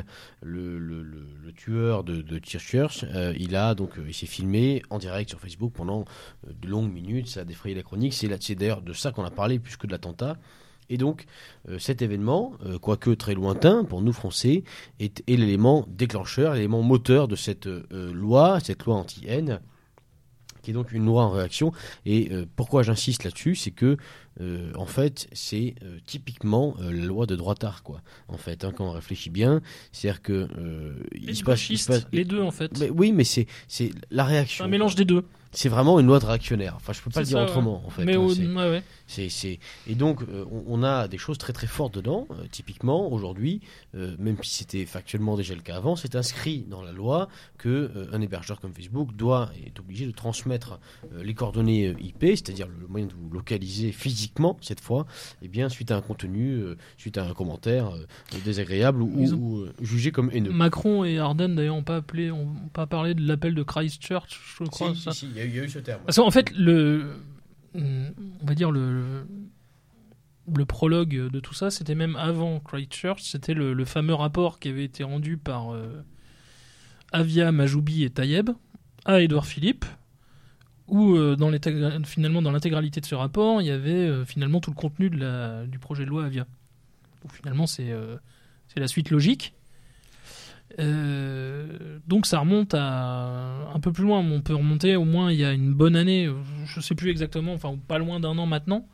Speaker 1: le tueur de Christchurch, il s'est filmé en direct sur Facebook pendant de longues minutes, ça a défrayé la chronique, c'est d'ailleurs de ça qu'on a parlé plus que de l'attentat. Et donc, cet événement, quoique très lointain pour nous Français, est l'élément déclencheur, l'élément moteur de cette loi anti-haine, qui est donc une loi en réaction. Et pourquoi j'insiste là-dessus, c'est que en fait, c'est typiquement la loi de droitard, quoi. En fait, hein, quand on réfléchit bien, c'est-à-dire que il se passe
Speaker 3: les deux en fait.
Speaker 1: Mais, oui, mais c'est la réaction.
Speaker 3: Un mélange des deux.
Speaker 1: C'est vraiment une loi de réactionnaire. Enfin, je peux pas le dire autrement, en fait.
Speaker 3: Mais
Speaker 1: hein,
Speaker 3: ouais.
Speaker 1: Et donc, on a des choses très très fortes dedans. Typiquement, aujourd'hui, même si c'était factuellement déjà le cas avant, c'est inscrit dans la loi que un hébergeur comme Facebook est obligé de transmettre les coordonnées IP, c'est-à-dire le moyen de vous localiser physiquement cette fois, suite à un contenu, suite à un commentaire désagréable ou jugé comme haineux.
Speaker 3: Macron et Ardern d'ailleurs n'ont pas parlé de l'appel de Christchurch, je crois.
Speaker 1: Si, il y a eu ce terme.
Speaker 3: Parce qu'en fait, on va dire le prologue de tout ça, c'était même avant Christchurch, c'était le fameux rapport qui avait été rendu par Avia, Majoubi et Tayeb à Édouard Philippe, où finalement dans l'intégralité de ce rapport, il y avait finalement tout le contenu du projet de loi Avia. Donc finalement, c'est la suite logique. Donc ça remonte à un peu plus loin, on peut remonter au moins il y a une bonne année, je sais plus exactement, enfin pas loin d'1 an maintenant,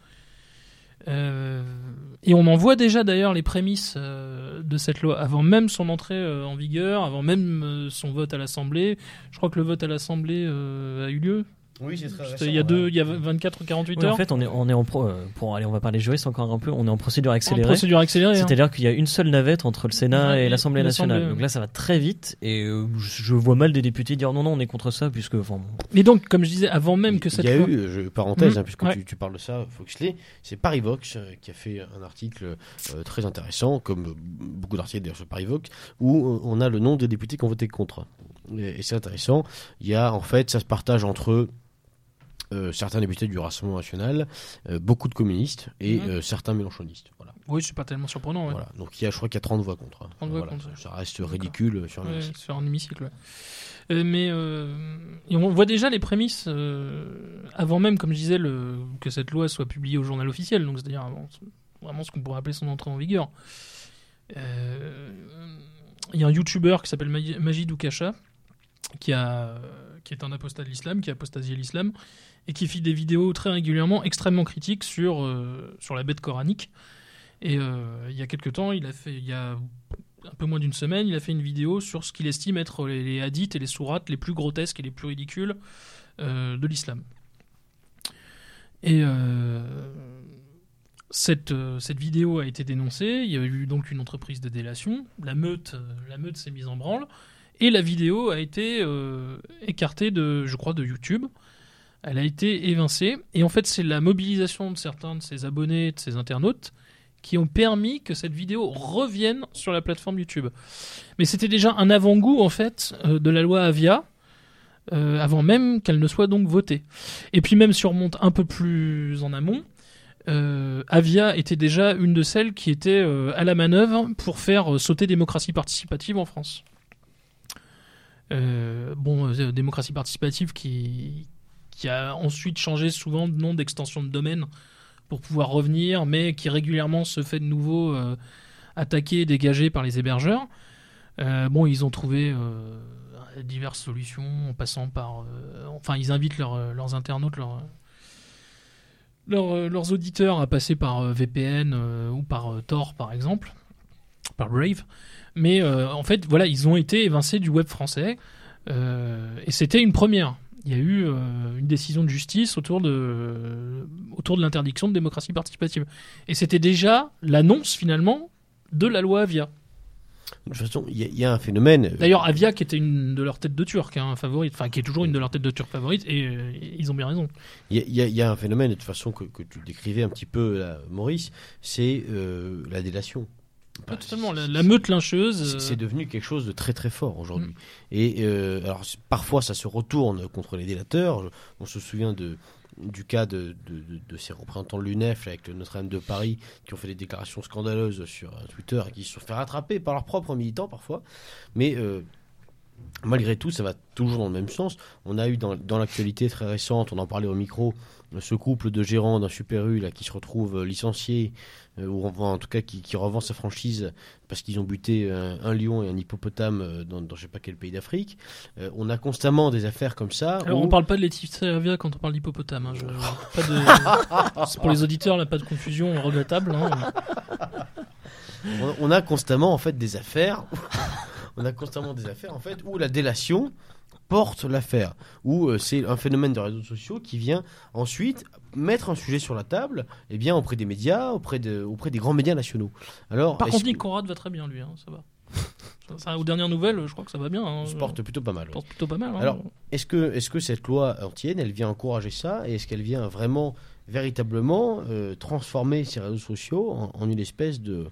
Speaker 3: et on en voit déjà d'ailleurs les prémices de cette loi avant même son entrée en vigueur, avant même son vote à l'Assemblée. Je crois que le vote à l'Assemblée a eu lieu.
Speaker 1: Oui, c'est très récent.
Speaker 3: Il y a 24 ou 48 heures.
Speaker 2: En fait, on est en pour aller, on va parler juriste encore un peu. On est en procédure accélérée.
Speaker 3: En procédure accélérée.
Speaker 2: C'est-à-dire qu'il y a une seule navette entre le Sénat et l'Assemblée nationale. Donc là, ça va très vite et je vois mal des députés dire non, on est contre ça puisque.
Speaker 3: Mais donc, comme je disais, avant même que cette loi.
Speaker 1: Il y a eu, parenthèse, puisque tu parles de ça, Foxley, c'est Parivox qui a fait un article très intéressant, comme beaucoup d'articles d'ailleurs sur Parivox, où on a le nom des députés qui ont voté contre. Et c'est intéressant. Il y a en fait, ça se partage entre certains députés du Rassemblement national, beaucoup de communistes et certains mélenchonistes. Voilà.
Speaker 3: Oui, c'est pas tellement surprenant. Ouais.
Speaker 1: Voilà. Donc je crois qu'il y a 30 voix contre.
Speaker 3: 30 voix contre.
Speaker 1: Ça reste ridicule sur un hémicycle.
Speaker 3: Sur un hémicycle, mais et on voit déjà les prémices avant même, comme je disais, que cette loi soit publiée au journal officiel, donc c'est-à-dire avant vraiment ce qu'on pourrait appeler son entrée en vigueur. Il y a un YouTuber qui s'appelle Majid Oukasha, qui est un apostat de l'islam, qui a apostasié l'islam, et qui fait des vidéos très régulièrement extrêmement critiques sur la bête coranique. Et il y a quelques temps, il y a un peu moins d'une semaine, il a fait une vidéo sur ce qu'il estime être les hadiths et les sourates les plus grotesques et les plus ridicules de l'islam. Et cette vidéo a été dénoncée, il y a eu donc une entreprise de délation, la meute s'est mise en branle, et la vidéo a été écartée de YouTube. Elle a été évincée, et en fait c'est la mobilisation de certains de ses abonnés, de ses internautes, qui ont permis que cette vidéo revienne sur la plateforme YouTube. Mais c'était déjà un avant-goût en fait de la loi Avia, avant même qu'elle ne soit donc votée. Et puis même si on remonte un peu plus en amont, Avia était déjà une de celles qui était à la manœuvre pour faire sauter démocratie participative en France. Démocratie participative qui a ensuite changé souvent de nom d'extension de domaine pour pouvoir revenir, mais qui régulièrement se fait de nouveau attaquer et dégager par les hébergeurs. Ils ont trouvé diverses solutions en passant par... ils invitent leurs internautes, leurs auditeurs à passer par VPN ou par Tor, par exemple, par Brave. Mais en fait, voilà, ils ont été évincés du web français et c'était une première. Il y a eu une décision de justice autour de l'interdiction de démocratie participative. Et c'était déjà l'annonce, finalement, de la loi Avia.
Speaker 1: De toute façon, il y a un phénomène...
Speaker 3: D'ailleurs, Avia, qui était une de leurs têtes de Turc, favorite, qui est toujours une de leurs têtes de Turc favorites, et ils ont bien raison.
Speaker 1: Il y a un phénomène, de toute façon, que tu décrivais un petit peu, là, Maurice, c'est la délation.
Speaker 3: Totalement, la meute lyncheuse.
Speaker 1: C'est devenu quelque chose de très très fort aujourd'hui. Et alors parfois ça se retourne contre les délateurs. On se souvient du cas de ces représentants de l'UNEF avec le Notre-Dame de Paris qui ont fait des déclarations scandaleuses sur Twitter et qui se sont fait rattraper par leurs propres militants parfois. Mais malgré tout, ça va toujours dans le même sens. On a eu dans l'actualité très récente, on en parlait au micro, ce couple de gérants d'un Super U là, qui se retrouve licencié, ou en tout cas qui revend sa franchise parce qu'ils ont buté un lion et un hippopotame dans je sais pas quel pays d'Afrique. On a constamment des affaires comme ça.
Speaker 3: Alors on parle pas de Laetitia Avia quand on parle d'hippopotame. C'est pour les auditeurs, là, pas de confusion regrettable.
Speaker 1: On a constamment en fait des affaires. On a constamment des affaires en fait où la délation porte l'affaire, où c'est un phénomène de réseaux sociaux qui vient ensuite mettre un sujet sur la table, auprès des médias, auprès des grands médias nationaux. Alors,
Speaker 3: par contre, Nick Conrad va très bien, lui, ça va. Ça, aux dernières nouvelles, je crois que ça va bien.
Speaker 1: Il se porte plutôt pas mal.
Speaker 3: Alors,
Speaker 1: est-ce que cette loi antienne, elle vient encourager ça, et est-ce qu'elle vient vraiment, véritablement transformer ces réseaux sociaux en une espèce de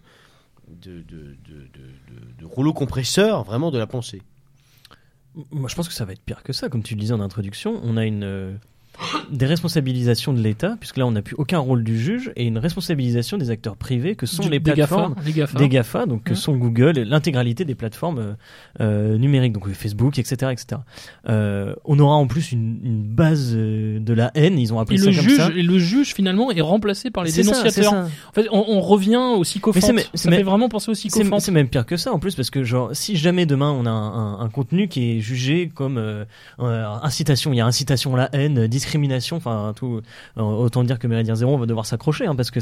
Speaker 1: rouleau compresseur vraiment de la pensée?
Speaker 2: Moi, je pense que ça va être pire que ça. Comme tu le disais en introduction, on a une déresponsabilisation de l'État, puisque là, on n'a plus aucun rôle du juge, et une responsabilisation des acteurs privés que sont les plateformes, des GAFA, donc que sont Google et l'intégralité des plateformes numériques, donc Facebook, etc. On aura en plus une base de la haine, ils ont appelé ça comme ça.
Speaker 3: Et le juge, finalement, est remplacé par les dénonciateurs. En fait, on revient au sycophante. Ça fait vraiment penser au sycophante.
Speaker 2: C'est même pire que ça, en plus, parce que genre, si jamais demain, on a un contenu qui est jugé comme incitation, il y a incitation à la haine, discrimination, enfin tout, autant dire que Méridien Zéro, on va devoir s'accrocher, parce que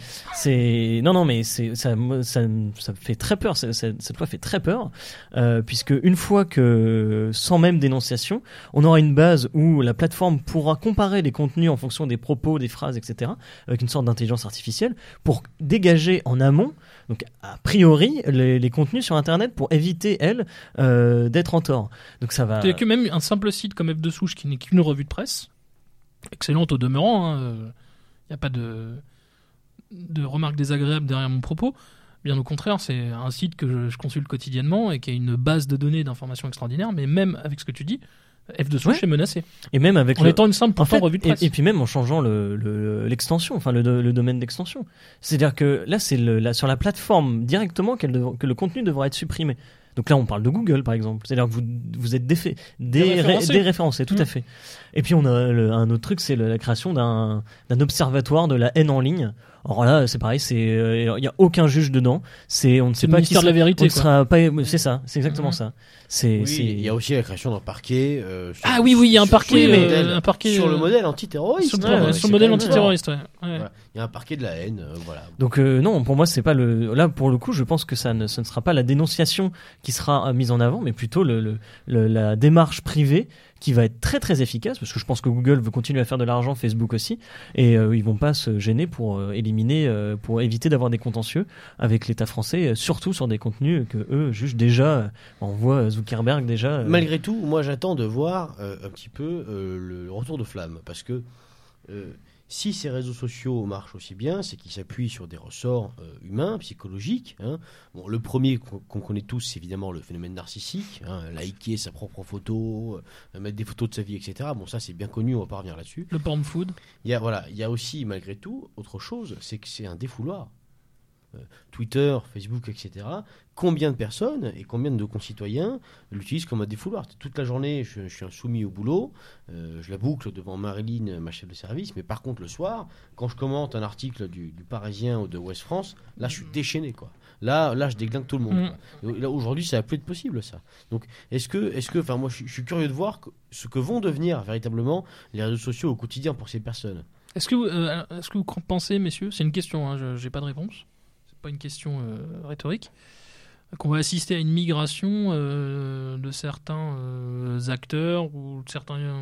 Speaker 2: ça fait très peur, cette loi fait très peur, puisque une fois que, sans même dénonciation, on aura une base où la plateforme pourra comparer les contenus en fonction des propos, des phrases, etc., avec une sorte d'intelligence artificielle pour dégager en amont, donc a priori, les contenus sur Internet pour éviter, d'être en tort. Donc ça va.
Speaker 3: Il y a que même un simple site comme F de Souche qui n'est qu'une revue de presse, excellente au demeurant, il n'y a pas de remarques désagréables derrière mon propos. Bien au contraire, c'est un site que je consulte quotidiennement et qui a une base de données d'informations extraordinaire, mais même avec ce que tu dis, F de Souche est menacé.
Speaker 2: Et même avec
Speaker 3: étant une simple revue de presse.
Speaker 2: Et puis même en changeant l'extension, enfin le domaine d'extension. C'est-à-dire que là, c'est sur la plateforme directement que le contenu devra être supprimé. Donc là, on parle de Google, par exemple. C'est-à-dire que vous êtes déréférencé, tout à fait. Et puis on a un autre truc, c'est la création d'un observatoire de la haine en ligne. Alors là, c'est pareil, il y a aucun juge dedans. On ne sait
Speaker 3: le
Speaker 2: pas qui
Speaker 3: ministère de la vérité,
Speaker 2: on ne
Speaker 3: quoi.
Speaker 2: sera pas. C'est ça, c'est exactement
Speaker 3: Mhm.
Speaker 2: ça.
Speaker 1: Oui, il y a aussi la création d'un parquet.
Speaker 3: Ah oui, il y a un parquet,
Speaker 1: un parquet sur le modèle antiterroriste.
Speaker 3: Sur le,
Speaker 2: Ouais,
Speaker 3: sur
Speaker 1: c'est
Speaker 3: le modèle
Speaker 1: quand même
Speaker 3: antiterroriste, ouais.
Speaker 1: Voilà. Il y a un parquet de la haine, voilà.
Speaker 2: Donc non, pour moi c'est pas là pour le coup, je pense que ce ne sera pas la dénonciation qui sera mise en avant, mais plutôt la démarche privée qui va être très très efficace, parce que je pense que Google veut continuer à faire de l'argent, Facebook aussi, et ils vont pas se gêner pour pour éviter d'avoir des contentieux avec l'État français, surtout sur des contenus que eux jugent déjà. On voit Zuckerberg déjà.
Speaker 1: Malgré tout, moi j'attends de voir un petit peu le retour de flamme, parce que si ces réseaux sociaux marchent aussi bien, c'est qu'ils s'appuient sur des ressorts humains, psychologiques. Hein. Bon, le premier qu'on connaît tous, c'est évidemment le phénomène narcissique. Hein, liker sa propre photo, mettre des photos de sa vie, etc. Bon, ça c'est bien connu, on va pas revenir là-dessus.
Speaker 3: Le porn food.
Speaker 1: Il y a aussi, malgré tout, autre chose, c'est que c'est un défouloir. Twitter, Facebook, etc. Combien de personnes et combien de concitoyens l'utilisent comme un défouloir? Toute la journée, je suis soumis au boulot, je la boucle devant Marilyn, ma chef de service, mais par contre le soir, quand je commente un article du Parisien ou de Ouest France, là je suis déchaîné, quoi. Là je déglingue tout le monde. Quoi. Et là, aujourd'hui, ça va plus être possible, ça. Donc, est-ce que, enfin, moi, je suis curieux de voir ce que vont devenir véritablement les réseaux sociaux au quotidien pour ces personnes.
Speaker 3: Est-ce que vous pensez, messieurs, c'est une question, hein, j'ai pas de réponse, c'est pas une question rhétorique, qu'on va assister à une migration de certains acteurs ou de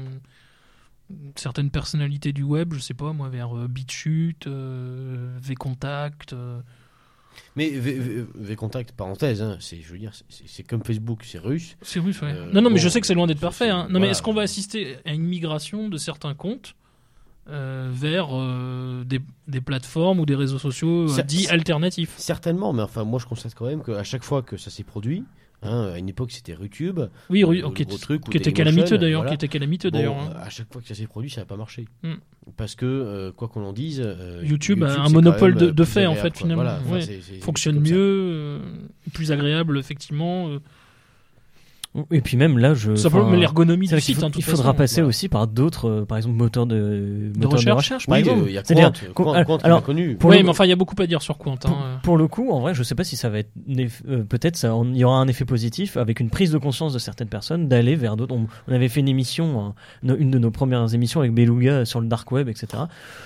Speaker 3: certaines personnalités du web, je sais pas moi, vers BitChute, VKontakte.
Speaker 1: Mais VKontakte, parenthèse, hein, je veux dire, c'est comme Facebook, c'est russe.
Speaker 3: C'est russe, ouais. Non, mais je sais que c'est loin d'être parfait. Hein. Non,
Speaker 1: voilà.
Speaker 3: mais est-ce qu'on va assister à une migration de certains comptes vers des plateformes ou des réseaux sociaux dits alternatifs?
Speaker 1: Certainement, mais enfin, moi je constate quand même qu'à chaque fois que ça s'est produit, hein, à une époque c'était YouTube,
Speaker 3: oui,
Speaker 1: qui
Speaker 3: était calamiteux d'ailleurs,
Speaker 1: à chaque fois que ça s'est produit, ça n'a pas marché. Parce que, quoi qu'on en dise,
Speaker 3: YouTube a un
Speaker 1: c'est
Speaker 3: monopole
Speaker 1: quand même
Speaker 3: de
Speaker 1: plus
Speaker 3: fait, en
Speaker 1: agréable,
Speaker 3: fait,
Speaker 1: quoi.
Speaker 3: finalement.
Speaker 1: Voilà,
Speaker 3: Ouais.
Speaker 1: c'est
Speaker 3: Fonctionne
Speaker 1: comme ça.
Speaker 3: mieux, plus agréable, effectivement.
Speaker 2: Et puis même là,
Speaker 3: Simplement l'ergonomie
Speaker 2: c'est
Speaker 3: du
Speaker 2: vrai qu'il
Speaker 3: site.
Speaker 2: faut-
Speaker 3: hein, de toute
Speaker 2: il faudra
Speaker 3: façon.
Speaker 2: passer
Speaker 1: voilà.
Speaker 2: aussi par d'autres, par exemple moteurs de recherche, par
Speaker 1: Oui,
Speaker 2: exemple.
Speaker 1: il y a
Speaker 2: C'est-à-dire,
Speaker 1: Quant qui est
Speaker 2: alors,
Speaker 1: bien connu.
Speaker 2: pour
Speaker 3: Oui,
Speaker 2: le-
Speaker 3: mais enfin, il y a beaucoup à dire sur Quant.
Speaker 2: Pour le coup, en vrai, je sais pas si ça va être peut-être il y aura un effet positif avec une prise de conscience de certaines personnes d'aller vers d'autres. On avait fait une émission, une de nos premières émissions avec Beluga sur le dark web, etc.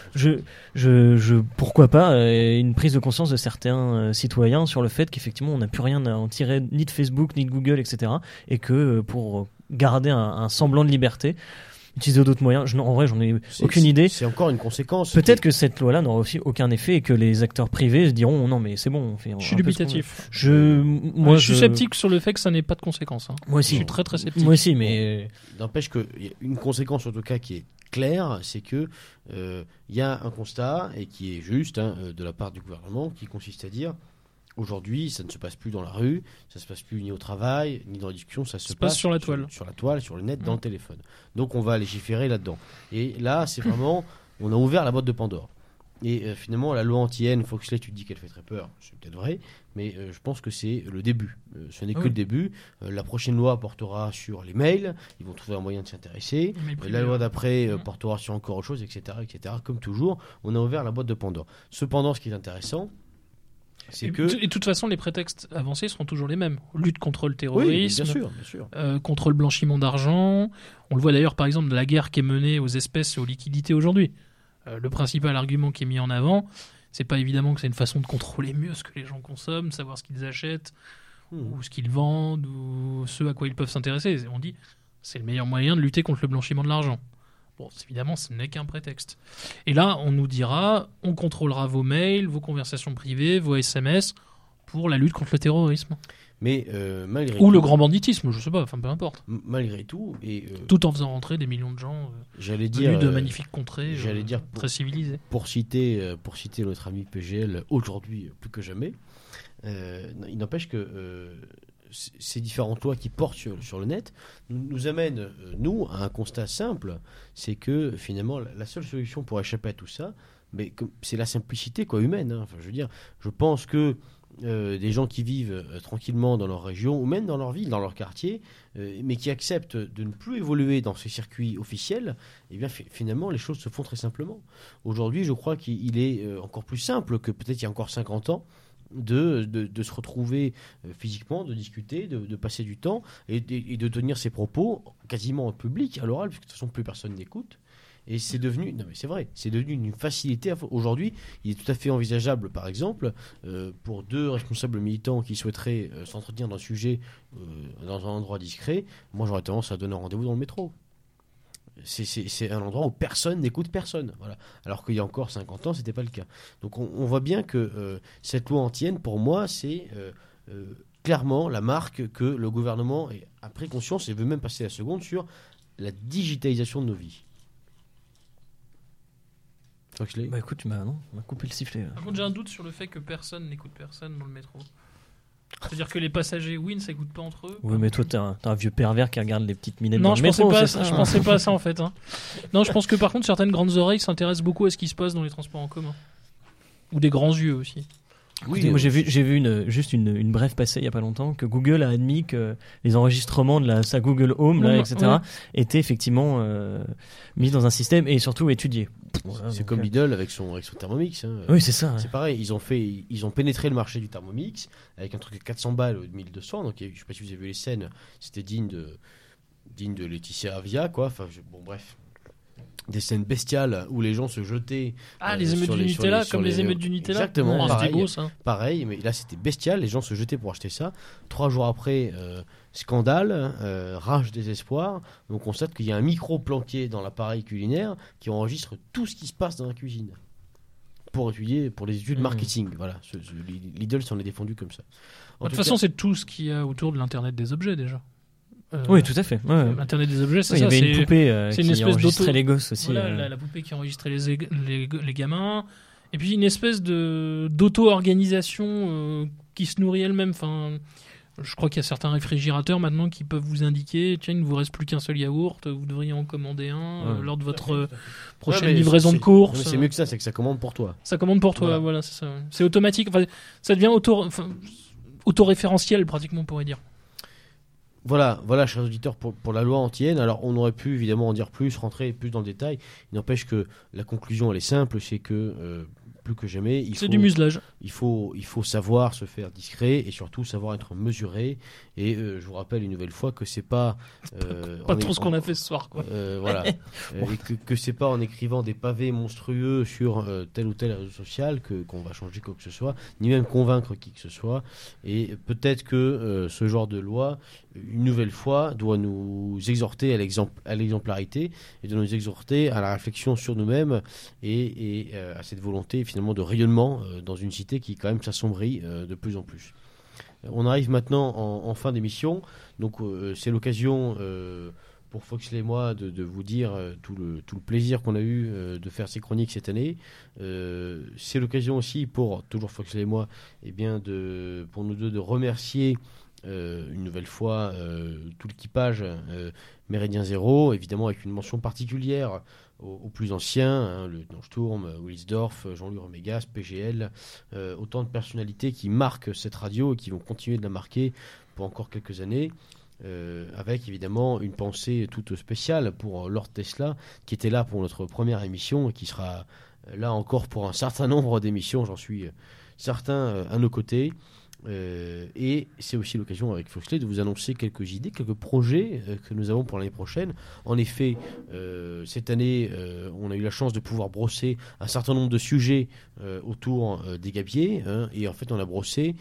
Speaker 2: Pourquoi pas une prise de conscience de certains citoyens sur le fait qu'effectivement on n'a plus rien à en tirer ni de Facebook ni de Google, etc. Et que pour garder un semblant de liberté, utiliser d'autres moyens. En vrai, j'en ai aucune idée.
Speaker 1: C'est encore une conséquence.
Speaker 2: Peut-être que cette loi-là n'aura aussi aucun effet et que les acteurs privés se diront non mais c'est bon. On fait
Speaker 3: Je suis
Speaker 2: un peu ce qu'on veut.
Speaker 3: dubitatif.
Speaker 2: Moi,
Speaker 3: je suis sceptique sur le fait que ça n'ait pas de conséquences. Hein.
Speaker 2: Moi
Speaker 3: Je suis
Speaker 2: aussi.
Speaker 3: très très sceptique.
Speaker 2: Moi aussi, mais
Speaker 1: N'empêche qu'il y a une conséquence en tout cas qui est claire, c'est que il y a un constat et qui est juste de la part du gouvernement qui consiste à dire aujourd'hui ça ne se passe plus dans la rue, ça ne se passe plus ni au travail ni dans la discussion, ça se passe
Speaker 3: sur la toile.
Speaker 1: sur la toile, sur le net, dans le téléphone. Donc on va légiférer là-dedans. Et là c'est vraiment, on a ouvert la boîte de Pandore. Et finalement, la loi anti-haine, Foxley, tu te dis qu'elle fait très peur, c'est peut-être vrai, mais je pense que c'est le début. Ce n'est que le début. La prochaine loi portera sur les mails, ils vont trouver un moyen de s'y intéresser. La loi d'après portera sur encore autre chose, etc., etc. Comme toujours, on a ouvert la boîte de Pandore. Cependant, ce qui est intéressant, c'est
Speaker 3: Et
Speaker 1: que...
Speaker 3: de toute façon, les prétextes avancés seront toujours les mêmes. Lutte contre le
Speaker 1: Oui,
Speaker 3: terrorisme,
Speaker 1: bien sûr.
Speaker 3: contre le blanchiment d'argent. On le voit d'ailleurs, par exemple, de la guerre qui est menée aux espèces et aux liquidités aujourd'hui. Le principal argument qui est mis en avant, c'est pas évidemment que c'est une façon de contrôler mieux ce que les gens consomment, savoir ce qu'ils achètent, ou ce qu'ils vendent, ou ce à quoi ils peuvent s'intéresser. On dit c'est le meilleur moyen de lutter contre le blanchiment de l'argent. Bon, évidemment, ce n'est qu'un prétexte. Et là, on nous dira, on contrôlera vos mails, vos conversations privées, vos SMS pour la lutte contre le terrorisme.
Speaker 1: Mais malgré
Speaker 3: Ou
Speaker 1: tout,
Speaker 3: le grand banditisme, je sais pas, enfin peu importe.
Speaker 1: malgré tout, et
Speaker 3: Tout en faisant rentrer des millions de gens
Speaker 1: j'allais dire,
Speaker 3: venus de magnifiques contrées,
Speaker 1: j'allais dire
Speaker 3: très civilisées.
Speaker 1: pour citer notre ami PGL aujourd'hui plus que jamais, il n'empêche que ces différentes lois qui portent sur le net nous amènent, nous, à un constat simple, c'est que finalement la seule solution pour échapper à tout ça, mais c'est la simplicité humaine. Hein. Enfin, je veux dire, je pense que des gens qui vivent tranquillement dans leur région ou même dans leur ville, dans leur quartier, mais qui acceptent de ne plus évoluer dans ces circuits officiels, eh bien finalement les choses se font très simplement. Aujourd'hui, je crois qu'il est encore plus simple que peut-être il y a encore 50 ans de se retrouver physiquement, de discuter, de passer du temps et de tenir ses propos quasiment en public, à l'oral, puisque de toute façon plus personne n'écoute. Et c'est devenu, non mais c'est vrai, c'est devenu une facilité. Aujourd'hui, il est tout à fait envisageable, par exemple, pour deux responsables militants qui souhaiteraient s'entretenir d'un sujet dans un endroit discret, moi j'aurais tendance à donner un rendez-vous dans le métro. C'est un endroit où personne n'écoute personne. Voilà. Alors qu'il y a encore 50 ans, c'était pas le cas. Donc on voit bien que cette loi antienne, pour moi, c'est clairement la marque que le gouvernement a pris conscience et veut même passer la seconde sur la digitalisation de nos vies.
Speaker 2: Bah écoute, tu m'as coupé le sifflet.
Speaker 3: Par contre, j'ai un doute sur le fait que personne n'écoute personne dans le métro. C'est-à-dire que les passagers, oui, ne s'écoutent pas entre eux.
Speaker 2: Oui, mais toi, t'es un vieux pervers qui regarde les petites minettes
Speaker 3: Non,
Speaker 2: dans le métro.
Speaker 3: Je pensais pas à ça en fait. Hein. Non, je pense que par contre, certaines grandes oreilles s'intéressent beaucoup à ce qui se passe dans les transports en commun. Ou des grands yeux aussi.
Speaker 2: Écoutez, moi j'ai vu juste une brève passée il y a pas longtemps que Google a admis que les enregistrements de sa Google Home, là, etc., étaient effectivement mis dans un système et surtout étudiés.
Speaker 1: Voilà, c'est comme Lidl avec son Thermomix. Hein.
Speaker 2: Oui, c'est ça.
Speaker 1: C'est pareil, ils ont pénétré le marché du Thermomix avec un truc de 400 balles ou de 1200. Donc, je sais pas si vous avez vu les scènes, c'était digne de Laetitia Avia, quoi. Enfin, bon, bref. Des scènes bestiales où les gens se jetaient.
Speaker 3: Les émeutes du Nutella, comme les émeutes du Nutella.
Speaker 1: Exactement,
Speaker 3: pareil, beau, ça.
Speaker 1: Pareil, mais là c'était bestial, les gens se jetaient pour acheter ça. 3 jours après, scandale, rage, désespoir. On constate qu'il y a un micro planqué dans l'appareil culinaire qui enregistre tout ce qui se passe dans la cuisine. Pour les études marketing. Voilà, Lidl s'en est défendu comme ça.
Speaker 3: De toute façon, c'est tout ce qu'il y a autour de l'Internet des objets déjà.
Speaker 2: Oui, tout à fait. Ouais.
Speaker 3: L'Internet des objets, c'est
Speaker 2: ça. Il y avait une poupée qui enregistrait les gosses aussi.
Speaker 3: Voilà, la poupée qui enregistrait les gamins. Et puis une espèce d'auto-organisation qui se nourrit elle-même. Enfin, je crois qu'il y a certains réfrigérateurs maintenant qui peuvent vous indiquer, tiens, il ne vous reste plus qu'un seul yaourt, vous devriez en commander un lors de votre prochaine livraison de course.
Speaker 1: C'est mieux que ça, c'est que ça commande pour toi.
Speaker 3: Ça commande pour toi, voilà, c'est ça. C'est automatique. Enfin, ça devient autoréférentiel pratiquement, on pourrait dire.
Speaker 1: Voilà, chers auditeurs, pour la loi antienne. Alors, on aurait pu évidemment en dire plus, rentrer plus dans le détail. Il n'empêche que la conclusion, elle est simple, c'est que plus que jamais,
Speaker 3: du muselage.
Speaker 1: Il faut savoir se faire discret et surtout savoir être mesuré. Et je vous rappelle une nouvelle fois que c'est pas
Speaker 3: pas trop ce qu'on a fait ce soir, quoi.
Speaker 1: Voilà, et que c'est pas en écrivant des pavés monstrueux sur tel ou tel réseau social qu'on va changer quoi que ce soit, ni même convaincre qui que ce soit. Et peut-être que ce genre de loi, une nouvelle fois, doit nous exhorter à l'exemplarité et de nous exhorter à la réflexion sur nous-mêmes et à cette volonté finalement de rayonnement dans une cité qui quand même s'assombrit de plus en plus. On arrive maintenant en fin d'émission, donc c'est l'occasion pour Foxley et moi de vous dire tout le plaisir qu'on a eu de faire ces chroniques cette année. C'est l'occasion aussi pour toujours Foxley et moi, pour nous deux de remercier une nouvelle fois tout l'équipage Méridien Zéro, évidemment avec une mention particulière aux plus anciens, le lieutenant Sturm, Wilsdorf, Jean-Louis Remégas, PGL, autant de personnalités qui marquent cette radio et qui vont continuer de la marquer pour encore quelques années, avec évidemment une pensée toute spéciale pour Lord Tesla, qui était là pour notre première émission et qui sera là encore pour un certain nombre d'émissions, j'en suis certain, à nos côtés. Et c'est aussi l'occasion avec Foxley de vous annoncer quelques idées, quelques projets que nous avons pour l'année prochaine. En effet, cette année, on a eu la chance de pouvoir brosser un certain nombre de sujets autour des gabiers, et en fait on a brossé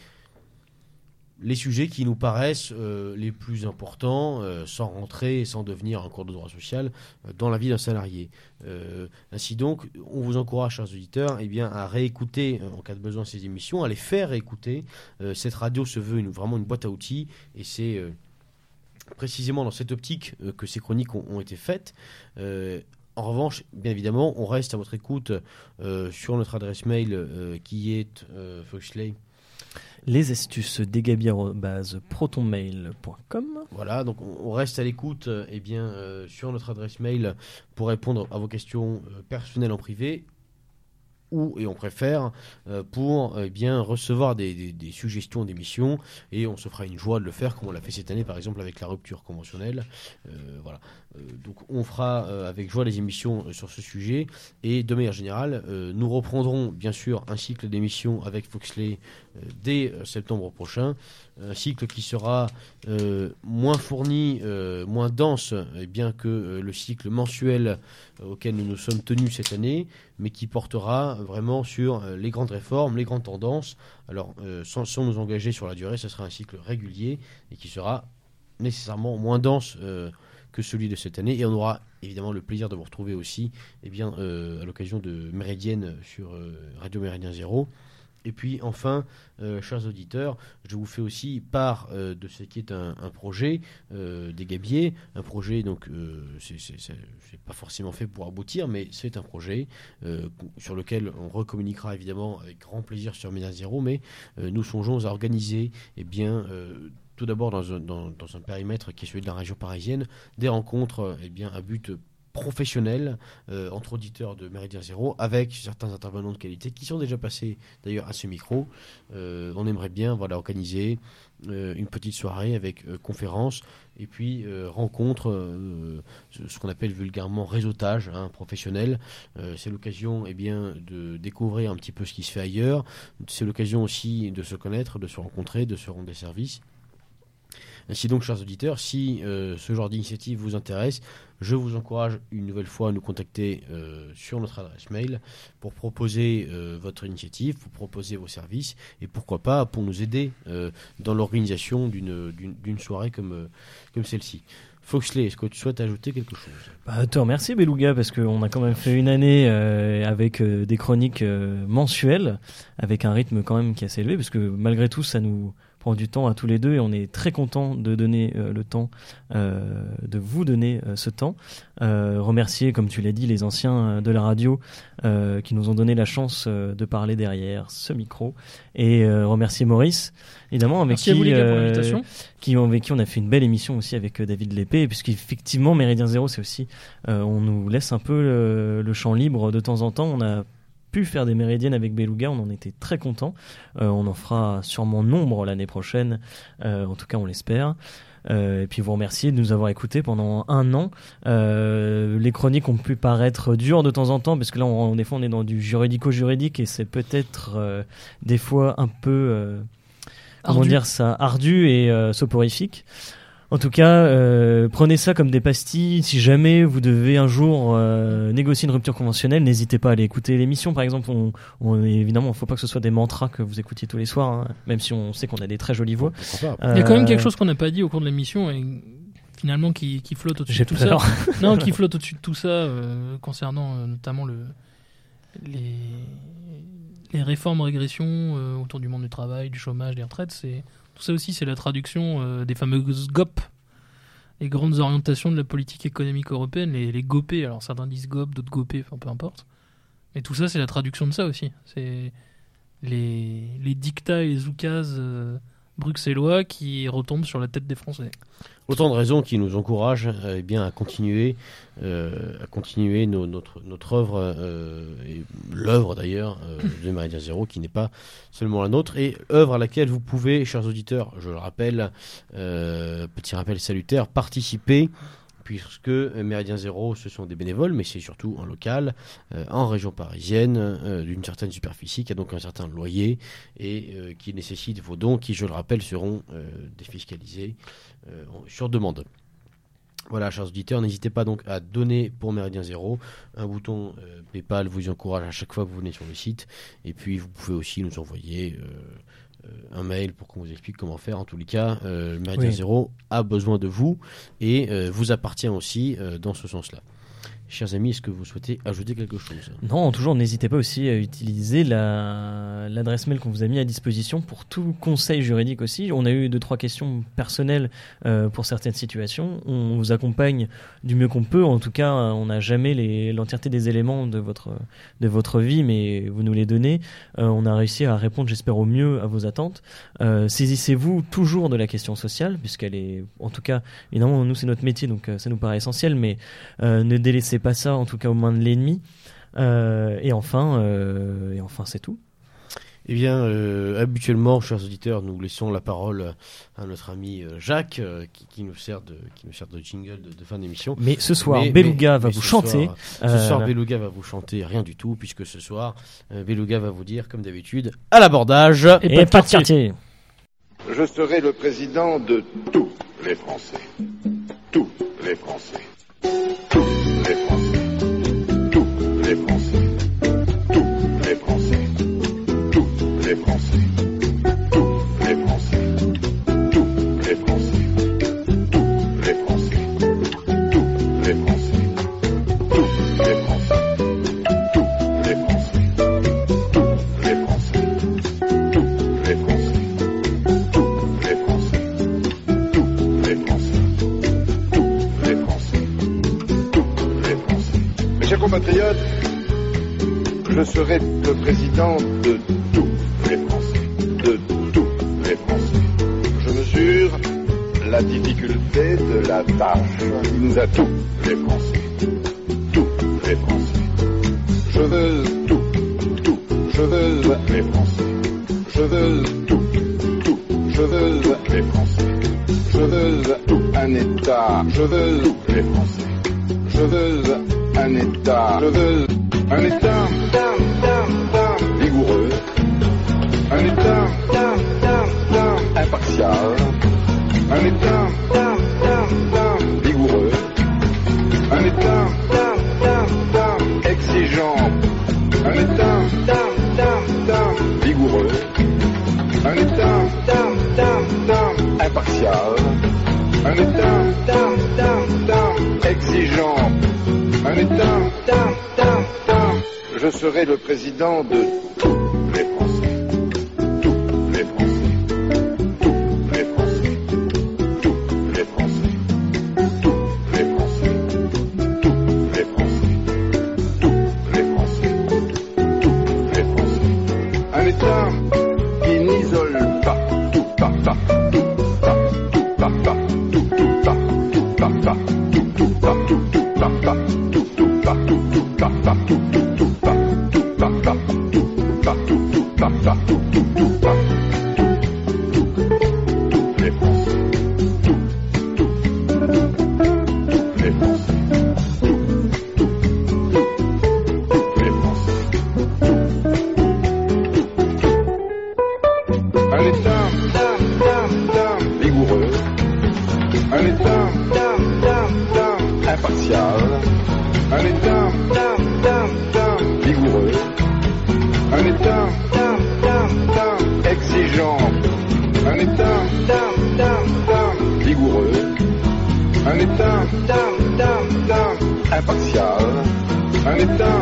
Speaker 1: les sujets qui nous paraissent les plus importants, sans rentrer et sans devenir un cours de droit social dans la vie d'un salarié. Ainsi donc, on vous encourage, chers auditeurs, à réécouter en cas de besoin ces émissions, à les faire réécouter. Cette radio se veut vraiment une boîte à outils, et c'est précisément dans cette optique que ces chroniques ont été faites. En revanche, bien évidemment, on reste à votre écoute sur notre adresse mail qui est Foxley.
Speaker 2: Les astuces des gabiers@protonmail.com.
Speaker 1: Voilà, donc on reste à l'écoute sur notre adresse mail pour répondre à vos questions personnelles en privé et on préfère pour bien recevoir des suggestions d'émissions, et on se fera une joie de le faire comme on l'a fait cette année par exemple avec la rupture conventionnelle. Voilà. Donc on fera avec joie des émissions sur ce sujet, et de manière générale nous reprendrons bien sûr un cycle d'émissions avec Foxley dès septembre prochain, un cycle qui sera moins fourni, moins dense bien que le cycle mensuel auquel nous nous sommes tenus cette année, mais qui portera vraiment sur les grandes réformes, les grandes tendances. Alors sans nous engager sur la durée, ce sera un cycle régulier et qui sera nécessairement moins dense que celui de cette année, et on aura évidemment le plaisir de vous retrouver aussi à l'occasion de Méridienne sur Radio Méridien Zéro. Et puis enfin, chers auditeurs, je vous fais aussi part de ce qui est un projet des Gabiers, un projet donc c'est pas forcément fait pour aboutir, mais c'est un projet sur lequel on recommuniquera évidemment avec grand plaisir sur Méridien Zéro, mais nous songeons à organiser tout d'abord dans un périmètre qui est celui de la région parisienne, des rencontres à but professionnel entre auditeurs de Méridien Zéro, avec certains intervenants de qualité qui sont déjà passés d'ailleurs à ce micro. On aimerait bien organiser une petite soirée avec conférence et puis rencontre, ce qu'on appelle vulgairement réseautage professionnel. C'est l'occasion de découvrir un petit peu ce qui se fait ailleurs. C'est l'occasion aussi de se connaître, de se rencontrer, de se rendre des services. Ainsi donc, chers auditeurs, si ce genre d'initiative vous intéresse, je vous encourage une nouvelle fois à nous contacter sur notre adresse mail pour proposer votre initiative, pour proposer vos services, et pourquoi pas pour nous aider dans l'organisation d'une soirée comme celle-ci. Foxley, est-ce que tu souhaites ajouter quelque chose ?
Speaker 2: Te remercie Beluga, parce qu'on a quand même fait une année avec des chroniques mensuelles, avec un rythme quand même qui est assez élevé, parce que malgré tout ça nous prend du temps à tous les deux, et on est très content de donner le temps, de vous donner ce temps. Remercier, comme tu l'as dit, les anciens de la radio qui nous ont donné la chance de parler derrière ce micro, et remercier Maurice, évidemment, avec
Speaker 3: Merci à vous les gars pour l'invitation.
Speaker 2: Avec qui on a fait une belle émission aussi avec David Lépée, puisqu'effectivement Méridien Zéro, c'est aussi on nous laisse un peu le champ libre de temps en temps. On a pu faire des méridiennes avec Beluga, on en était très contents. On en fera sûrement nombre l'année prochaine, en tout cas on l'espère. Et puis vous remercier de nous avoir écoutés pendant un an. Les chroniques ont pu paraître dures de temps en temps, parce que là des fois on est dans du juridico-juridique, et c'est peut-être des fois un peu ardu et soporifique. En tout cas, prenez ça comme des pastilles. Si jamais vous devez un jour négocier une rupture conventionnelle, n'hésitez pas à aller écouter l'émission. Par exemple, évidemment, il ne faut pas que ce soit des mantras que vous écoutiez tous les soirs, même si on sait qu'on a des très jolies voix.
Speaker 3: Il y a quand même quelque chose qu'on n'a pas dit au cours de l'émission, et finalement qui flotte au-dessus de tout ça. Non, qui flotte au-dessus de tout ça, concernant notamment les réformes, régressions autour du monde du travail, du chômage, des retraites. Tout ça aussi, c'est la traduction des fameuses GOP, les grandes orientations de la politique économique européenne, les GOP. Alors certains disent GOP, d'autres GOP, enfin peu importe. Mais tout ça, c'est la traduction de ça aussi. C'est les dictats et les oukases bruxellois qui retombent sur la tête des Français.
Speaker 1: Autant de raisons qui nous encouragent à continuer notre œuvre, et l'œuvre d'ailleurs de Méridien Zéro, qui n'est pas seulement la nôtre, et œuvre à laquelle vous pouvez, chers auditeurs, je le rappelle, petit rappel salutaire, participer, puisque Méridien Zéro, ce sont des bénévoles, mais c'est surtout en local, en région parisienne, d'une certaine superficie, qui a donc un certain loyer, et qui nécessite vos dons, qui, je le rappelle, seront défiscalisés sur demande. Voilà, chers auditeurs, n'hésitez pas donc à donner pour Méridien Zéro. Un bouton PayPal vous y encourage à chaque fois que vous venez sur le site, et puis vous pouvez aussi nous envoyer un mail pour qu'on vous explique comment faire. En tous les cas, Méridien Zéro a besoin de vous, et vous appartient aussi dans ce sens-là. Chers amis, est-ce que vous souhaitez ajouter quelque chose ?
Speaker 2: Non, toujours, n'hésitez pas aussi à utiliser l'adresse mail qu'on vous a mis à disposition pour tout conseil juridique aussi. On a eu 2-3 questions personnelles pour certaines situations. On vous accompagne du mieux qu'on peut. En tout cas, on n'a jamais l'entièreté des éléments de votre vie, mais vous nous les donnez. On a réussi à répondre, j'espère, au mieux à vos attentes. Saisissez-vous toujours de la question sociale, puisqu'elle est, en tout cas, évidemment, nous, c'est notre métier, donc ça nous paraît essentiel, mais ne délaissez pas ça, en tout cas, aux mains de l'ennemi. Et enfin, c'est tout.
Speaker 1: Eh bien, habituellement, chers auditeurs, nous laissons la parole à notre ami Jacques, qui nous sert de jingle de fin d'émission.
Speaker 2: Mais ce soir, Beluga va vous chanter.
Speaker 1: Ce soir, Beluga va vous chanter rien du tout, puisque ce soir, Beluga va vous dire, comme d'habitude, à l'abordage
Speaker 2: et pas de quartier.
Speaker 5: Je serai le président de tous les Français. Tous les Français. Tous les Français. Tous les Français. Tous les Français. Tous les Français. Tous les Français. Tous les Français. Tous les Français. Tous les Français. Tous les Français. Tous les Français. Tous les Français. Tous les Français. Chers compatriotes, je serai le président de tous les Français. De tous les Français. Je mesure la difficulté de la tâche qui nous a tous les Français. Tous les Français. Je veux tout. Je veux les Français. Je veux tout. Je veux les Français. Je veux tout. Un État. Je veux tous les Français. Je veux un État, vigoureux, un État impartial, un État vigoureux, un État exigeant, un État vigoureux, un État impartial, un État exigeant. Un État, je serai le président de tous les Français. Tous les Français. Tous les Français. Tous les Français. Tous les Français. Tous les Français. Tous les Français. Tous les Français. Un État qui n'isole pas. Tout par pas. Tout par tout par pas. Tout par tout par pas. Tout par tout par pas. Un État vigoureux, un État impartial, un État vigoureux, un État exigeant, un État vigoureux, un État impartial, un État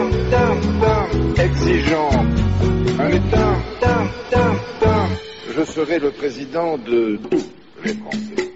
Speaker 5: exigeant, un État. Je serai le président de tous les Français.